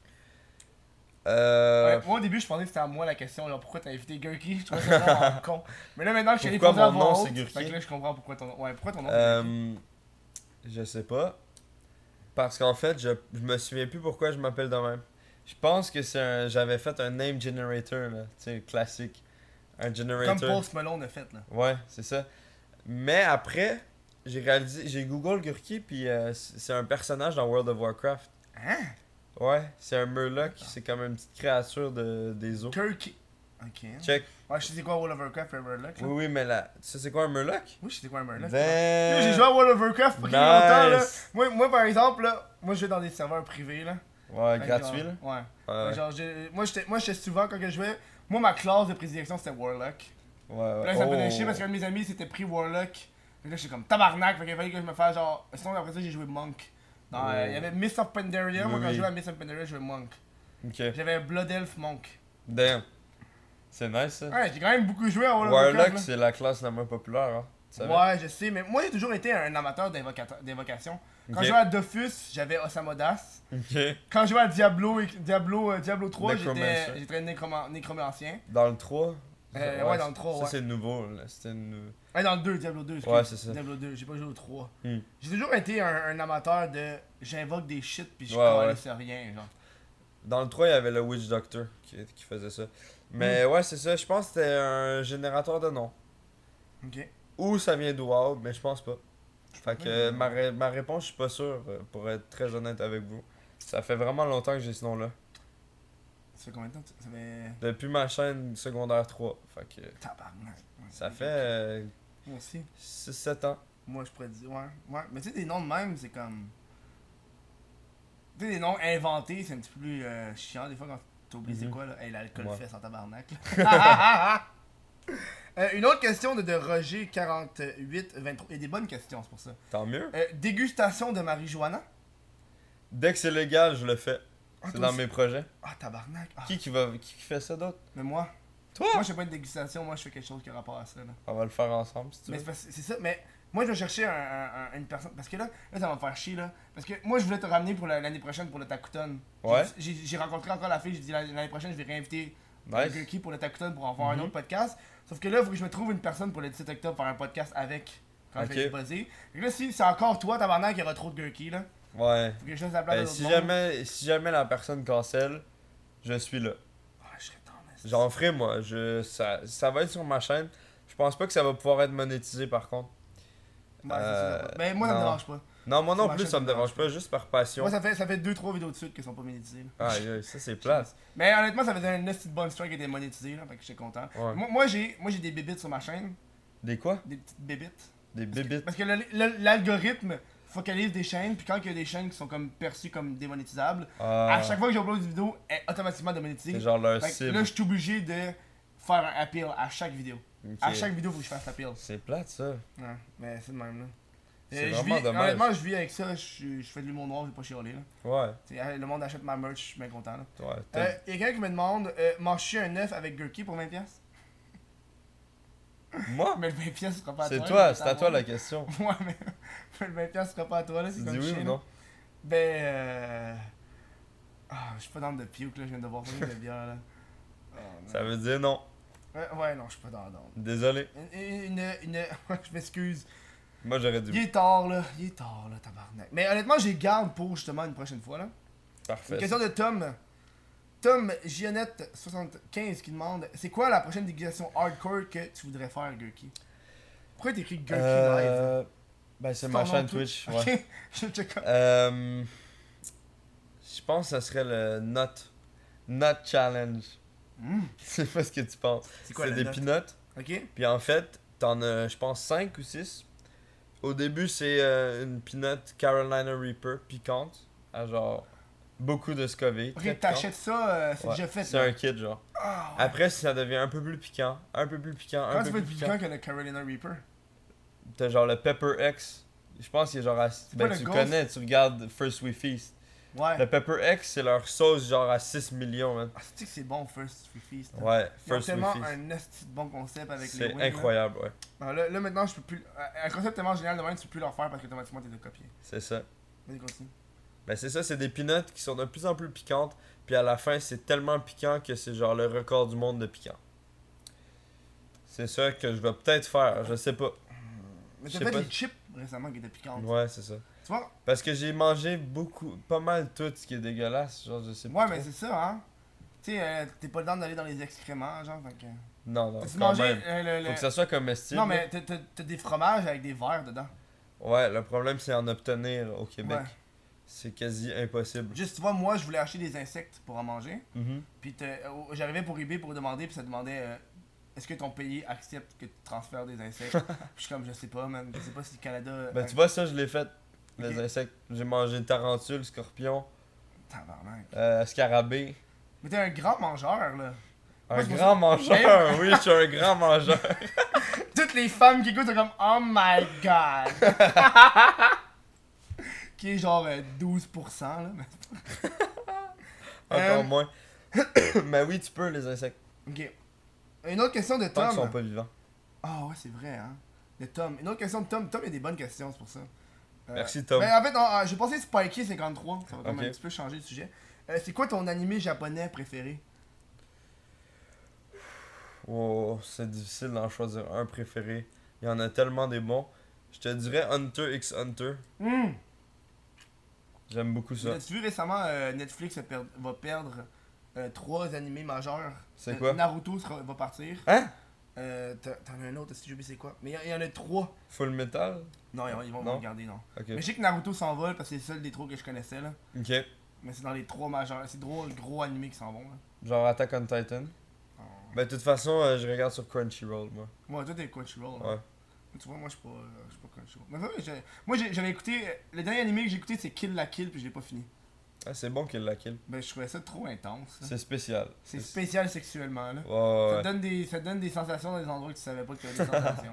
Ouais, moi au début je pensais que c'était à moi la question, genre pourquoi t'as invité Gurky, je trouvais ça vraiment con. Mais là maintenant que je t'ai Pourquoi répondu à mon nom, voix haute, c'est Gurky? fait que là je comprends pourquoi ton nom. Ouais, pourquoi ton nom c'est Gurky. Je sais pas. Parce qu'en fait, je me souviens plus pourquoi je m'appelle de même. Je pense que j'avais fait un name generator, là. Tu sais, classique. Un generator. Comme Post Malone a fait là. Ouais, c'est ça. Mais après, j'ai Google Gurky, puis c'est un personnage dans World of Warcraft. Hein? Ouais, c'est un Murloc, c'est comme une petite créature des eaux. Gurky. Ok. Check. Ouais, je sais c'est quoi World of Warcraft et Murloc là. Oui, mais là, tu sais c'est quoi un Murloc? Oui, je sais quoi un Murloc. Damn. J'ai joué à World of Warcraft pour longtemps là. Nice. Moi par exemple là, moi je vais dans des serveurs privés là. Ouais, Fait que gratuit genre, là. Ouais. Ouais, Genre, moi j'étais souvent quand je jouais. Moi ma classe de prédilection c'était Warlock. ouais. Puis là ça me faisait chier parce qu'un de mes amis c'était pris Warlock. Fait que là j'étais comme tabarnak, fait qu'il fallait que je me fasse genre. Sinon après ça j'ai joué Monk. Il y avait Mist of Pandaria, moi Oui, quand je oui. jouais à Mist of Pandaria je jouais Monk. Ok. J'avais Blood Elf Monk. Damn. C'est nice ça. Ouais, j'ai quand même beaucoup joué à World of Warlock, Warcraft. c'est la classe la moins populaire, hein. Tu savais? Ouais, je sais, mais moi j'ai toujours été un amateur d'invocation. Quand Ok. je jouais à Dofus, j'avais Osamodas. Ok. Quand je jouais à Diablo 3, Necromancer. j'étais nécromancien. Dans le 3? Ouais, dans le 3, Ça, ouais. c'est nouveau, là. C'était une... Ouais, dans le 2, Diablo 2. excuse. Ouais, c'est ça. Diablo 2, j'ai pas joué au 3. Hmm. J'ai toujours été un amateur de. J'invoque des shit puis je Ouais, ouais. calisse rien, genre. Dans le 3, il y avait le Witch Doctor qui faisait ça. Mais ouais, c'est ça. Je pense que c'était un générateur de noms. Ok. Ou ça vient d'WoW, mais je pense pas. Fait que ma réponse, je suis pas sûr, pour être très honnête avec vous. Ça fait vraiment longtemps que j'ai ce nom-là. Ça fait combien de temps ça fait. Depuis ma chaîne secondaire 3. Fait que Tabarnak. Ouais, ça fait Moi aussi. 6-7 ans. Moi je pourrais dire. Ouais. Ouais. Mais tu sais, des noms de même, c'est comme. Tu sais, des noms inventés, c'est un petit peu plus chiant des fois quand t'oublies c'est quoi là. Hey, l'alcool Ouais. fait sans tabarnak. Là. Une autre question de Roger 4823. Il y a des bonnes questions, c'est pour ça. Tant mieux. Dégustation de marijuana. Dès que c'est légal, je le fais. Ah, C'est toi dans aussi? mes projets. Ah, tabarnak. Ah. Qui fait ça d'autre? Mais moi. Toi? Moi, je fais pas de dégustation, moi, je fais quelque chose qui a rapport à ça. Là. On va le faire ensemble si tu Mais veux. c'est ça, mais moi, je vais chercher une personne. Parce que là, ça va me faire chier, là. Parce que moi, je voulais te ramener pour l'année prochaine pour le Takuton. Ouais. J'ai rencontré encore la fille, j'ai dit l'année prochaine, je vais réinviter Nice. Gurky pour le Takuton pour en faire un Mhm. autre podcast. Sauf que là, il faut que je me trouve une personne pour le 17 octobre pour faire un podcast avec. Quand je vais Ok. le buzzer. Fait que là, si c'est encore toi, tabarnak, il y aura trop de Gurky, là. Ouais. Faut que je laisse la place à Ben, d'autres mondes. si jamais la personne cancelle, je suis là. Ah, je serais tendance. J'en ferai moi. Ça va être sur ma chaîne. Je pense pas que ça va pouvoir être monétisé par contre. Ouais, c'est ça. Ben, moi, ça me non. dérange pas. Non, moi Sur non ma plus chaîne, ça me dérange pas, juste par passion. Moi, ça fait 2-3 vidéos de suite qui sont pas monétisées. là. Aïe, aïe, ça c'est plate. Mais honnêtement, ça faisait un petite bonne story qui était monétisée, là, fait que j'étais content. Ouais. Moi, j'ai des bébites sur ma chaîne, Des quoi? des petites bébites. Des bébites. Parce que l'algorithme focalise des chaînes, puis quand il y a des chaînes qui sont comme perçues comme démonétisables, Ah, à chaque fois que j'upload une vidéo, elle est automatiquement démonétisée. c'est genre leur Fait que cible. là, je suis obligé de faire un appeal à chaque vidéo. Ok. À chaque vidéo, faut que je fasse l'appeal. C'est plate ça. Ouais, mais c'est le même là. C'est Je vraiment vis- dommage. Honnêtement, je vis avec ça, je fais de l'humour noir, je vais pas chialer là. Ouais, T'sais, le monde achète ma merch, je suis bien content là. ouais. Il y a quelqu'un qui me demande, mange-tu un œuf avec Gurky pour 20$? Moi? Mais le 20$ sera pas à toi. C'est là, toi, je c'est vais à toi la savoir. question. Ouais, mais le 20$ sera pas à toi là, c'est Tu comme dis oui chien, ou là. non? Ben, je suis pas dans de puke là, je viens de boire une de bière là. Oh, non. Ça veut dire non. Ouais, non, je suis pas dans. Désolé. Je m'excuse. Moi j'aurais Il dû. est tard là, tabarnak. Mais honnêtement, j'ai garde pour justement une prochaine fois là. Parfait. Une question de Tom. Tom Gionette75 qui demande c'est quoi la prochaine déguisation hardcore que tu voudrais faire, Gurky? Pourquoi t'écris Gurky live? Ben c'est ton ma nom chaîne de Twitch. Ok, Ouais. je check up. Je pense que ça serait le Nut Challenge. Mm. Je sais pas ce que tu penses. C'est quoi C'est le des nut? peanuts. Ok? Puis en fait, t'en as, je pense, 5 ou 6. Au début, c'est une peanut Carolina Reaper piquante. À genre beaucoup de SCOV. très Ok, t'achètes ça, c'est piquante. déjà Ouais, fait. c'est là. un kit, genre. Ah, ouais. Après, ça devient un peu plus piquant. Un peu plus piquant. Comment Un tu peu veux plus être piquant. piquant que le Carolina Reaper? T'as genre le Pepper X. Je pense qu'il est genre à. pas Ben, le tu Ghost? connais, tu regardes First We Feast. Ouais. Le Pepper X, c'est leur sauce genre à 6 millions, man. Ah, c'est que c'est bon, First We Feast. hein. Ouais, Ils ont First We tellement Feast. un esti de bon concept avec les C'est wings, là. incroyable, ouais. Ah, là, maintenant, je peux plus. Un concept tellement génial de même, tu peux plus leur faire parce qu'automatiquement, t'es de copier. C'est ça. Vas-y, continue. Ben c'est ça, c'est des peanuts qui sont de plus en plus piquantes. Puis à la fin, c'est tellement piquant que c'est genre le record du monde de piquant. C'est ça que je vais peut-être faire, je sais pas. Mais Je t'as sais fait pas. des chips récemment qui étaient piquantes. Ouais, c'est ça. Tu vois? Parce que j'ai mangé pas mal tout ce qui est dégueulasse, genre je sais pas. Ouais, mais c'est ça, hein. Tu sais, t'es pas le temps d'aller dans les excréments, genre, fait que. Non, non, T'as-tu quand mangé même. Faut que ça soit comestible. Non, mais t'as des fromages avec des verres dedans. Ouais, le problème c'est en obtenir au Québec. Ouais. C'est quasi impossible. Juste, tu vois, moi, je voulais acheter des insectes pour en manger. Mhm. Puis j'arrivais pour eBay pour demander, puis ça demandait est-ce que ton pays accepte que tu transfères des insectes? Puis je suis comme, je sais pas, man. Je sais pas si le Canada. Ben tu vois, ça je l'ai fait. Les Ok. insectes. J'ai mangé tarentule, scorpion, Tabarnak. scarabée. Mais t'es un grand mangeur, là. Un Moi, je me grand suis- mangeur, oui, je suis un grand mangeur. Toutes les femmes qui écoutent sont comme, oh my god! Qui est genre 12%, là. mais- Encore moins. Mais oui, tu peux, les insectes. Ok. Une autre question de Tant qu'ils sont Tom. pas vivants. Ah ouais, c'est vrai, hein. De Tom. Une autre question de Tom. Tom, il y a des bonnes questions, c'est pour ça. Merci, Tom. Mais en fait, non, je vais passer Spikey 53. Ça va comme Ok. un petit peu changer de sujet. C'est quoi ton animé japonais préféré? Oh, c'est difficile d'en choisir un préféré. Il y en a tellement des bons. Je te dirais Hunter x Hunter. Hmm. J'aime beaucoup ça. As-tu vu récemment Netflix va perdre 3 animés majeurs? C'est quoi? Naruto va partir. Hein? T'en as un autre, si j'ai oublié c'est quoi? Mais il y en a 3. Full Metal? Non, ils vont Non? regarder, non. Ok. Mais je sais que Naruto s'envole parce que c'est le seul des 3 que je connaissais là. Ok. Mais c'est dans les 3 majeurs. C'est gros animés qui s'en vont là. Genre Attack on Titan. Oh. Ben, de toute façon, je regarde sur Crunchyroll, moi. Moi, toi t'es Crunchyroll. Ouais. Hein. Tu vois, moi je suis pas Crunchyroll. Mais moi j'avais écouté. Le dernier animé que j'ai écouté c'est Kill la Kill puis je l'ai pas fini. Ah, c'est bon qu'il la kill. Ben je trouvais ça trop intense. là. C'est spécial. C'est spécial sexuellement là. Ouais, Ça ouais. te donne des sensations dans des endroits que tu savais pas que tu avais des sensations.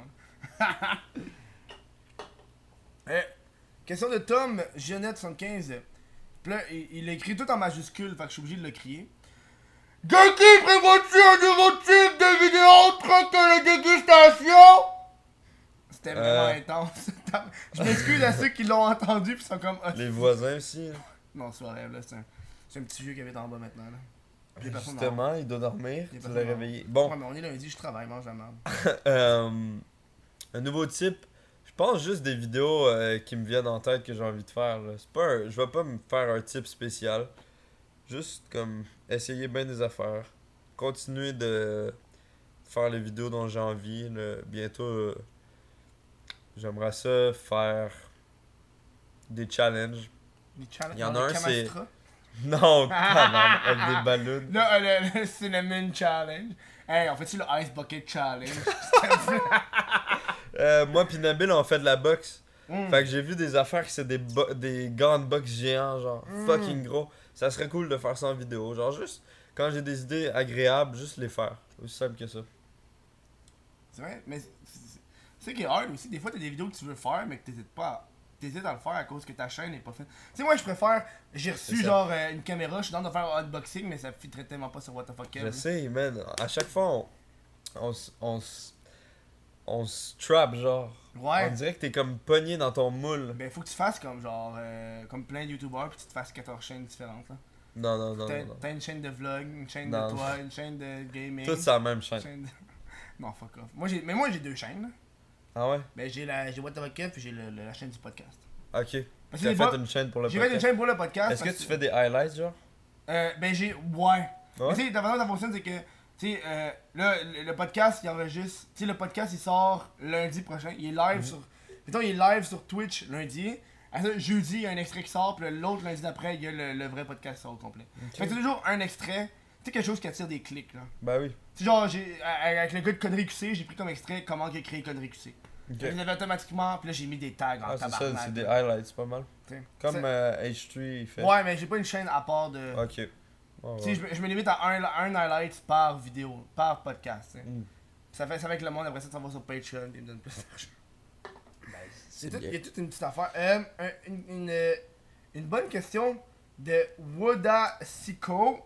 Question de Tom Gionette75. Puis là, il écrit tout en majuscule, fait que je suis obligé de le crier. Gurky, prévois-tu un nouveau type de vidéo autre que la dégustation? C'était vraiment intense. Je m'excuse à ceux qui l'ont entendu pis sont comme. Les voisins aussi. hein. Non, c'est vrai, là, c'est un petit vieux qui habite en bas maintenant. Là. Puis les personnes Justement, il doit dormir. Les Tu l'as personnes réveillé. en- Bon, Ouais, mais on est lundi, je travaille, mange la merde. un nouveau type. Je pense juste des vidéos qui me viennent en tête que j'ai envie de faire. Là. C'est pas je vais pas me faire un type spécial. Juste comme essayer bien des affaires. Continuer de faire les vidéos dont j'ai envie. Là. Bientôt, j'aimerais ça faire des challenges. Les challenges. Il y en a un, c'est- Kamastra. Non, tabarnak, avec des ballons. Là, le Cinnamon Challenge. Hey, on fait-tu le Ice Bucket Challenge? Moi pis Nabil on fait de la boxe. Fait que j'ai vu des affaires qui c'est des gants de boxe géants, genre fucking gros. Ça serait cool de faire ça en vidéo. Genre juste, quand j'ai des idées agréables, juste les faire. Aussi simple que ça. C'est vrai, mais c'est qui est hard aussi. Des fois, t'as des vidéos que tu veux faire, mais que t'hésites pas à... T'hésites à le faire à cause que ta chaîne est pas faite. Tu sais, moi, je préfère... J'ai reçu, genre, une caméra, je suis dans de faire un unboxing, mais ça filtrerait tellement pas sur What the fuck Kev. Je sais, man. À chaque fois, on se trap, genre. Ouais. On dirait que t'es comme pogné dans ton moule. Ben, faut que tu fasses comme, genre, comme plein de youtubeurs, puis tu te fasses 14 chaînes différentes, là. Non, non, non, T'as non. t'as une chaîne de vlog, une chaîne Non. de toi, une chaîne de gaming. Tout c'est la même chaîne. une chaîne de... Non, fuck off. Moi, j'ai 2 chaînes, là. Ah ouais? Ben, j'ai What the fuck Kev, puis j'ai la chaîne du podcast. Ok. Parce Tu que as des fait fois, une chaîne pour le j'ai fait une podcast. chaîne pour le podcast. Est-ce que parce tu fais des highlights, genre? Ben, j'ai... Ouais. Ouais? Mais tu sais, la façon dont ça fonctionne, c'est que, tu sais, là, le podcast, il enregistre. Tu sais, le podcast, il sort lundi prochain. Il est live sur. Mettons, il est live sur Twitch lundi. Après ça, jeudi, il y a un extrait qui sort. Puis l'autre lundi d'après, il y a le vrai podcast qui sort au complet. Fait que c'est toujours un extrait. Tu sais, quelque chose qui attire des clics, là. Bah oui. Tu sais, genre, avec le gars de Connerie QC, j'ai pris comme extrait comment il a créé Connerie QC. Ok. Je l'avais automatiquement, puis là, j'ai mis des tags en Ah, c'est ça, tabarnak. c'est des highlights, c'est pas mal. T'sais. Comme C'est- H3 il fait. Ouais, mais j'ai pas une chaîne à part de. Ok. Ouais, Tu sais, ouais. je me limite à un highlight par vidéo, par podcast. T'sais. Mm. Ça fait que le monde, après ça, ça va sur Patreon et me donne plus d'argent. C'est Il y bien. a toute une petite affaire. Une bonne question de Woda Siko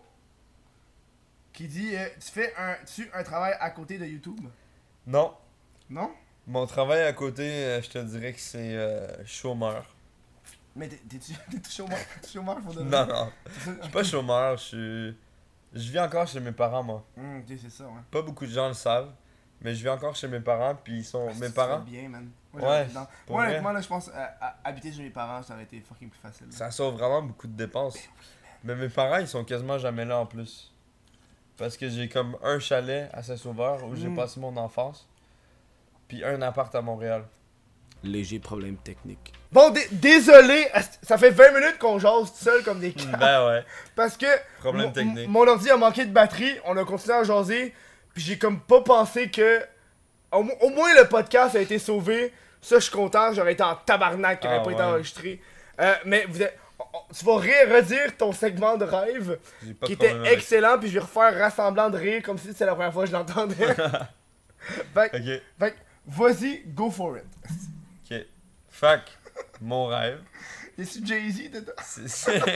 qui dit tu un travail à côté de YouTube? Non. Non? Mon travail à côté, je te dirais que c'est chômeur. Mais t'es-tu chômeur? T'es chômeur pour de vrai? Non, non. C'est ça? Je suis pas chômeur, je vis encore chez mes parents, moi. Ok, c'est ça, ouais. Pas beaucoup de gens le savent, mais je vis encore chez mes parents, puis ils sont. Mes Tu parents, fais bien, man. Ouais, j'aurais été dans- pour Moi, vrai. honnêtement, là, je pense habiter chez mes parents, ça aurait été fucking plus facile. ça sauve vraiment beaucoup de dépenses. Mais mes parents, ils sont quasiment jamais là en plus. Parce que j'ai comme un chalet à Saint-Sauveur où j'ai passé mon enfance, puis un appart à Montréal. Léger problème technique. Bon, désolé, ça fait 20 minutes qu'on jase tout seul comme des cons. Ben ouais, Parce que problème mon- technique. mon ordi a manqué de batterie, on a continué à jaser, puis j'ai comme pas pensé que au moins le podcast a été sauvé. Ça, je suis content, j'aurais été en tabarnak qui aurait Ah pas été ouais. enregistré. Mais tu vas redire ton segment de rêve J'ai pas qui de problème était avec excellent, puis je vais refaire rassemblant de rire comme si c'était la première fois que je l'entendais. fait, ça. Ok, fait que, vas-y, go for it. ok. Fac, mon rêve, Es-tu Jay-Z dedans? c'est.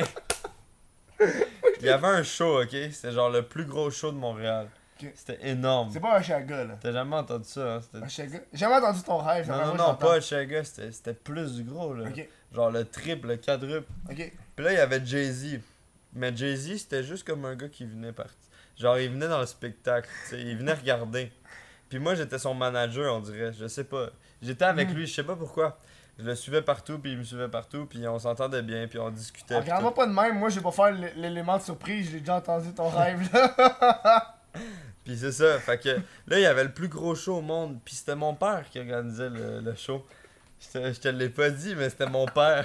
Il y avait un show, ok? C'était genre le plus gros show de Montréal. Ok. C'était énorme. C'est pas un Chaga, là. T'as jamais entendu ça, hein? Un Chaga? J'ai jamais entendu ton rêve. c'est la Non, non, première non, fois que pas Chaga, c'était plus gros, là. j'entends. Ok, Genre le triple, le quadruple. ok. Puis là, il y avait Jay-Z. Mais Jay-Z, c'était juste comme un gars qui venait partir. Genre, il venait dans le spectacle, tu sais, il venait regarder. Puis moi, j'étais son manager, on dirait, je sais pas. J'étais avec lui, je sais pas pourquoi. Je le suivais partout, puis il me suivait partout, puis on s'entendait bien, puis on discutait. puis Regarde-moi tout. pas de même, moi je vais pas faire l'élément de surprise, j'ai déjà entendu ton rêve là. Puis c'est ça, fait que là, il y avait le plus gros show au monde, puis c'était mon père qui organisait le show. Je te l'ai pas dit, mais c'était mon père.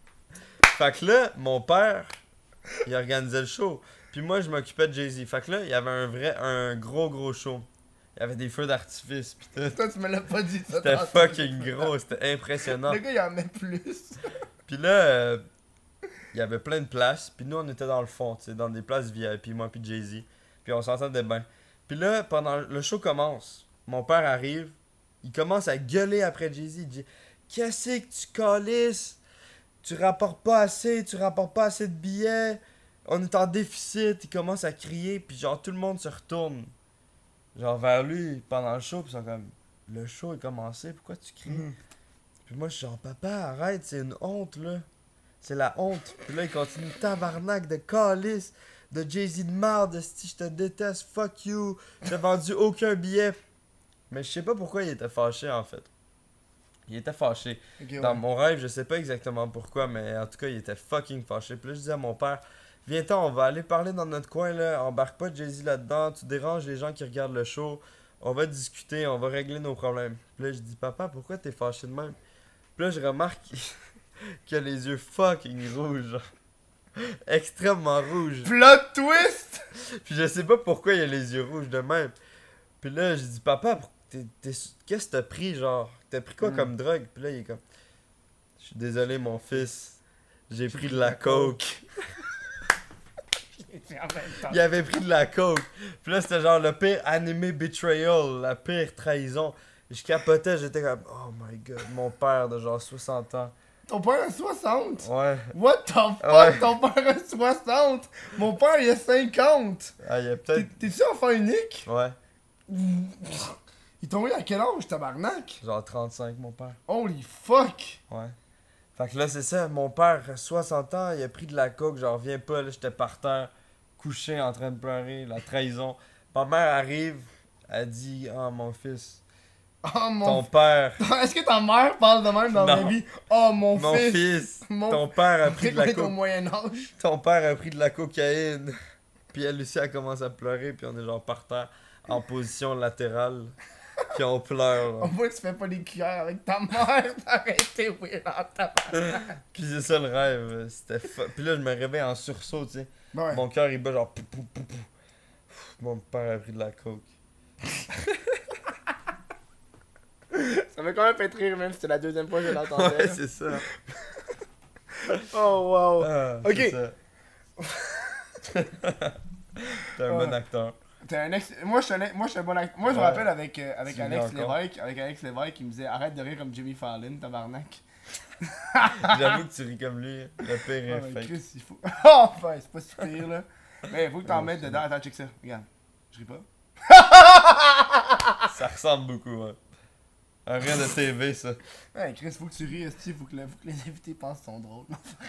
Fait que là, mon père, il organisait le show. Puis moi, je m'occupais de Jay-Z. Fait que là, il y avait un gros show. Il y avait des feux d'artifice, pis tout. Toi tu me l'as pas dit ça. C'était tantôt. fucking gros, c'était impressionnant. Le gars il en met plus. Puis là, il y avait plein de places. Puis nous, on était dans le fond, tu sais, dans des places VIP, moi puis Jay-Z. Puis on s'entendait bien. Puis là, pendant le show commence, mon père arrive, il commence à gueuler après Jay-Z. Il dit « Qu'est-ce que tu calisses? Tu rapportes pas assez de billets. On est en déficit. » Il commence à crier, puis genre tout le monde se retourne. Genre vers lui pendant le show, puis ils sont comme « Le show est commencé, pourquoi tu cries? Puis moi, je suis genre, papa, arrête, c'est une honte, là. C'est la honte. Puis là, il continue, tabarnak de calice, de Jay-Z de merde, si je te déteste, fuck you. J'ai vendu aucun billet. Mais je sais pas pourquoi il était fâché, en fait. Il était fâché. Ok, Dans ouais. mon rêve, je sais pas exactement pourquoi, mais en tout cas, il était fucking fâché. Puis là, je disais à mon père, viens-t'en, on va aller parler dans notre coin, là. Embarque pas Jay-Z là-dedans, tu déranges les gens qui regardent le show. On va discuter, on va régler nos problèmes. Puis là, je dis, papa, pourquoi t'es fâché de même? Puis là, je remarque qu'il a les yeux fucking rouges. Genre. Extrêmement rouges. Plot twist! Puis je sais pas pourquoi il a les yeux rouges de même. Puis là, j'ai dit, papa, qu'est-ce que t'as pris, genre? T'as pris quoi comme drogue? Puis là, il est comme, Je suis désolé, mon fils. J'ai pris de la coke. Il avait pris de la coke. Puis là, c'était genre le pire anime betrayal, la pire trahison. Je capotais, j'étais comme, oh my god, mon père de genre 60 ans. Ton père a 60? Ouais. What the fuck? Ouais. Ton père a 60? Mon père, il a 50! Ah, il y a peut-être. T'es-tu enfant unique? Ouais. Il tombé à quel âge, tabarnak? Genre 35, mon père. Holy fuck! Ouais. Fait que là, c'est ça, mon père, 60 ans, il a pris de la coke, genre, viens pas, là, j'étais par terre, couché, en train de pleurer, la trahison. Ma mère arrive, elle dit, oh, mon fils, Oh mon... ton père, Est-ce que ta mère parle de même dans Non. ma vie? Oh mon, mon fils! fils, Mon- ton père a pris de la On est au coke, Moyen-Âge. ton père a pris de la cocaïne. Puis elle aussi, elle commence à pleurer, puis on est genre par terre, en position latérale, puis on pleure. Au Là. moins, tu fais pas des cuillères avec ta mère. Arrêtez, oui, dans ta Puis c'est ça le rêve, c'était Puis là, je me réveille en sursaut, tu sais. Ouais. Mon cœur, il bat genre pou, pou, pou, pou. Mon père a pris de la coke. Ça m'a quand même fait rire, même si c'était la deuxième fois que je l'entendais. Ouais, c'est ça. Oh wow. Ah, Ok. c'est ça. T'es un bon Ouais. acteur. T'es un ex... Moi, je suis un bon acteur. Moi, je me Ouais. rappelle avec Tu Alex vis encore? Lévesque. Avec Alex Lévesque, il me disait arrête de rire comme Jimmy Fallon, tabarnak. J'avoue que tu ris comme lui. Le pire Oh, est mais fake. Chris, il faut. Oh, enfin, c'est pas si pire, là. Mais il faut que t'en Ouais, mettes c'est dedans. Attends, check ça. Regarde. Je ris pas. Ça ressemble beaucoup, ouais. Un rire de TV, ça. Ouais, Chris, faut que tu ris, Esti. Faut que les invités pensent qu'ils sont drôles.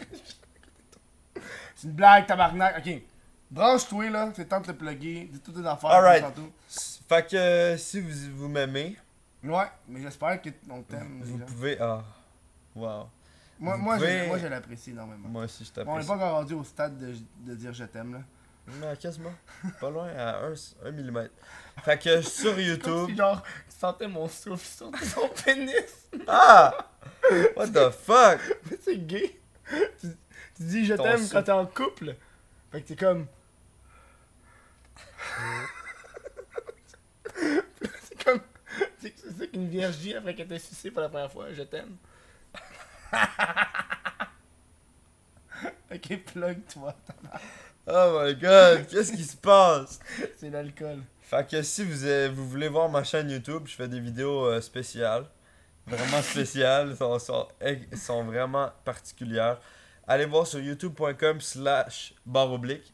C'est une blague, tabarnak. Ok. Branche-toi, là. C'est temps de le plugger. Dis toutes tes affaires. Alright. comme tantôt. Fait que si vous m'aimez, Ouais, mais j'espère qu'on t'aime. vous déjà. pouvez. Ah. Wow. Moi, vous moi, pouvez- moi, je l'apprécie énormément. Moi aussi, je Bon, on t'apprécie. n'est pas encore rendu au stade de dire je t'aime, là. Non, quasiment. Pas loin, à 1 mm. Fait que sur Comme YouTube. si, genre, tu sentais mon souffle sur ton pénis. Ah! What the fuck? Mais c'est gay. Tu dis je Ton t'aime souffle. quand t'es en couple. Fait que t'es comme. c'est comme. C'est ça qu'une vierge dit après qu'elle t'a sucé pour la première fois. Je t'aime. Ok, plug-toi. Oh my god, qu'est-ce qui se passe? C'est l'alcool. Fait que si vous voulez voir ma chaîne YouTube, je fais des vidéos spéciales. Vraiment spéciales, sont vraiment particulières. Allez voir sur youtube.com//Gurky,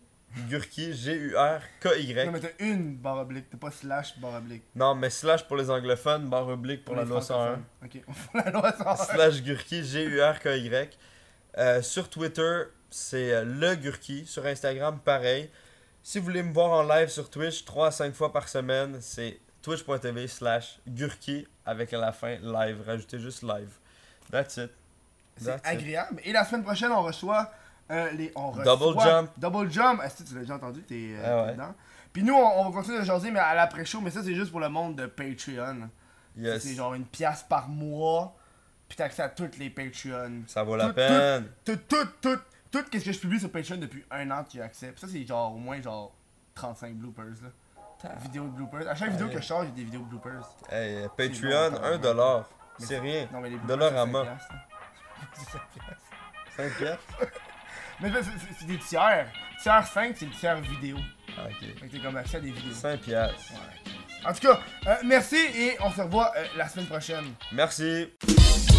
Gurky. Non, mais t'as une barre oblique, t'as pas slash barre oblique. Non, mais slash pour les anglophones, / pour la Les loi 101. francophones. Ok, on fait la loi 101. / Gurky, Gurky. Sur Twitter, c'est le Gurky. Sur Instagram, pareil. Si vous voulez me voir en live sur Twitch 3 à 5 fois par semaine, c'est twitch.tv/Gurky avec à la fin live. Rajoutez juste live. That's it. C'est That's it. agréable. Et la semaine prochaine, on reçoit Double Jump. Double Jump. Est-ce que tu l'as déjà entendu? T'es Ah ouais. dedans. Puis nous, on va continuer de jaser, mais à l'après-show. Mais ça, c'est juste pour le monde de Patreon. Yes. C'est genre une pièce par mois. Puis t'as accès à toutes les Patreons. Ça vaut la Tout, peine. Tout qu'est-ce que je publie sur Patreon depuis un an, tu as accès. Puis ça, c'est genre au moins genre 35 bloopers là. Vidéos de bloopers. À chaque vidéo que je sors, j'ai des vidéos de bloopers. Hey, C'est Patreon, bon, $1. Mais C'est rien. Non, mais les Dollarama. bloopers, c'est 5 piastres. 5 piastres? Mais c'est des tiers. Tiers 5, c'est le tiers vidéo. Ah, ok. Fait que t'es comme accès à des vidéos. 5 piastres. Ouais. En tout cas, merci et on se revoit la semaine prochaine. Merci.